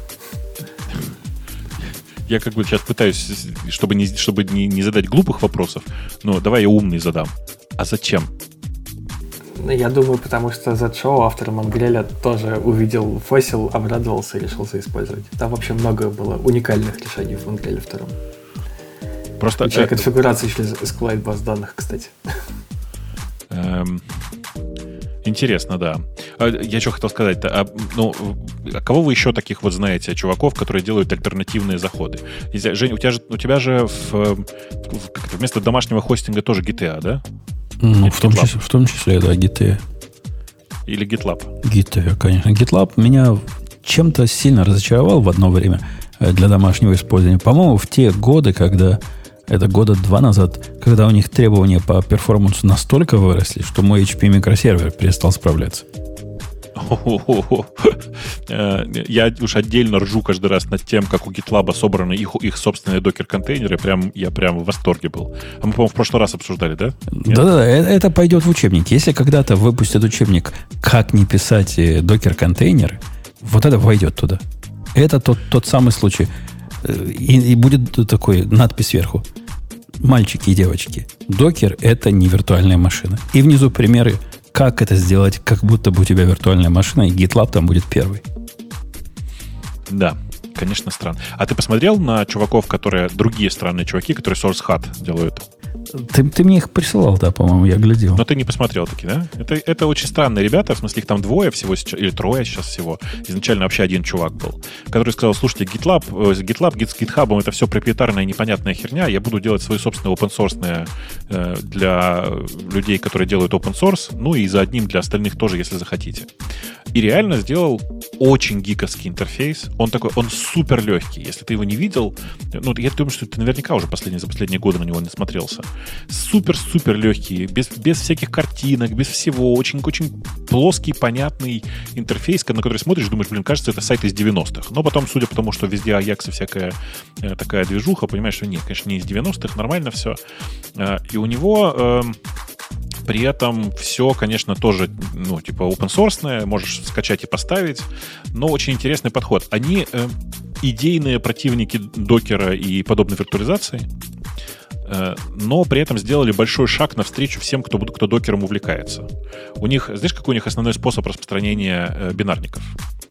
Я как бы сейчас пытаюсь, чтобы не, чтобы не, не задать глупых вопросов, но давай я умный задам. А зачем? Я думаю, потому что Z-Show, автор Монгреля, тоже увидел Fossil, обрадовался и решился использовать. Там вообще много было уникальных решений в Монгреле втором. Просто включая это... конфигурацию через SQLite баз данных, кстати. Эм, интересно, да. Я что хотел сказать-то? А, ну, а кого вы еще таких вот знаете, чуваков, которые делают альтернативные заходы? Жень, у тебя же, у тебя же в, в, вместо домашнего хостинга тоже джи ти эй, да? Ну, в том, числе, в том числе, да, джи ти эй. Или GitLab? джи ти эй, конечно. GitLab меня чем-то сильно разочаровал в одно время для домашнего использования. По-моему, в те годы, когда... Это года два назад, когда у них требования по перформансу настолько выросли, что мой эйч пи микросервер перестал справляться. Я уж отдельно ржу каждый раз над тем, как у GitLab собраны их, их собственные докер-контейнеры. Прям, я прям в восторге был. А мы, по-моему, в прошлый раз обсуждали, да? Да-да-да, это пойдет в учебник. Если когда-то выпустят учебник, как не писать докер-контейнеры, вот это войдет туда. Это тот, тот самый случай. И, и будет такой надпись сверху. Мальчики и девочки, докер – это не виртуальная машина. И внизу примеры, как это сделать, как будто бы у тебя виртуальная машина, и GitLab там будет первый. Да, конечно, странно. А ты посмотрел на чуваков, которые, другие странные чуваки, которые SourceHut делают? Ты, ты мне их присылал, да, по-моему, я глядел. Но ты не посмотрел такие, да? Это, это очень странные ребята, в смысле, их там двое всего сейчас, или трое сейчас всего. Изначально вообще один чувак был, который сказал: слушайте, GitLab, GitLab, Git с GitHub, это все проприетарная непонятная херня, я буду делать свои собственные open-source э, для людей, которые делают open source, ну и за одним для остальных тоже, если захотите. И реально сделал очень гиковский интерфейс. Он такой, он супер легкий. Если ты его не видел, ну, я думаю, что ты наверняка уже последние, за последние годы на него не смотрелся. Супер-супер легкий, без, без всяких картинок, без всего. Очень-очень плоский, понятный интерфейс, на который смотришь, думаешь, блин, кажется, это сайт из девяностых. Но потом, судя по тому, что везде Аякс и всякая э, такая движуха, понимаешь, что нет, конечно, не из девяностых, нормально все. Э, и у него... Э, При этом все, конечно, тоже, ну, типа open-source, можешь скачать и поставить, но очень интересный подход. Они э, идейные противники докера и подобной виртуализации, э, но при этом сделали большой шаг навстречу всем, кто, кто докером увлекается. У них, знаешь, какой у них основной способ распространения э, бинарников?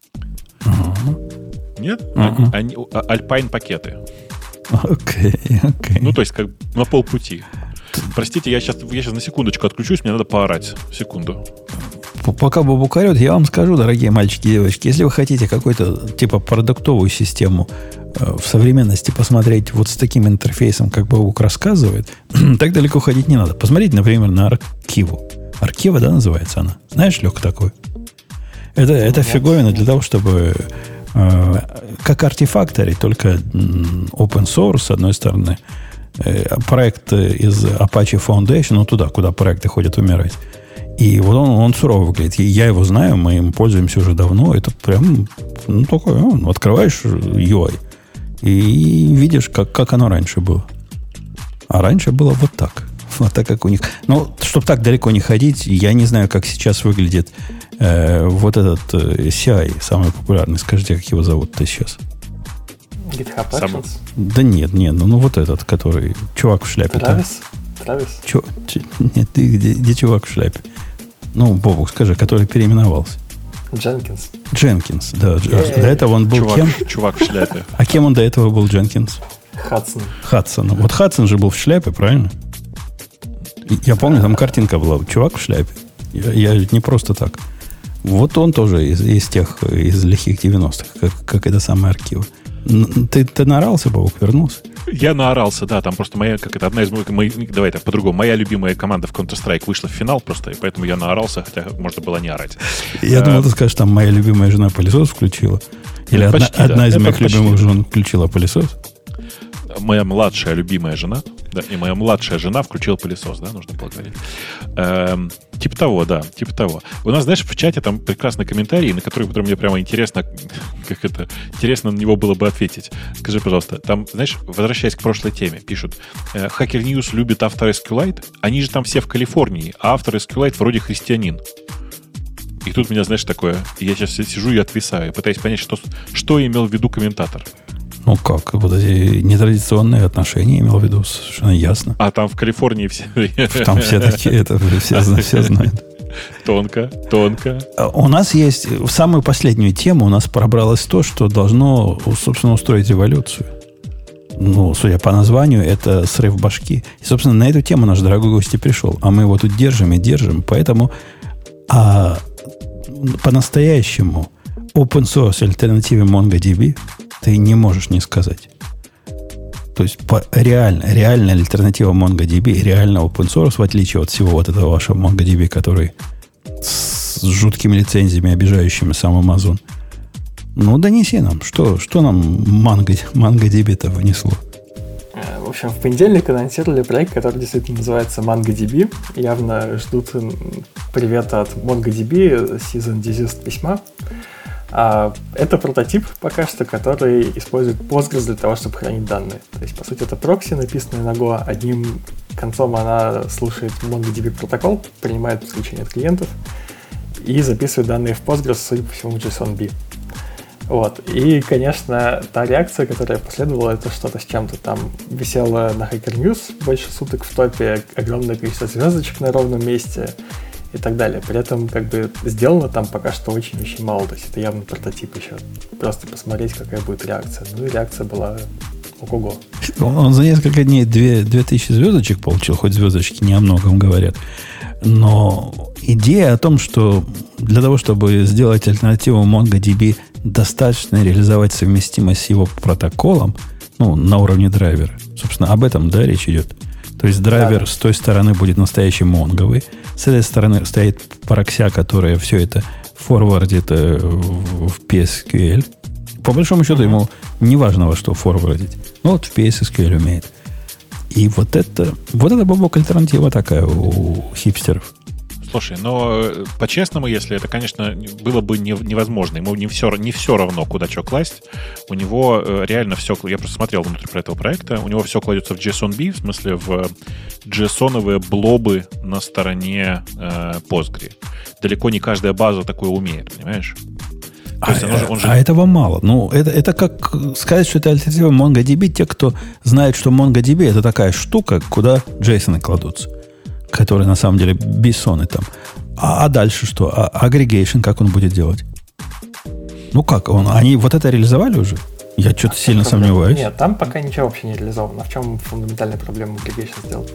Uh-huh. Нет? Uh-huh. Они, Alpine-пакеты. Окей, okay, окей. Okay. Ну, то есть, как на полпути. Простите, я сейчас, я сейчас на секундочку отключусь, мне надо поорать. Секунду. Пока Бобук орет, я вам скажу, дорогие мальчики и девочки, если вы хотите какую-то типа продуктовую систему э, в современности посмотреть вот с таким интерфейсом, как Бобук рассказывает, так далеко ходить не надо. Посмотрите, например, на Аркиву. Аркива, да, называется она? Знаешь, Леха, такой? Это, это фиговина для того, чтобы э, как артефакторы, только open source, с одной стороны, проект из Apache Foundation, ну туда, куда проекты ходят умирать. И вот он, он сурово выглядит. И я его знаю, мы им пользуемся уже давно. Это прям, ну, такое, ну, открываешь ю ай и видишь, как, как оно раньше было. А раньше было вот так. Вот так, как у них. Ну, чтобы так далеко не ходить, я не знаю, как сейчас выглядит э, вот этот э, си ай, самый популярный. Скажите, как его зовут-то сейчас? GitHub Actions? Да нет, нет, ну, ну вот этот, который чувак в шляпе. Травис? Травис? Чё, ч, нет, ты где, где чувак в шляпе? Ну, Бобук, скажи, который переименовался. Дженкинс. Дженкинс, да. До этого он был чувак, кем? Чувак в шляпе. А кем он до этого был, Дженкинс? Хадсон. Хадсон. Вот Хадсон же был в шляпе, правильно? Я помню, там картинка была. Чувак в шляпе. Я, я не просто так. Вот он тоже из, из тех, из лихих девяностых, как, как это самое Аркива. Ты, ты наорался, Бобук, вернулся? Я наорался, да, там просто моя, как это, одна из моих, моих, давай так, по-другому, моя любимая команда в Counter-Strike вышла в финал просто, и поэтому я наорался, хотя можно было не орать. Я а, думал, ты скажешь, там моя любимая жена пылесос включила. Или одна, почти, одна да. из это моих почти, любимых жен включила пылесос. Моя младшая любимая жена, да, и моя младшая жена включила пылесос, да, нужно было говорить. Эм, типа того, да, типа того. У нас, знаешь, в чате там прекрасный комментарий, на который, который мне прямо интересно, как это, интересно на него было бы ответить. Скажи, пожалуйста, там, знаешь, возвращаясь к прошлой теме, пишут, Hacker News любит автор SQLite, они же там все в Калифорнии, а автор SQLite вроде христианин. И тут у меня, знаешь, такое, я сейчас сижу и отвисаю, пытаюсь понять, что, что имел в виду комментатор. Ну как, вот эти нетрадиционные отношения имел в виду, совершенно ясно. А там в Калифорнии все... Там все такие, это все, все знают. Тонко, тонко. У нас есть, в самую последнюю тему у нас пробралось то, что должно, собственно, устроить революцию. Ну, судя по названию, это срыв башки. И, собственно, на эту тему наш дорогой гость и пришел. А мы его тут держим и держим. Поэтому а, по-настоящему open source альтернативе MongoDB ты не можешь не сказать. То есть по, реально, реальная альтернатива MongoDB, реально open source, в отличие от всего вот этого вашего MongoDB, который с жуткими лицензиями, обижающими сам Amazon. Ну, донеси нам, что, что нам Mongo, MongoDB-то внесло. В общем, в понедельник анонсировали проект, который действительно называется MongoDB. Явно ждут привета от MongoDB, Season Diseased письма. А это прототип пока что, который использует Postgres для того, чтобы хранить данные. То есть, по сути, это прокси, написанная на Go. Одним концом она слушает MongoDB протокол, принимает подключение от клиентов и записывает данные в Postgres, судя по всему, JSON-B. Вот. И, конечно, та реакция, которая последовала, это что-то с чем-то. Там висело на Hacker News больше суток в топе, огромное количество звездочек на ровном месте и так далее. При этом как бы сделано там пока что очень-очень мало. То есть это явно прототип еще. Просто посмотреть, какая будет реакция. Ну и реакция была ого-го. Он, он за несколько дней две, две тысячи звездочек получил, хоть звездочки не о многом говорят. Но идея о том, что для того, чтобы сделать альтернативу MongoDB, достаточно реализовать совместимость с его протоколом, ну, на уровне драйвера. Собственно, об этом, да, речь идет. То есть драйвер, да, с той стороны будет настоящий монговый, с этой стороны стоит прокся, которая все это форвардит в пи эс кью эль. По большому счету, ему не важно во что форвардить. Ну, вот в пи эс кью эль умеет. И вот это, вот это, Бобок, альтернатива такая у хипстеров. Слушай, но по-честному, если это, конечно, было бы невозможно, ему не все, не все равно, куда что класть, у него реально все, я просто смотрел внутрь этого проекта, у него все кладется в JSON-B, в смысле в JSON-овые блобы на стороне э, Postgre. Далеко не каждая база такое умеет, понимаешь? А, же, он же... а этого мало. Ну, это, это как сказать, что это альтернатива MongoDB. Те, кто знает, что MongoDB это такая штука, куда JSON кладутся, которые на самом деле бессоны там. А, а дальше что? А агрегейшн как он будет делать? Ну как? Он, они вот это реализовали уже? Я что-то а сильно сомневаюсь. Нет, там пока ничего вообще не реализовано. В чем фундаментальная проблема агрегейшн сделать?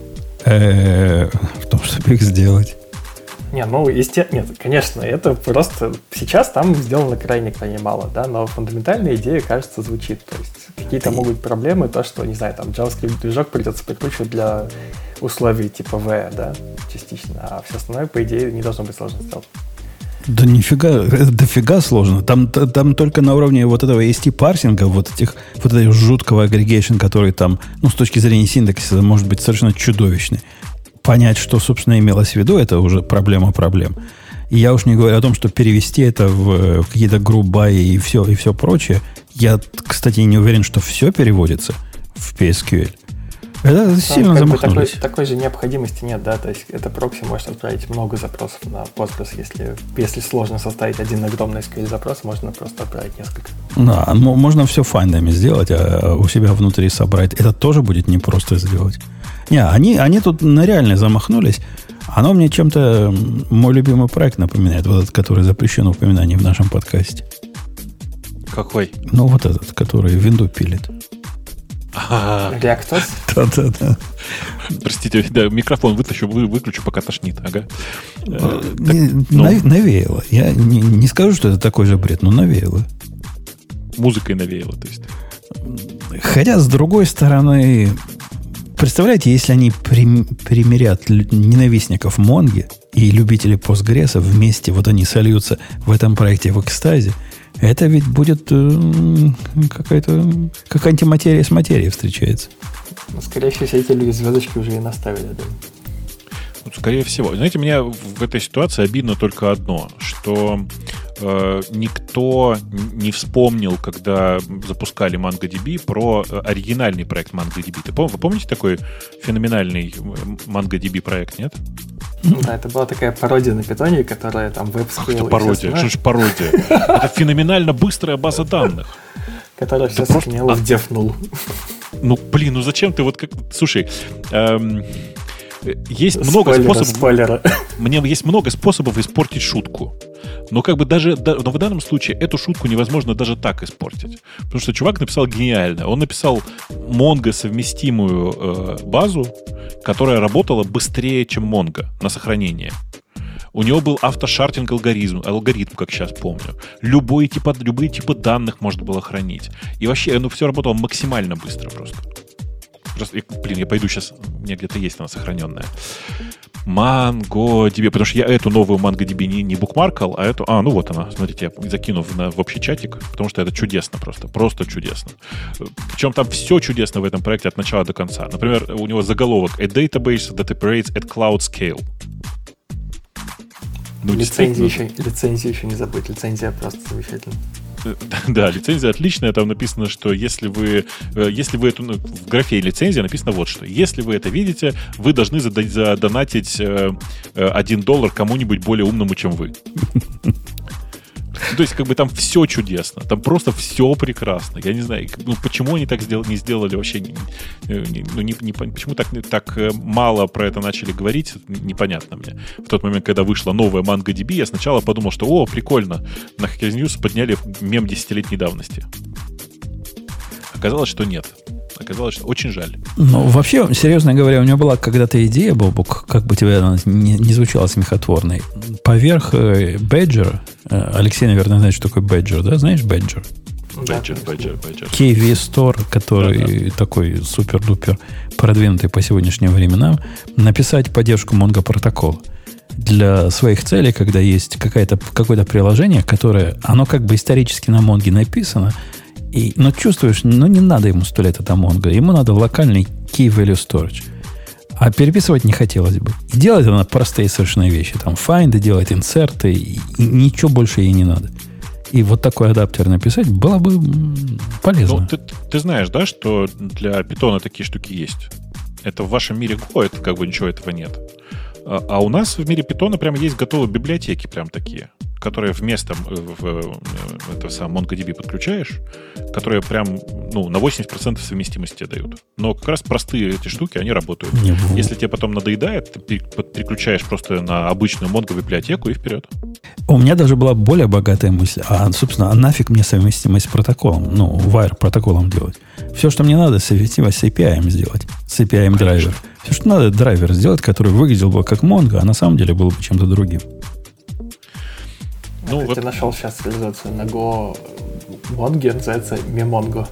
В том, чтобы их сделать. Не, ну, естественно, нет, конечно, это просто сейчас там сделано крайне-крайне мало, да, но фундаментальная идея, кажется, звучит. То есть какие-то могут быть проблемы, то, что, не знаю, там JavaScript-движок придется прикручивать для условий типа V, да, частично, а все остальное, по идее, не должно быть сложно сделать. Да нифига, это дофига сложно. Там, там только на уровне вот этого эс ти-парсинга, вот этих, вот этого жуткого агрегейшн, который там, ну, с точки зрения синтаксиса, может быть совершенно чудовищный. Понять, что, собственно, имелось в виду, это уже проблема проблем. И я уж не говорю о том, что перевести это в, в какие-то грубаи и все, и все прочее. Я, кстати, не уверен, что все переводится в пи эс кью эль. Это там сильно замахнулись. Такой, такой же необходимости нет, да, то есть это прокси может отправить много запросов на Postgres, если, если сложно составить один огромный эс кью эль-запрос, можно просто отправить несколько. Да, можно все файндами сделать, а у себя внутри собрать. Это тоже будет непросто сделать. Не, они, они тут на реально замахнулись. Оно мне чем-то мой любимый проект напоминает, вот этот, который запрещен упоминание в нашем подкасте. Какой? Ну, вот этот, который винду пилит. Reactos? Да-да-да. Простите, да, микрофон вытащу, вы, выключу, пока тошнит. Ага. Так, ну, навеяло. Я не, не скажу, что это такой же бред, но навеяло. Музыкой навеяло, то есть. Хотя, с другой стороны, представляете, если они примирят ненавистников Монги и любителей Postgres вместе, вот они сольются в этом проекте в экстазе, это ведь будет э, какая-то как антиматерия с материей встречается. Ну, скорее всего, все эти люди звездочки уже и наставили, да. Ну, скорее всего. Знаете, мне в этой ситуации обидно только одно, что э, никто не вспомнил, когда запускали MongoDB, про оригинальный проект MongoDB. Ты пом- вы помните такой феноменальный MongoDB проект, нет? Да, это была такая пародия на питоне, которая там веб-скилл. Ах, это пародия, что ж пародия? Это феноменально быстрая база данных. Которая все сохранила в дефнул. Ну, блин, ну зачем ты вот как... Слушай, есть много способов... Спойлеры. Мне есть много способов испортить шутку. Но как бы даже но в данном случае эту шутку невозможно даже так испортить. Потому что чувак написал гениально. Он написал Mongo совместимую э, базу, которая работала быстрее, чем Mongo на сохранение. У него был автошартинг алгоритм, алгоритм, как сейчас помню. Любой тип, любые типы данных можно было хранить. И вообще, ну, все работало максимально быстро просто. Просто, блин, я пойду сейчас, у меня где-то есть она сохраненная. MongoDB, потому что я эту новую MongoDB не, не букмаркал, а эту... А, ну вот она, смотрите, я закину в, на, в общий чатик, потому что это чудесно просто, просто чудесно. Причем там все чудесно в этом проекте от начала до конца. Например, у него заголовок «A database that operates at cloud scale». Ну, лицензию, еще, лицензию еще не забыть, лицензия просто замечательная. Да, лицензия отличная. Там написано, что если вы, если вы эту, в графе лицензия написано вот что. Если вы это видите, вы должны задонатить один доллар кому-нибудь более умному, чем вы. То есть, как бы там все чудесно. Там просто все прекрасно. Я не знаю, ну, почему они так сделали, не сделали вообще... Ну, не, не, почему так, так мало про это начали говорить, непонятно мне. В тот момент, когда вышла новая MongoDB, я сначала подумал, что, о, прикольно, на Hackers News подняли мем десятилетней давности. Оказалось, что нет. Оказалось, что очень жаль. Ну, вообще, серьезно говоря, у меня была когда-то идея, Бобук, как бы тебе она не, не звучала смехотворной. Поверх Badger, Алексей, наверное, знает, что такое Badger, да? Знаешь Badger? Badger, Badger, Badger. кей ви Store, который да, да. такой супер-дупер продвинутый по сегодняшним временам, написать поддержку Mongo протокола. для своих целей, когда есть какая-то, какое-то приложение, которое, оно как бы исторически на Монге написано, и, но чувствуешь, ну не надо ему сто лет это Mongo, ему надо локальный key value storage. А переписывать не хотелось бы. И делает она простые совершенно вещи. Там find, делает инсерты, и, и ничего больше ей не надо. И вот такой адаптер написать было бы полезно. Ну, ты, ты знаешь, да, что для Python такие штуки есть? Это в вашем мире Go, это как бы ничего этого нет. А, а у нас в мире Python прямо есть готовые библиотеки прям такие, которые вместо в, в, этого самого MongoDB подключаешь, которые прям ну, на восемьдесят процентов совместимости дают. Но как раз простые эти штуки, они работают. Не, Если тебе потом надоедает, ты переключаешь просто на обычную Mongo библиотеку и вперед. У меня даже была более богатая мысль. А, собственно, а нафиг мне совместимость с протоколом? Ну, Wire протоколом делать. Все, что мне надо, совместимость с эй пи ай сделать. С эй пи ай драйвер. Все, что надо, драйвер сделать, который выглядел бы как Mongo, а на самом деле был бы чем-то другим. Ну, я вот... нашел сейчас реализацию на Go Mongo, называется Memongo.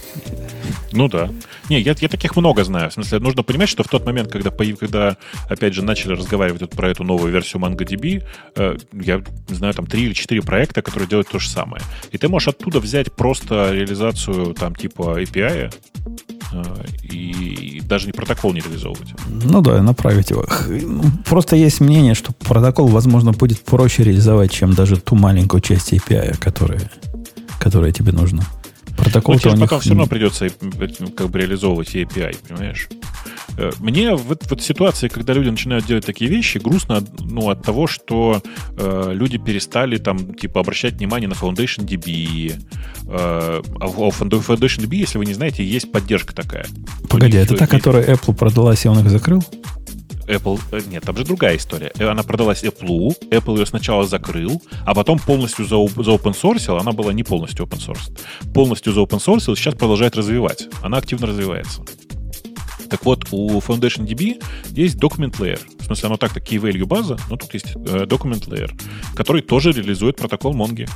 Ну да. Не, я, я таких много знаю. В смысле, нужно понимать, что в тот момент, когда, когда опять же, начали разговаривать вот про эту новую версию MongoDB, э, я знаю, там три или четыре проекта, которые делают то же самое. И ты можешь оттуда взять просто реализацию там типа эй пи ай э, и, и даже не протокол не реализовывать. Ну да, направить его. Просто есть мнение, что протокол, возможно, будет проще реализовать, чем даже ту маленькую часть эй пи ай, которая, которая тебе нужна. Протокол ну, тебе потом них... все равно придется как бы реализовывать эй пи ай, понимаешь? Мне в, в этой ситуации, когда люди начинают делать такие вещи, грустно ну, от того, что э, люди перестали там, типа, обращать внимание на FoundationDB. Э, а у FoundationDB, если вы не знаете, есть поддержка такая. Погоди, это та, которая Apple продалась, и он их закрыл? Apple, нет, там же другая история. Она продалась Apple, Apple ее сначала закрыл, а потом полностью за, за open source, она была не полностью open source, полностью за open source, сейчас продолжает развивать. Она активно развивается. Так вот, у FoundationDB есть document layer. В смысле, оно так-то key value база, но тут есть э, document layer, который тоже реализует протокол Mongo.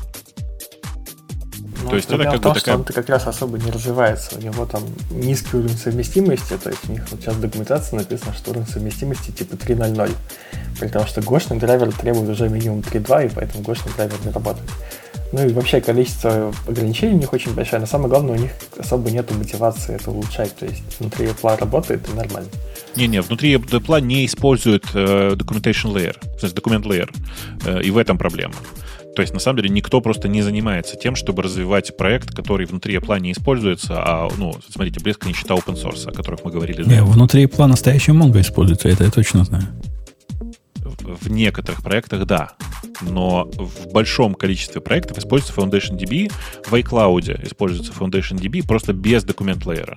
Ну, то есть это как бы такая... он-то как раз особо не развивается. У него там низкий уровень совместимости, то есть у них вот сейчас в документации написано, что уровень совместимости типа три ноль ноль. При том, что гошный драйвер требует уже минимум три два, и поэтому гошный драйвер не работает. Ну и вообще количество ограничений у них очень большое, но самое главное, у них особо нету мотивации это улучшать. То есть внутри Apple работает и нормально. Не-не, внутри Apple не используют э, documentation layer, то есть документ layer, э, и в этом проблема. То есть, на самом деле, никто просто не занимается тем, чтобы развивать проект, который внутри Apple не используется, а, ну, смотрите, близко не считая open source, о которых мы говорили. Не, внутри Apple настоящий Mongo используется, это я точно знаю. В, в некоторых проектах, да. Но в большом количестве проектов используется FoundationDB, в iCloud используется FoundationDB просто без документ-лейера.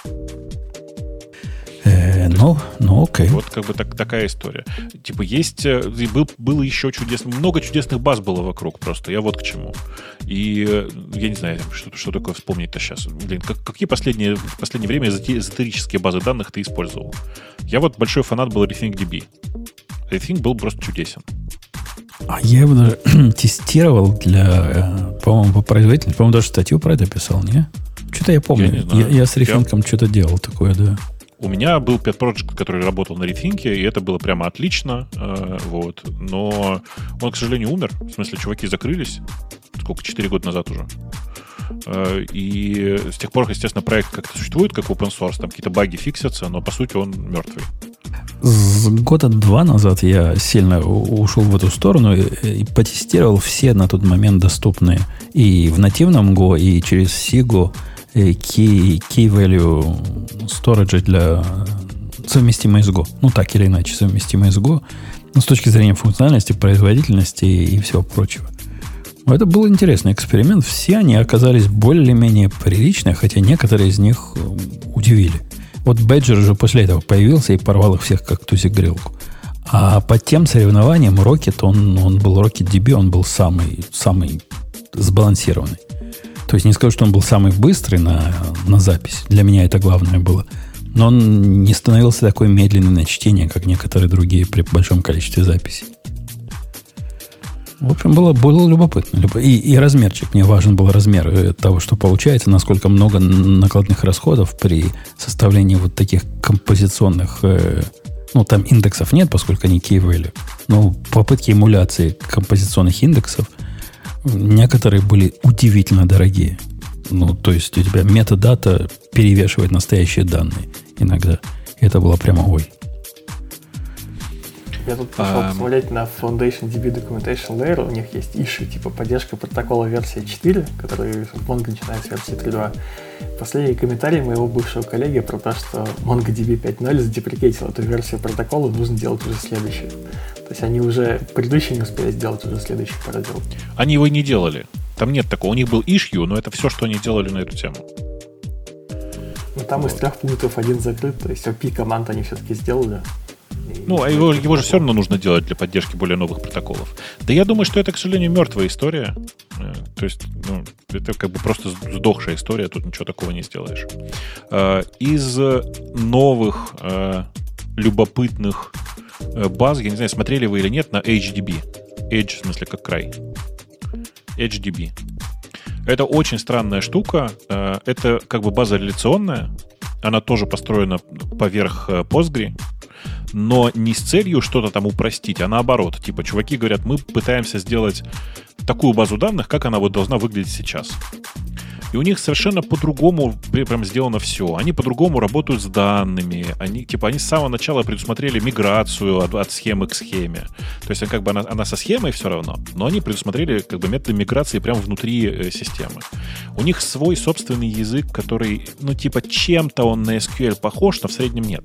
Э, ну, ну, окей. Вот как бы так, такая история. Типа есть... Был, было еще чудесно... Много чудесных баз было вокруг просто. Я вот к чему. И я не знаю, что, что такое вспомнить-то сейчас. Блин, как, какие последние, в последнее время эзотерические базы данных ты использовал? Я вот большой фанат был RethinkDB. Rethink был просто чудесен. А я его даже тестировал для... По-моему, по производителю. По-моему, даже статью про это писал, не? Что-то я помню. Я, не знаю. я, я с Rethink'ом я... что-то делал такое, да. У меня был pet project, который работал на Rethink'е, и это было прямо отлично, э, вот. Но он, к сожалению, умер. В смысле, чуваки закрылись. Сколько? Четыре года назад уже. Э, и с тех пор, естественно, проект как-то существует, как open source, там какие-то баги фиксятся, но, по сути, он мертвый. С года два назад я сильно ушел в эту сторону и, и потестировал все на тот момент доступные и в нативном Go, и через Sigo Key, key value storage для совместимой с Go. Ну, так или иначе, совместимой с Go. Ну, с точки зрения функциональности, производительности и, и всего прочего. Это был интересный эксперимент. Все они оказались более-менее приличные, хотя некоторые из них удивили. Вот Badger уже после этого появился и порвал их всех как тузик-грелку. А по тем соревнованиям Rocket, он, он был RocketDB, он был самый, самый сбалансированный. То есть не скажу, что он был самый быстрый на, на запись. Для меня это главное было. Но он не становился такой медленный на чтение, как некоторые другие при большом количестве записей. В общем, было, было любопытно. И, и размерчик. Мне важен был размер того, что получается, насколько много накладных расходов при составлении вот таких композиционных... Э, ну, там индексов нет, поскольку они key value. но попытки эмуляции композиционных индексов некоторые были удивительно дорогие. Ну, то есть у тебя метадата перевешивает настоящие данные иногда. И это было прямо ой. Я тут пришел um... посмотреть на FoundationDB Documentation Layer. У них есть issue, типа поддержка протокола версии четыре, который в Mongo начинает с версии три точка два. Последний комментарий моего бывшего коллеги про то, что MongoDB пять точка ноль задеприкейтил эту версию протокола, нужно делать уже следующую. То есть они уже предыдущий не успели сделать, уже следующий пора делать. Они его и не делали. Там нет такого. У них был issue, но это все, что они делали на эту тему. Ну, там вот. Из трех пунктов один закрыт, то есть о пи команд они все-таки сделали. Ну, а его, его же все равно нужно делать для поддержки более новых протоколов. Да я думаю, что это, к сожалению, мертвая история. То есть, ну, это как бы просто сдохшая история, тут ничего такого не сделаешь. Из новых любопытных баз, я не знаю, смотрели вы или нет, на эйч ди би. Edge, в смысле, как край. эйч ди би. Это очень странная штука. Это как бы база реляционная. Она тоже построена поверх Postgre, но не с целью что-то там упростить, а наоборот. Типа, чуваки говорят, мы пытаемся сделать такую базу данных, как она вот должна выглядеть сейчас. И у них совершенно по-другому прям сделано все. Они по-другому работают с данными. Они, типа, они с самого начала предусмотрели миграцию от, от схемы к схеме. То есть, как бы она, она со схемой все равно, но они предусмотрели как бы методы миграции прямо внутри э, системы. У них свой собственный язык, который, ну, типа, чем-то он на эс кью эль похож, но в среднем нет.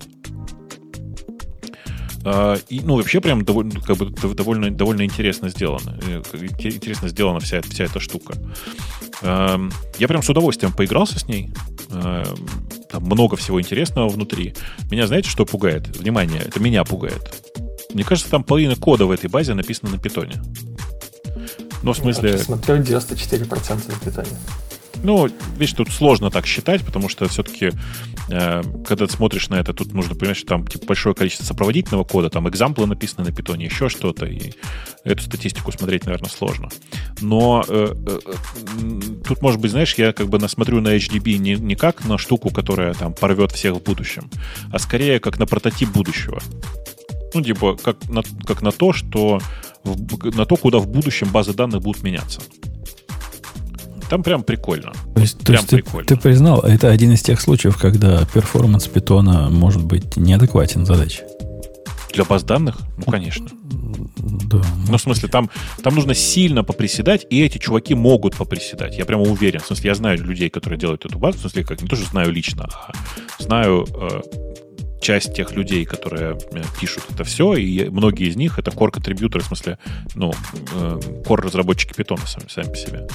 И, ну, вообще прям довольно, как бы, довольно, довольно интересно сделано. Интересно сделана вся, вся эта штука. Я прям с удовольствием поигрался с ней. Там много всего интересного внутри. Меня, знаете, что пугает? Внимание, это меня пугает. Мне кажется, там половина кода в этой базе написана на питоне. Ну, в смысле... Я смотрю, девяносто четыре процента на питоне. Ну, видишь, тут сложно так считать, потому что все-таки, э, когда ты смотришь на это, тут нужно понимать, что там типа, большое количество сопроводительного кода, там экзамплы написаны на питоне, еще что-то, и эту статистику смотреть, наверное, сложно. Но э, э, тут, может быть, знаешь, я как бы насмотрю на эйч ди би не, не как на штуку, которая там порвет всех в будущем, а скорее как на прототип будущего. Ну, типа, как на, как на то, что в, на то, куда в будущем базы данных будут меняться. Там прям прикольно. То есть, прям то есть прикольно. Ты, ты признал, это один из тех случаев, когда перформанс питона может быть неадекватен задаче. Для баз данных? Ну, конечно. Да. Ну, в смысле, там, там нужно сильно поприседать, и эти чуваки могут поприседать. Я прямо уверен. В смысле, я знаю людей, которые делают эту базу. В смысле, как не то, что знаю лично, а знаю э, часть тех людей, которые пишут это все, и многие из них это core-контрибьюторы, в смысле, ну, э, core-разработчики питона сами, сами по себе.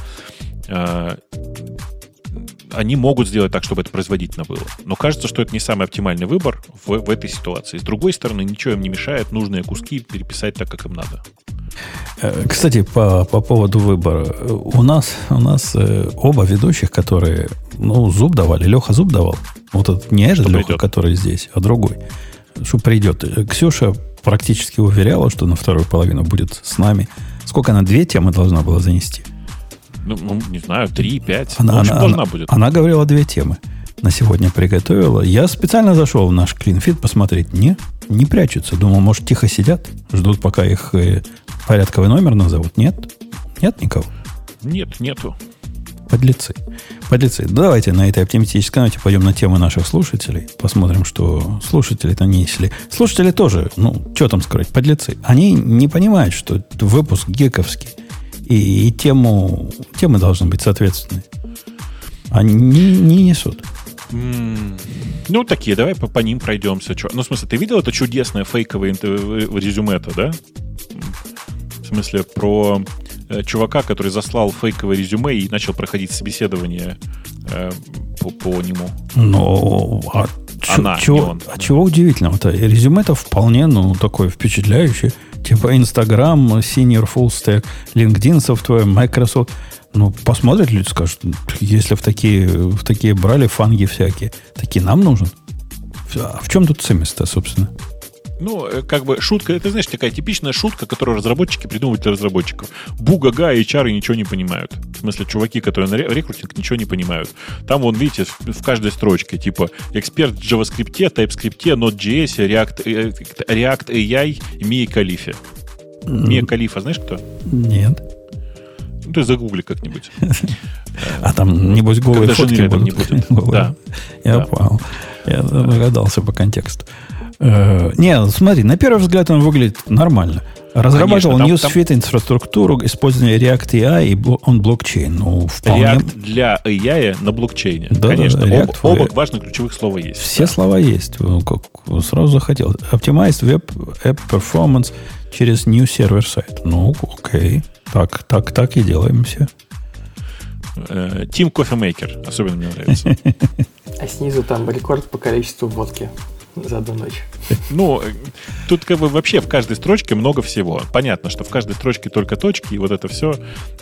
Они могут сделать так, чтобы это производительно было. Но кажется, что это не самый оптимальный выбор в, в этой ситуации. С другой стороны, ничего им не мешает нужные куски переписать так, как им надо. Кстати, по, по поводу выбора. У нас, у нас э, оба ведущих, которые ну, зуб давали. Леха зуб давал. Вот этот не этот Леха, который здесь, а другой. Что придет. Ксюша практически уверяла, что на вторую половину будет с нами. Сколько она? Две темы должна была занести? Ну, не знаю, три, пять. Она, ну, в общем, она, должна она, будет. Она говорила две темы. На сегодня приготовила. Я специально зашел в наш клинфит посмотреть. Не, не прячутся. Думал, может, тихо сидят, ждут, пока их э, порядковый номер назовут. Нет? Нет никого? Нет, нету. Подлецы. Подлецы. Давайте на этой оптимистической ноте пойдем на темы наших слушателей. Посмотрим, что слушатели-то несли. Слушатели тоже, ну, что там сказать, подлецы. Они не понимают, что выпуск гековский. И, и тему, темы должны быть соответственные. Они не, не несут. Mm. Ну, такие, давай по, по ним пройдемся. Ну, в смысле, ты видел это чудесное фейковое резюме-то, да? В смысле, про э, чувака, который заслал фейковое резюме и начал проходить собеседование э, по, по нему. Ну, а, Она, чё, не он. А да. Чего удивительного-то? Резюме-то вполне, ну, такое впечатляющее. Типа Instagram, Senior Full Stack, LinkedIn Software, Microsoft. Ну, посмотрят люди, скажут, если в такие, в такие брали фанги всякие, такие нам нужен. А в чем тут цимис-то, собственно? Ну, как бы шутка, это, знаешь, такая типичная шутка, которую разработчики придумывают для разработчиков. Бу-га-га, эйч ар ничего не понимают. В смысле, чуваки, которые на рекрутинг, ничего не понимают. Там, вон, видите, в каждой строчке, типа, эксперт в JavaScript, TypeScript, Node.js, React, React эй ай, Мия Калифе. Мия Калифа, знаешь кто? Нет. Ну, ты загугли как-нибудь. А там, небось, голые фотки будут. не будет. Да. Я понял. Я догадался по контексту. Не, смотри, на первый взгляд он выглядит нормально. Разрабатывал Newsfeed инфраструктуру, используя React эй ай и он блокчейн. Ну, вполне... React для эй ай на блокчейне. Да, конечно, да, оба, оба важных ключевых слова есть. Все да. слова есть. Как сразу захотел. Optimized Web App Performance через New Server Side. Ну, окей. Так, так, так и делаем все. Team Coffee Maker. Особенно мне нравится. А снизу там рекорд по количеству водки за одну ночь. Ну, тут как бы вообще в каждой строчке много всего. Понятно, что в каждой строчке только точки, и вот это все.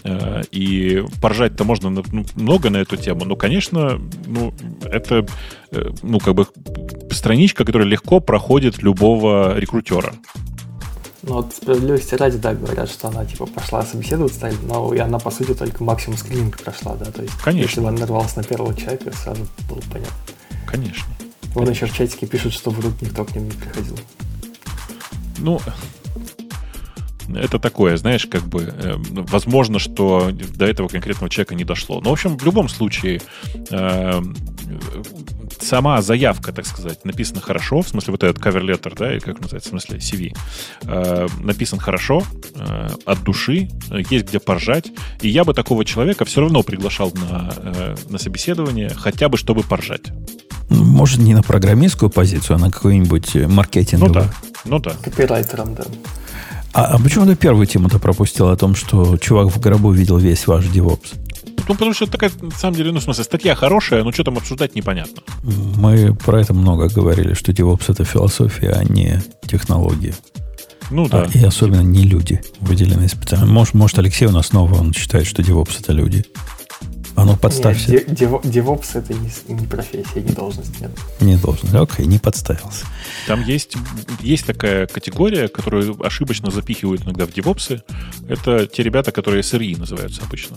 И поржать-то можно много на эту тему. Но, конечно, ну, это ну, как бы страничка, которая легко проходит любого рекрутера. Ну, вот справедливости ради, да, говорят, что она, типа, пошла собеседоваться, но и она, по сути, только максимум скрининг прошла, да, то есть, конечно. Если бы она нарвалась на первого человека, сразу было понятно. Конечно. Вон Конечно. еще в чатике пишут, что в рук никто к ним не приходил. Ну, это такое, знаешь, как бы, э, возможно, что до этого конкретного человека не дошло. Но, в общем, в любом случае, э, сама заявка, так сказать, написана хорошо, в смысле вот этот cover letter, да, и как называется, в смысле си ви, э, написан хорошо, э, от души, есть где поржать, и я бы такого человека все равно приглашал на, э, на собеседование, хотя бы чтобы поржать. Может, не на программистскую позицию, а на какую-нибудь маркетинговую. Ну да, ну да. Копирайтером, да. А, а почему ты первую тему-то пропустил о том, что чувак в гробу видел весь ваш DevOps? Ну, потому что такая, на самом деле, ну, в смысле, статья хорошая, но что там обсуждать непонятно. Мы про это много говорили, что DevOps — это философия, а не технология. Ну да. А, и особенно не люди, выделенные специально. Может, может, Алексей у нас снова он считает, что DevOps — это люди. А ну, подставься. Нет, DevOps — это не, не профессия, не должность, нет. Не должность. Окей, не подставился. Там есть, есть такая категория, которую ошибочно запихивают иногда в DevOps. Это те ребята, которые эс эр и называются обычно.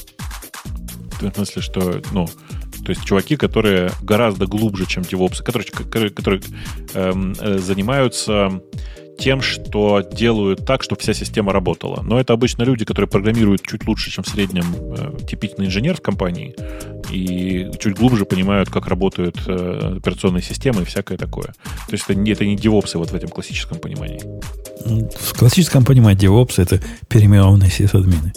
В смысле, что, ну, то есть чуваки, которые гораздо глубже, чем DevOps, которые, которые, которые эм, занимаются тем, что делают так, чтобы вся система работала. Но это обычно люди, которые программируют чуть лучше, чем в среднем э, типичный инженер в компании, и чуть глубже понимают, как работают э, операционные системы и всякое такое. То есть это не, это не DevOps вот в этом классическом понимании. В классическом понимании DevOps — это переименованные сисадмины.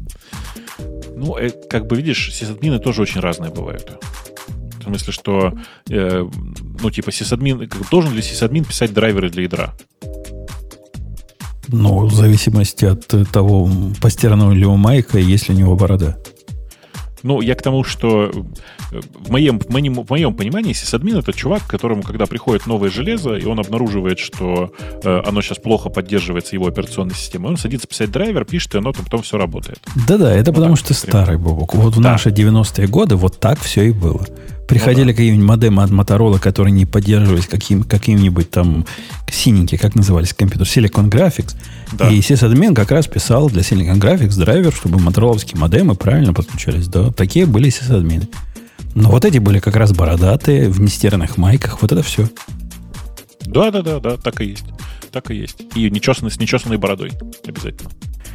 Ну, э, как бы видишь, сисадмины тоже очень разные бывают. В смысле, что э, ну, типа, сисадмин, должен ли сисадмин писать драйверы для ядра? Ну, в зависимости от того, постиранного ли у Майка, есть ли у него борода. Ну, я к тому, что в моем, в моем, в моем понимании сисадмин — это чувак, которому, когда приходит новое железо, и он обнаруживает, что э, оно сейчас плохо поддерживается его операционной системой, он садится писать драйвер, пишет, и оно потом все работает. Да-да, это ну, потому что ты старый, Бобок. Вот в да. наши девяностые годы вот так все и было. Приходили ну, да. какие-нибудь модемы от Motorola, которые не поддерживались каким, каким-нибудь там синенькие, как назывались компьютер, Silicon Graphics. Да. И сисадмин как раз писал для Silicon Graphics драйвер, чтобы мотороловские модемы правильно подключались. Да, такие были сисадмины. Но вот эти были как раз бородатые, в нестиранных майках. Вот это все. Да-да-да, да, так и есть. Так и есть. И нечесанный, с нечесанной бородой. Обязательно.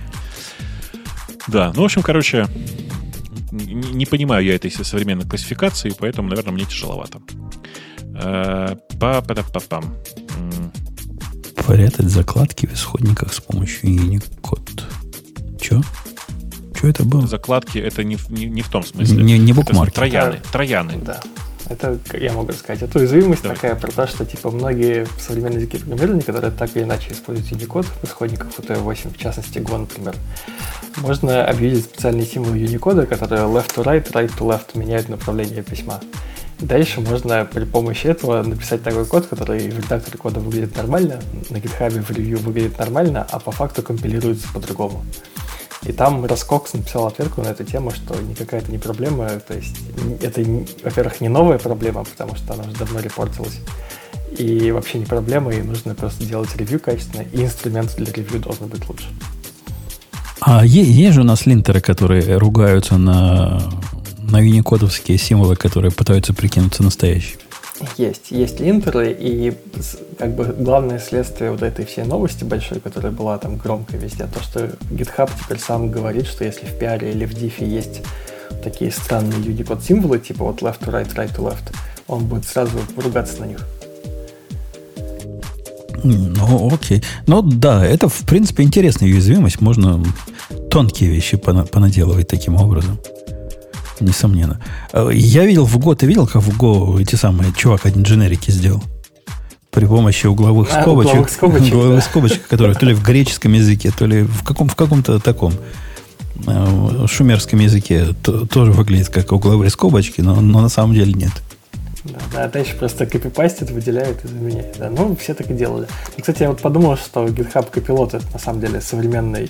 Да, ну, в общем, короче... Не, не понимаю я этой современной классификации, поэтому, наверное, мне тяжеловато. Па-па-па-пам. Прятать закладки в исходниках с помощью Unicode. Че? Че это было? Закладки — это не, не, не в том смысле. Не, не букмарки. Трояны. Трояны. Да. Это, я могу сказать, это уязвимость Давай. такая про то, что типа многие современные языки программирования, которые так или иначе используют Unicode в исходниках ю ти эф восемь, в частности Go, например, можно объявить специальные символы Unicode, которые left to right, right to left меняют направление письма. Дальше можно при помощи этого написать такой код, который в редакторе кода выглядит нормально, на GitHub в ревью выглядит нормально, а по факту компилируется по-другому. И там Раскокс написал ответку на эту тему, что никакая это не проблема, то есть это, во-первых, не новая проблема, потому что она уже давно репортилась, и вообще не проблема, и нужно просто делать ревью качественно, и инструмент для ревью должен быть лучше. А есть же у нас линтеры, которые ругаются на, на юникодовские символы, которые пытаются прикинуться настоящими? Есть, есть линтеры, и как бы главное следствие вот этой всей новости большой, которая была там громкой везде, то, что GitHub теперь сам говорит, что если в пи ар или в дифе есть такие странные Unicode символы, типа вот left to right, right to left, он будет сразу ругаться на них. Ну, окей. Ну, да, это, в принципе, интересная уязвимость. Можно тонкие вещи понаделывать таким образом. Несомненно. Я видел в Go, ты видел, как в Go эти самые, чувак один дженерики сделал? При помощи угловых а, скобочек. Угловых скобочек, угловых да. скобочек, которые то ли в греческом языке, то ли в, каком, в каком-то таком э, шумерском языке то, тоже выглядит как угловые скобочки, но, но на самом деле нет. Да, да, это еще просто копипастит, выделяет и заменяет. Да. Ну, все так и делали. И, кстати, я вот подумал, что GitHub Copilot это на самом деле современный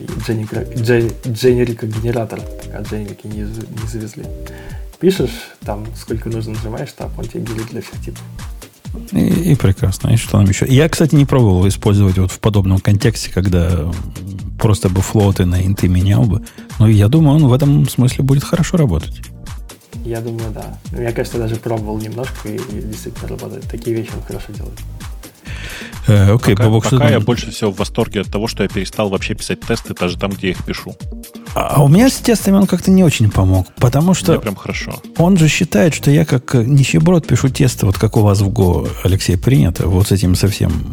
дженерика-генератор, пока дженерики не, не завезли. Пишешь, там сколько нужно нажимаешь, там он тебе генерит для всех типов. И, и прекрасно. И что нам еще? Я, кстати, не пробовал использовать вот в подобном контексте, когда просто бы флоты на инты менял бы. Но я думаю, он в этом смысле будет хорошо работать. Я думаю, да. Я, кажется, даже пробовал немножко и, и действительно работает. Такие вещи он хорошо делает. Э, окей, пока Бобок, пока что я там? больше всего в восторге от того, что я перестал вообще писать тесты даже там, где я их пишу. А у меня с тестами он как-то не очень помог, потому что Мне прям хорошо. он же считает, что я как нищеброд пишу тесты, вот как у вас в Go, Алексей, принято, вот с этим совсем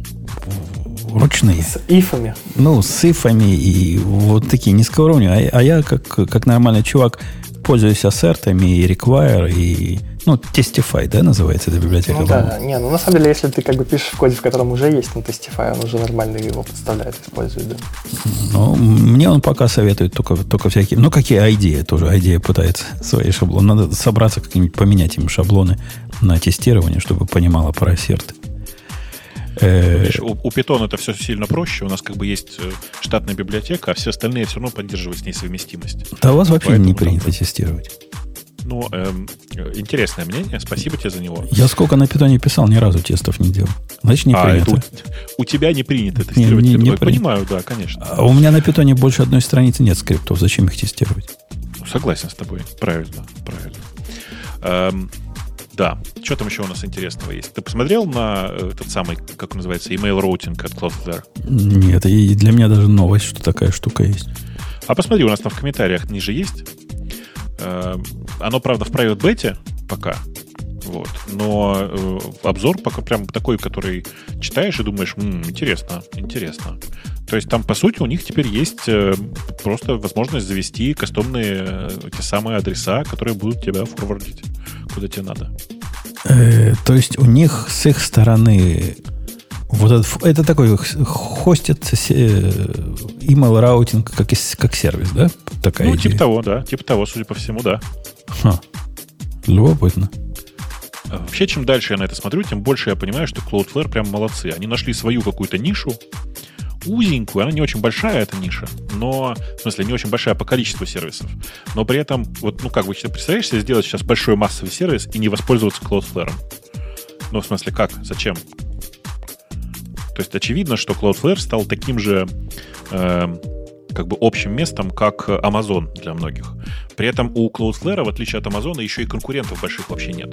ручные. С ифами. Ну, с ифами и вот такие низкого уровня. А, а я, как, как нормальный чувак, пользуюсь ассертами и require, и, ну, Testify, да, называется эта библиотека? Ну да, да. Не, ну на самом деле, если ты как бы пишешь в коде, в котором уже есть на Testify, он уже нормально его подставляет, использует, да. Ну, мне он пока советует только, только всякие... Ну, какие идеи тоже. Идея пытается свои шаблоны. Надо собраться как-нибудь, поменять им шаблоны на тестирование, чтобы понимала про ассерты. Видишь, у, у Python это все сильно проще. У нас как бы есть штатная библиотека, а все остальные все равно поддерживают с ней совместимость. Да у вас вообще Поэтому не принято там... тестировать. Ну, эм, интересное мнение. Спасибо тебе за него. Я сколько на Python писал, ни разу тестов не делал. Значит, не а, принято. Это у, у тебя не принято тестировать. Не, не, не Понимаю, да, конечно. А у меня на Python больше одной страницы нет скриптов. Зачем их тестировать? Согласен с тобой. Правильно, правильно. Эм, да. Что там еще у нас интересного есть? Ты посмотрел на этот самый, как он называется, email routing от Cloudflare? Нет, и для меня даже новость, что такая штука есть. А посмотри, у нас там в комментариях ниже есть. Эм, оно, правда, в private beta пока. Вот. Но э, обзор пока прям такой, который читаешь и думаешь, м-м, интересно, интересно. То есть там, по сути, у них теперь есть э, просто возможность завести кастомные э, те самые адреса, которые будут тебя форвардить, куда тебе надо. Э, то есть у них с их стороны вот это, это такой хостит email раутинг как, как сервис, да? Такая ну, идея. типа того, да. Типа того, судя по всему, да. Ха. Любопытно. Вообще, чем дальше я на это смотрю, тем больше я понимаю, что Cloudflare прям молодцы. Они нашли свою какую-то нишу, узенькую, она не очень большая, эта ниша, но, в смысле, не очень большая по количеству сервисов, но при этом, вот, ну, как бы, ты представляешь себе сделать сейчас большой массовый сервис и не воспользоваться Cloudflare? Ну, в смысле, как? Зачем? То есть, очевидно, что Cloudflare стал таким же э, как бы общим местом, как Amazon для многих. При этом у Cloudflare, в отличие от Amazon, еще и конкурентов больших вообще нет.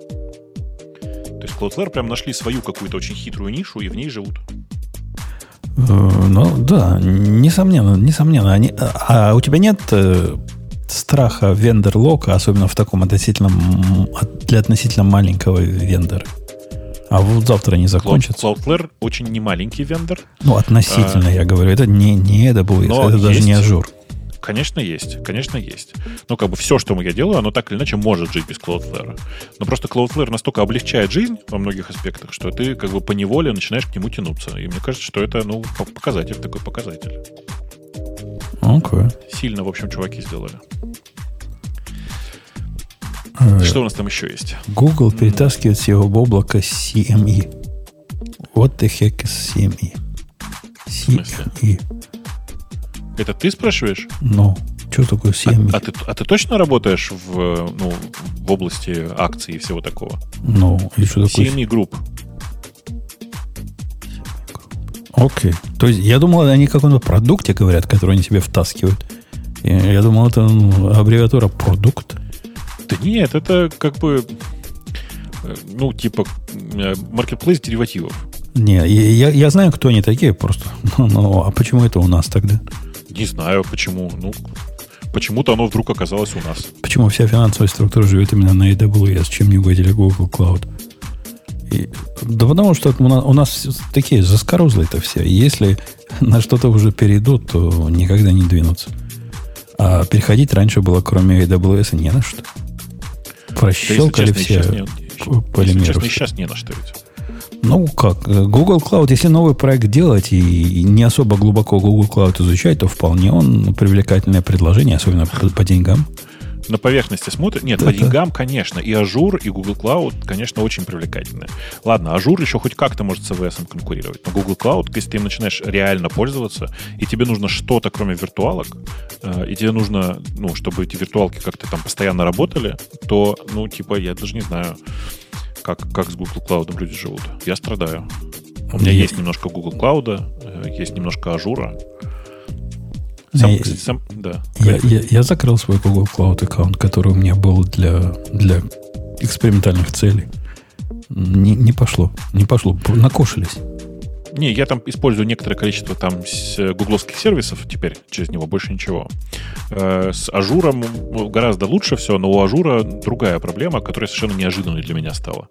То есть Cloudflare прям нашли свою какую-то очень хитрую нишу и в ней живут. Ну, да, несомненно, несомненно. Они, а у тебя нет э, страха вендор-лока, особенно в таком относительно, для относительно маленького вендора? А вот завтра они закончатся. Cloudflare очень немаленький вендор. Ну, относительно, а, я говорю. Это не, не эй дабл ю эс, это даже есть, не Azure. Конечно, есть. Конечно, есть. Ну, как бы все, что я делаю, оно так или иначе может жить без Cloudflare. Но просто Cloudflare настолько облегчает жизнь во многих аспектах, что ты как бы поневоле начинаешь к нему тянуться. И мне кажется, что это, ну, показатель, такой показатель. Okay. Сильно, в общем, чуваки сделали. Uh, что у нас там еще есть? Google перетаскивает с его облака си эм и. What the heck is си эм и? си эм и. Это ты спрашиваешь? Ну, что такое си эм и? А, а, ты, а ты точно работаешь в, ну, в области акций и всего такого? Ну, и что такое? си эм и Group. Окей. Okay. То есть, я думал, они о каком-то продукте говорят, который они себе втаскивают. Я, я думал, это ну, аббревиатура продукт. Да нет, это как бы... Ну, типа, маркетплейс деривативов. Не, я, я знаю, кто они такие просто. Ну, ну, а почему это у нас тогда? Не знаю, почему. Ну, почему-то оно вдруг оказалось у нас. Почему вся финансовая структура живет именно на эй дабл ю эс, чем не или Google Cloud? И, да потому что у нас, у нас такие заскорузлые-то все. Если на что-то уже перейдут, то никогда не двинутся. А переходить раньше было, кроме эй дабл ю эс, не на что. Прощелкали да, все не, полимеры. Если честно, и сейчас не на что ведь. Ну как, Google Cloud, если новый проект делать и не особо глубоко Google Cloud изучать, то вполне он привлекательное предложение, особенно по, по деньгам. На поверхности смотрит? Нет, да, по деньгам, конечно. И Azure, и Google Cloud, конечно, очень привлекательные. Ладно, Azure еще хоть как-то может с эй ви эс конкурировать. Но Google Cloud, если ты им начинаешь реально пользоваться, и тебе нужно что-то, кроме виртуалок, и тебе нужно, ну, чтобы эти виртуалки как-то там постоянно работали, то, ну, типа, я даже не знаю, как, как с Google Cloud люди живут. Я страдаю. У меня есть немножко Google Cloud, есть немножко Azure. Сам, я, кстати, сам, да. я, я, я закрыл свой Google Cloud аккаунт, который у меня был для, для экспериментальных целей. Не, не пошло. Не пошло. Накошились. Не, я там использую некоторое количество там гугловских сервисов теперь, через него больше ничего. С Ажуром гораздо лучше все, но у Ажура другая проблема, которая совершенно неожиданной для меня стала.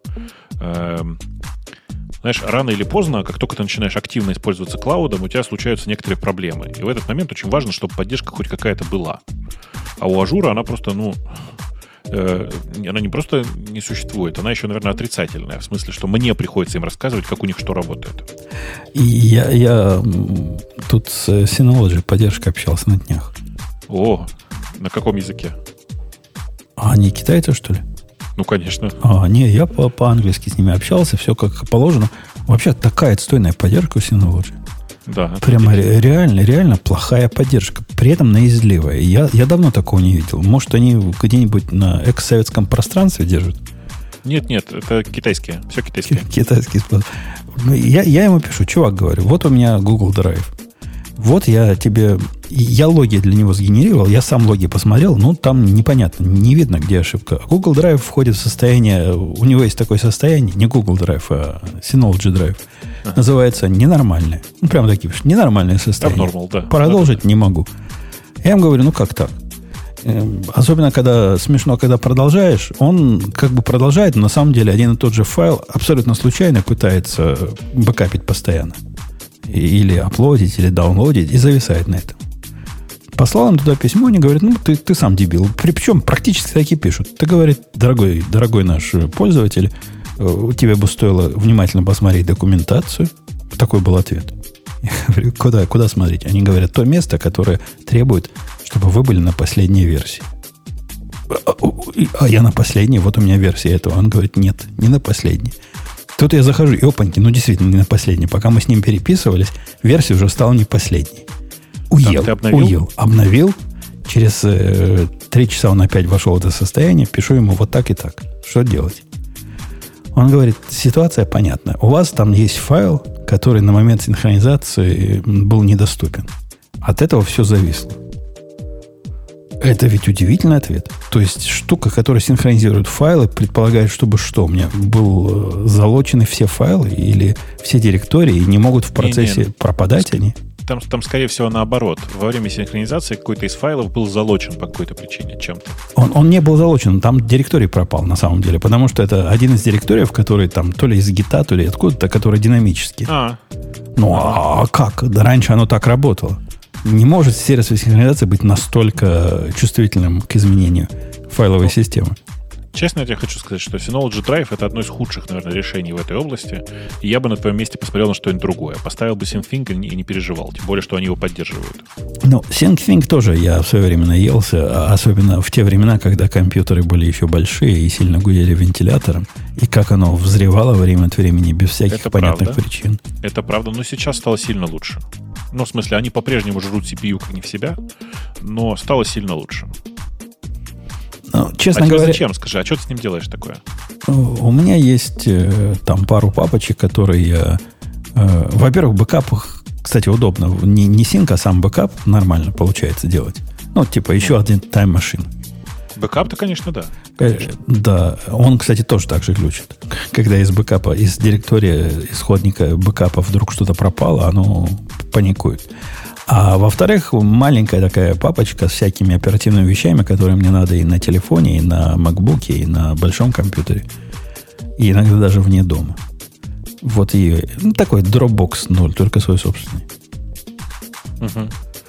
Знаешь, рано или поздно, как только ты начинаешь активно использоваться клаудом, у тебя случаются некоторые проблемы. И в этот момент очень важно, чтобы поддержка хоть какая-то была. А у Ажура она просто, ну, э, она не просто не существует, она еще, наверное, отрицательная. В смысле, что мне приходится им рассказывать, как у них что работает. И я, я тут с Synology поддержкой общался на днях. О, на каком языке? А они китайцы, что ли? Ну, конечно. А, не, я по- по-английски с ними общался, все как положено. Вообще такая отстойная поддержка у Synology. Да. Прямо ре- реально, реально плохая поддержка. При этом наизливая. Я, я давно такого не видел. Может, они где-нибудь на экс-советском пространстве держат? Нет, нет, это китайские. Все китайские. Китайский способ. Я, я ему пишу, чувак, говорю, вот у меня Google Drive. Вот я тебе... Я логи для него сгенерировал, я сам логи посмотрел, ну, там непонятно, не видно, где ошибка. Google Drive входит в состояние... У него есть такое состояние, не Google Drive, а Synology Drive. Ага. Называется ненормальное. Ну, прямо такие пишут, ненормальное состояние. Abnormal, да. Продолжить да, да. не могу. Я им говорю, ну, как так? Особенно, когда смешно, когда продолжаешь, он как бы продолжает, но на самом деле один и тот же файл абсолютно случайно пытается бэкапить постоянно. Или аплодить, или даунлодить, и зависает на этом. Послал им туда письмо, они говорят, ну, ты, ты сам дебил. Причем практически такие пишут. Ты, говорит, дорогой, дорогой наш пользователь, тебе бы стоило внимательно посмотреть документацию. Такой был ответ. Я говорю, куда, куда смотреть? Они говорят, то место, которое требует, чтобы вы были на последней версии. А я на последней, вот у меня версия этого. Он говорит, нет, не на последней. Тут я захожу, и опаньки, ну действительно не на последней. Пока мы с ним переписывались, версия уже стала не последней. Уел, уел, обновил. Через э, три часа он опять вошел в это состояние. Пишу ему вот так и так. Что делать? Он говорит, ситуация понятна. У вас там есть файл, который на момент синхронизации был недоступен. От этого все зависло. Это ведь удивительный ответ. То есть штука, которая синхронизирует файлы, предполагает, чтобы что? У меня был залочены все файлы или все директории, и не могут в процессе не, не. пропадать они? Там, там, скорее всего, наоборот. Во время синхронизации какой-то из файлов был залочен по какой-то причине чем-то. Он, он не был залочен, там директорий пропал на самом деле, потому что это один из директориев, который там то ли из гита, то ли откуда-то, который динамический. А. Ну, а, а как? Да раньше оно так работало. Не может сервис синхронизации быть настолько чувствительным к изменению файловой ну, системы. Честно, я тебе хочу сказать, что Synology Drive — это одно из худших, наверное, решений в этой области. И я бы на твоем месте посмотрел на что-нибудь другое. Поставил бы SyncThing и не, и не переживал. Тем более, что они его поддерживают. Ну, SyncThing тоже я в свое время наелся. Особенно в те времена, когда компьютеры были еще большие и сильно гудели вентилятором. И как оно взревало время от времени без всяких это понятных правда. причин. Это правда, но сейчас стало сильно лучше. Ну, в смысле, они по-прежнему жрут си пи ю как не в себя, но стало сильно лучше. Ну, честно а говоря, зачем? Скажи, а что ты с ним делаешь такое? У меня есть э, там пару папочек, которые я... Э, во-первых, бэкап, кстати, удобно. Не, не синк, а сам бэкап нормально получается делать. Ну, типа еще один Time Machine. Бэкап-то, конечно, да. Конечно. Да, он, кстати, тоже так же глючит. Когда из бэкапа, из директория исходника бэкапа вдруг что-то пропало, оно паникует. А во-вторых, маленькая такая папочка с всякими оперативными вещами, которые мне надо и на телефоне, и на макбуке, и на большом компьютере, и иногда даже вне дома. Вот ее, ну, такой Dropbox ноль, только свой собственный. Угу.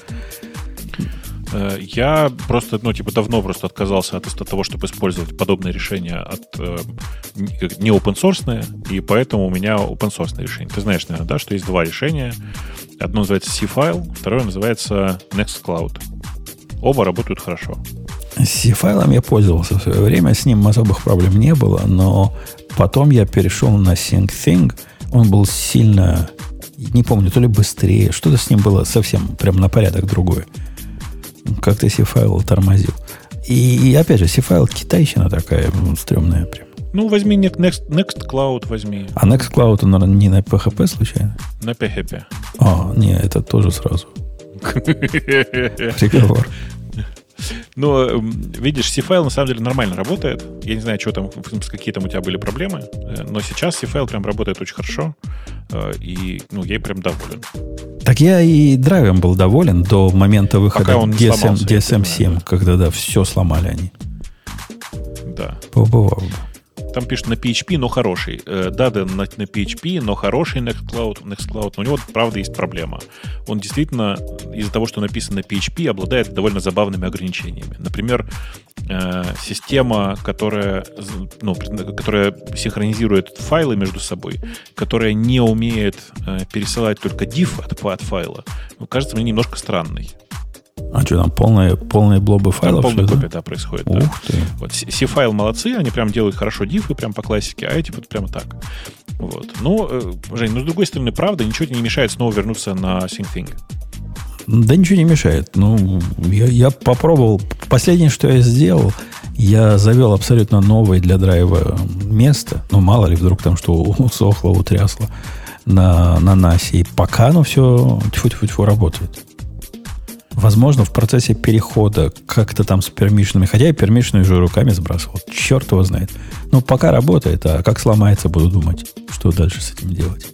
Я просто, ну, типа, давно просто отказался от, от того, чтобы использовать подобные решения от э, не open-source, и поэтому у меня open-source решение. Ты знаешь, наверное, да, что есть два решения. Одно называется C-File, второе называется Nextcloud. Оба работают хорошо. C-файлом я пользовался в свое время, с ним особых проблем не было, но потом я перешел на SyncThing. Он был сильно, не помню, то ли быстрее, что-то с ним было совсем прям на порядок другое. Как-то C-файл тормозил. И, и опять же, C-файл китайщина такая, ну, стрёмная прям. Ну, возьми Next, Nextcloud, возьми. А Nextcloud, он, наверное, не на пи эйч пи случайно? На пи эйч пи. А, не, это тоже сразу. Приговор. Но, видишь, C-файл на самом деле нормально работает. Я не знаю, что там, какие там у тебя были проблемы, но сейчас C-файл прям работает очень хорошо. И, ну, я прям доволен. Так я и драйвом был доволен до момента выхода ди эс эм, ди эс эм семь, когда, да, все сломали они. Да. Побывал. Там пишут на пи эйч пи, но хороший. Да, да, на, на пи эйч пи, но хороший Nextcloud, Nextcloud. Но у него, правда, есть проблема. Он действительно, из-за того, что написано на пи эйч пи, обладает довольно забавными ограничениями. Например, э, система, которая, ну, которая синхронизирует файлы между собой, которая не умеет э, пересылать только diff от, от файла, ну, кажется мне немножко странной. А что, там полные, полные блобы файлов? Там полная все, копия, да, да, происходит. Ух да. ты. Вот, C-файл молодцы, они прям делают хорошо диффы, прям по классике, а эти вот прямо так. Вот. Ну, э, Жень, ну, с другой стороны, правда, ничего тебе не мешает снова вернуться на SyncThing. Да ничего не мешает. Ну, я, я попробовал. Последнее, что я сделал, я завел абсолютно новое для драйва место. Ну, мало ли, вдруг там что усохло, утрясло на, на насе. И пока оно все тьфу-тьфу-тьфу работает. Возможно, в процессе перехода как-то там с пермишинами, хотя я пермишины уже руками сбрасывал, черт его знает. Но пока работает, а как сломается, буду думать, что дальше с этим делать.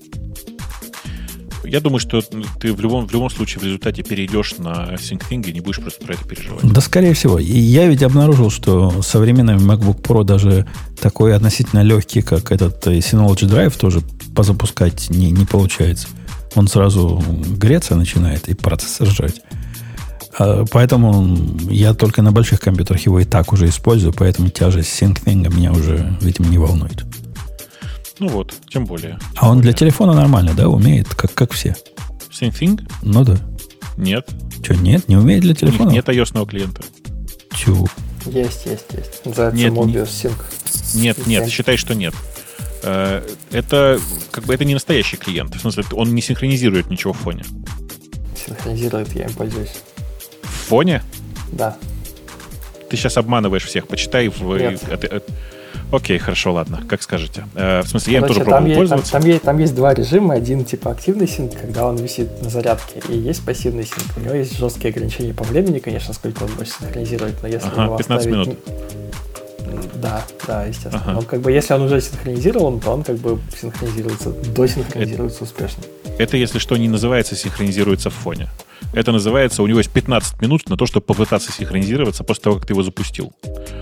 Я думаю, что ты в любом, в любом случае в результате перейдешь на SyncThing и не будешь просто про это переживать. Да, скорее всего. И я ведь обнаружил, что современный MacBook Pro даже такой относительно легкий, как этот Synology Drive, тоже позапускать не, не получается. Он сразу греться начинает и процессор жрать. Поэтому я только на больших компьютерах его и так уже использую, поэтому тяжесть SyncThing меня уже, видимо, не волнует. Ну вот, тем более. Тем а он более. Для телефона нормально, да, умеет, как, как все? SyncThing? Ну да. Нет. Что, нет? Не умеет для телефона? Нет iOS-ного клиента. Чего? Есть, есть, есть. Называется нет, Mobius Sync. Нет, нет, считай, что нет. Это как бы это не настоящий клиент. В смысле, он не синхронизирует ничего в фоне. Синхронизирует, я им пользуюсь. В фоне? Да. Ты сейчас обманываешь всех. Почитай в... Нет. Это, это... Окей, хорошо, ладно. Как скажете. Э, в смысле, я им Короче, тоже пробовал там пользоваться. Есть, там, там, есть, там есть два режима. Один типа активный синк, когда он висит на зарядке, и есть пассивный синк. У него есть жесткие ограничения по времени, конечно, сколько он может синхронизировать, но если ага, его пятнадцать оставить... минут. Да, да, естественно. Ага. Он, как бы, если он уже синхронизирован, то он как бы синхронизируется, досинхронизируется это, успешно. Это, если что, не называется синхронизируется в фоне. Это называется, у него есть пятнадцать минут на то, чтобы попытаться синхронизироваться после того, как ты его запустил.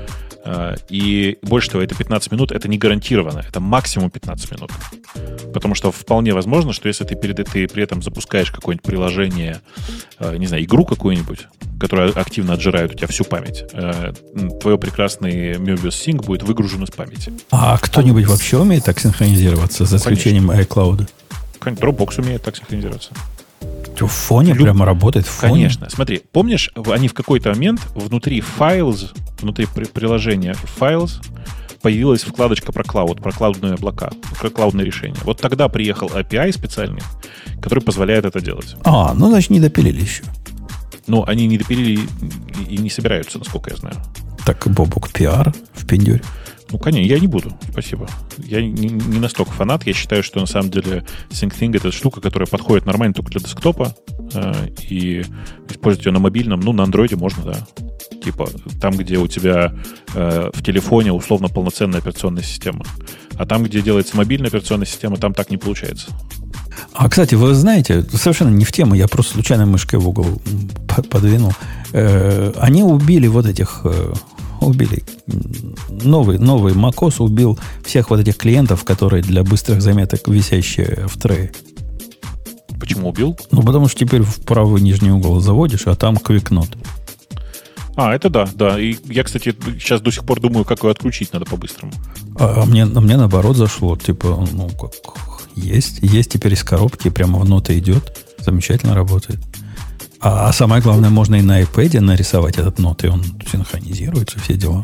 И больше того, это пятнадцать минут, это не гарантированно, это максимум пятнадцать минут. Потому что вполне возможно, что если ты, перед, ты при этом запускаешь какое-нибудь приложение, не знаю, игру какую-нибудь, которая активно отжирает у тебя всю память, твое прекрасный Mobius Sync будет выгружен из памяти. А кто-нибудь вообще умеет так синхронизироваться, за исключением iCloud? Dropbox умеет так синхронизироваться. В фоне Люб... прямо работает в фоне? Конечно. Смотри, помнишь, они в какой-то момент внутри Files, внутри при- приложения Files появилась вкладочка про клауд, про клаудные облака, про клаудные решения. Вот тогда приехал эй пи ай специальный, который позволяет это делать. А, ну, значит, не допилили еще. Ну, они не допилили и не собираются, насколько я знаю. Так, Бобук, пиар в пиндюре. Ну, конечно, я не буду, спасибо. Я не, не настолько фанат. Я считаю, что на самом деле SyncThing — это штука, которая подходит нормально только для десктопа, э, и использовать ее на мобильном, ну, на андроиде можно, да. типа там, где у тебя э, в телефоне условно полноценная операционная система. А там, где делается мобильная операционная система, там так не получается. А, кстати, вы знаете, совершенно не в тему, я просто случайно мышкой в угол подвинул. Э, они убили вот этих... Э, убили. Новый, новый macOS убил всех вот этих клиентов, которые для быстрых заметок висящие в трее. Почему убил? Ну, потому что теперь в правый нижний угол заводишь, а там QuickNote. А, это да, да. И я, кстати, сейчас до сих пор думаю, как его отключить надо по-быстрому. А, а мне, а мне наоборот зашло. Типа, ну, как есть. Есть теперь из коробки, прямо в ноты идет. Замечательно работает. А, а самое главное, можно и на iPad нарисовать этот нот, и он синхронизируется, все дела.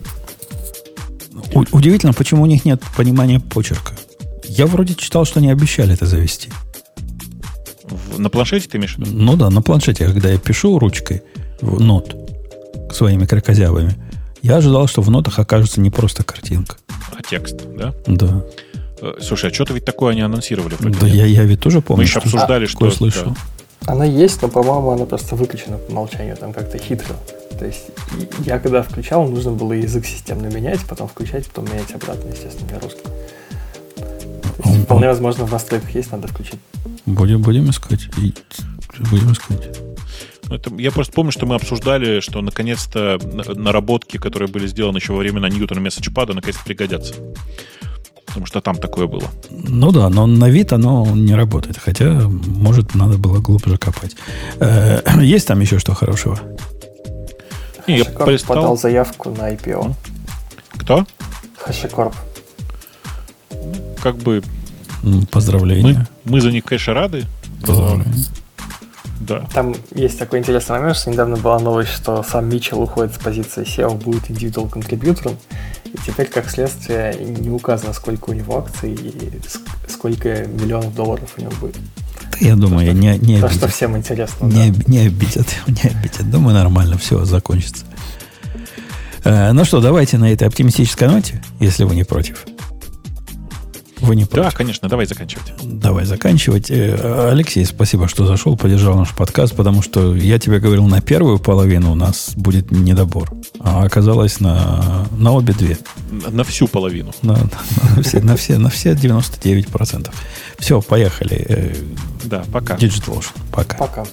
У, удивительно, почему у них нет понимания почерка. Я вроде читал, что они обещали это завести. В, на планшете ты имеешь в виду? Ну да, на планшете, когда я пишу ручкой в нот своими кракозябами, я ожидал, что в нотах окажется не просто картинка. А текст, да? Да. Слушай, а что-то ведь такое они анонсировали? Да я, я ведь тоже помню. Мы еще обсуждали, что... что слышал. Да. Она есть, но, по-моему, она просто выключена по умолчанию, там как-то хитро. То есть я когда включал, нужно было язык системно менять, потом включать, потом менять обратно, естественно, на русский. То есть, вполне возможно, в настройках есть, надо включить. Будем, будем искать. Будем искать. Это, я просто помню, что мы обсуждали, что наконец-то наработки, которые были сделаны еще во времена Ньютона месседжпада, наконец-то пригодятся. Потому что там такое было. Ну да, но на вид оно не работает. Хотя, может, надо было глубже копать. Есть там еще что хорошего? Не, я HashiCorp подал заявку на ай пи о. Кто? HashiCorp. Как бы... Поздравления. Мы, мы за них, конечно, рады. Поздравления. Да. Там есть такой интересный момент, что недавно была новость, что сам Митчелл уходит с позиции сео, будет индивидуал контрибьютором, и теперь, как следствие, не указано, сколько у него акций и сколько миллионов долларов у него будет. Я думаю, я не, не То, обидят. что всем интересно. Не, да. не обидят, не обидят. Думаю, нормально, все закончится. Э, ну что, давайте на этой оптимистической ноте, если вы не против. Вы не против? Да, конечно, давай заканчивать. Давай заканчивать. Алексей, спасибо, что зашел, поддержал наш подкаст, потому что я тебе говорил, на первую половину у нас будет недобор, а оказалось на, на обе две. На, на всю половину. На, на, на, все, на, все, на все девяносто девять процентов. Все, поехали. Да, пока. DigitalOcean. Пока. Пока.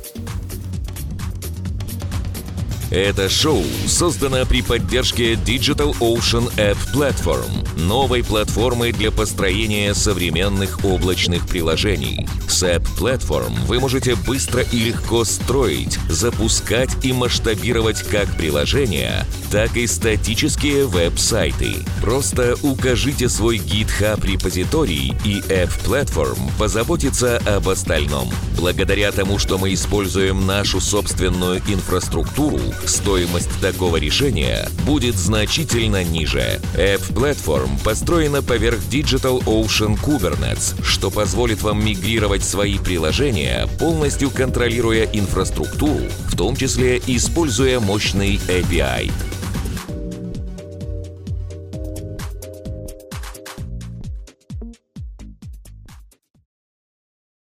Это шоу создано при поддержке DigitalOcean App Platform, новой платформы для построения современных облачных приложений. С App Platform вы можете быстро и легко строить, запускать и масштабировать как приложения, так и статические веб-сайты. Просто укажите свой GitHub-репозиторий, и App Platform позаботится об остальном. Благодаря тому, что мы используем нашу собственную инфраструктуру, стоимость такого решения будет значительно ниже. App Platform построена поверх DigitalOcean Kubernetes, что позволит вам мигрировать свои приложения, полностью контролируя инфраструктуру, в том числе используя мощный эй пи ай.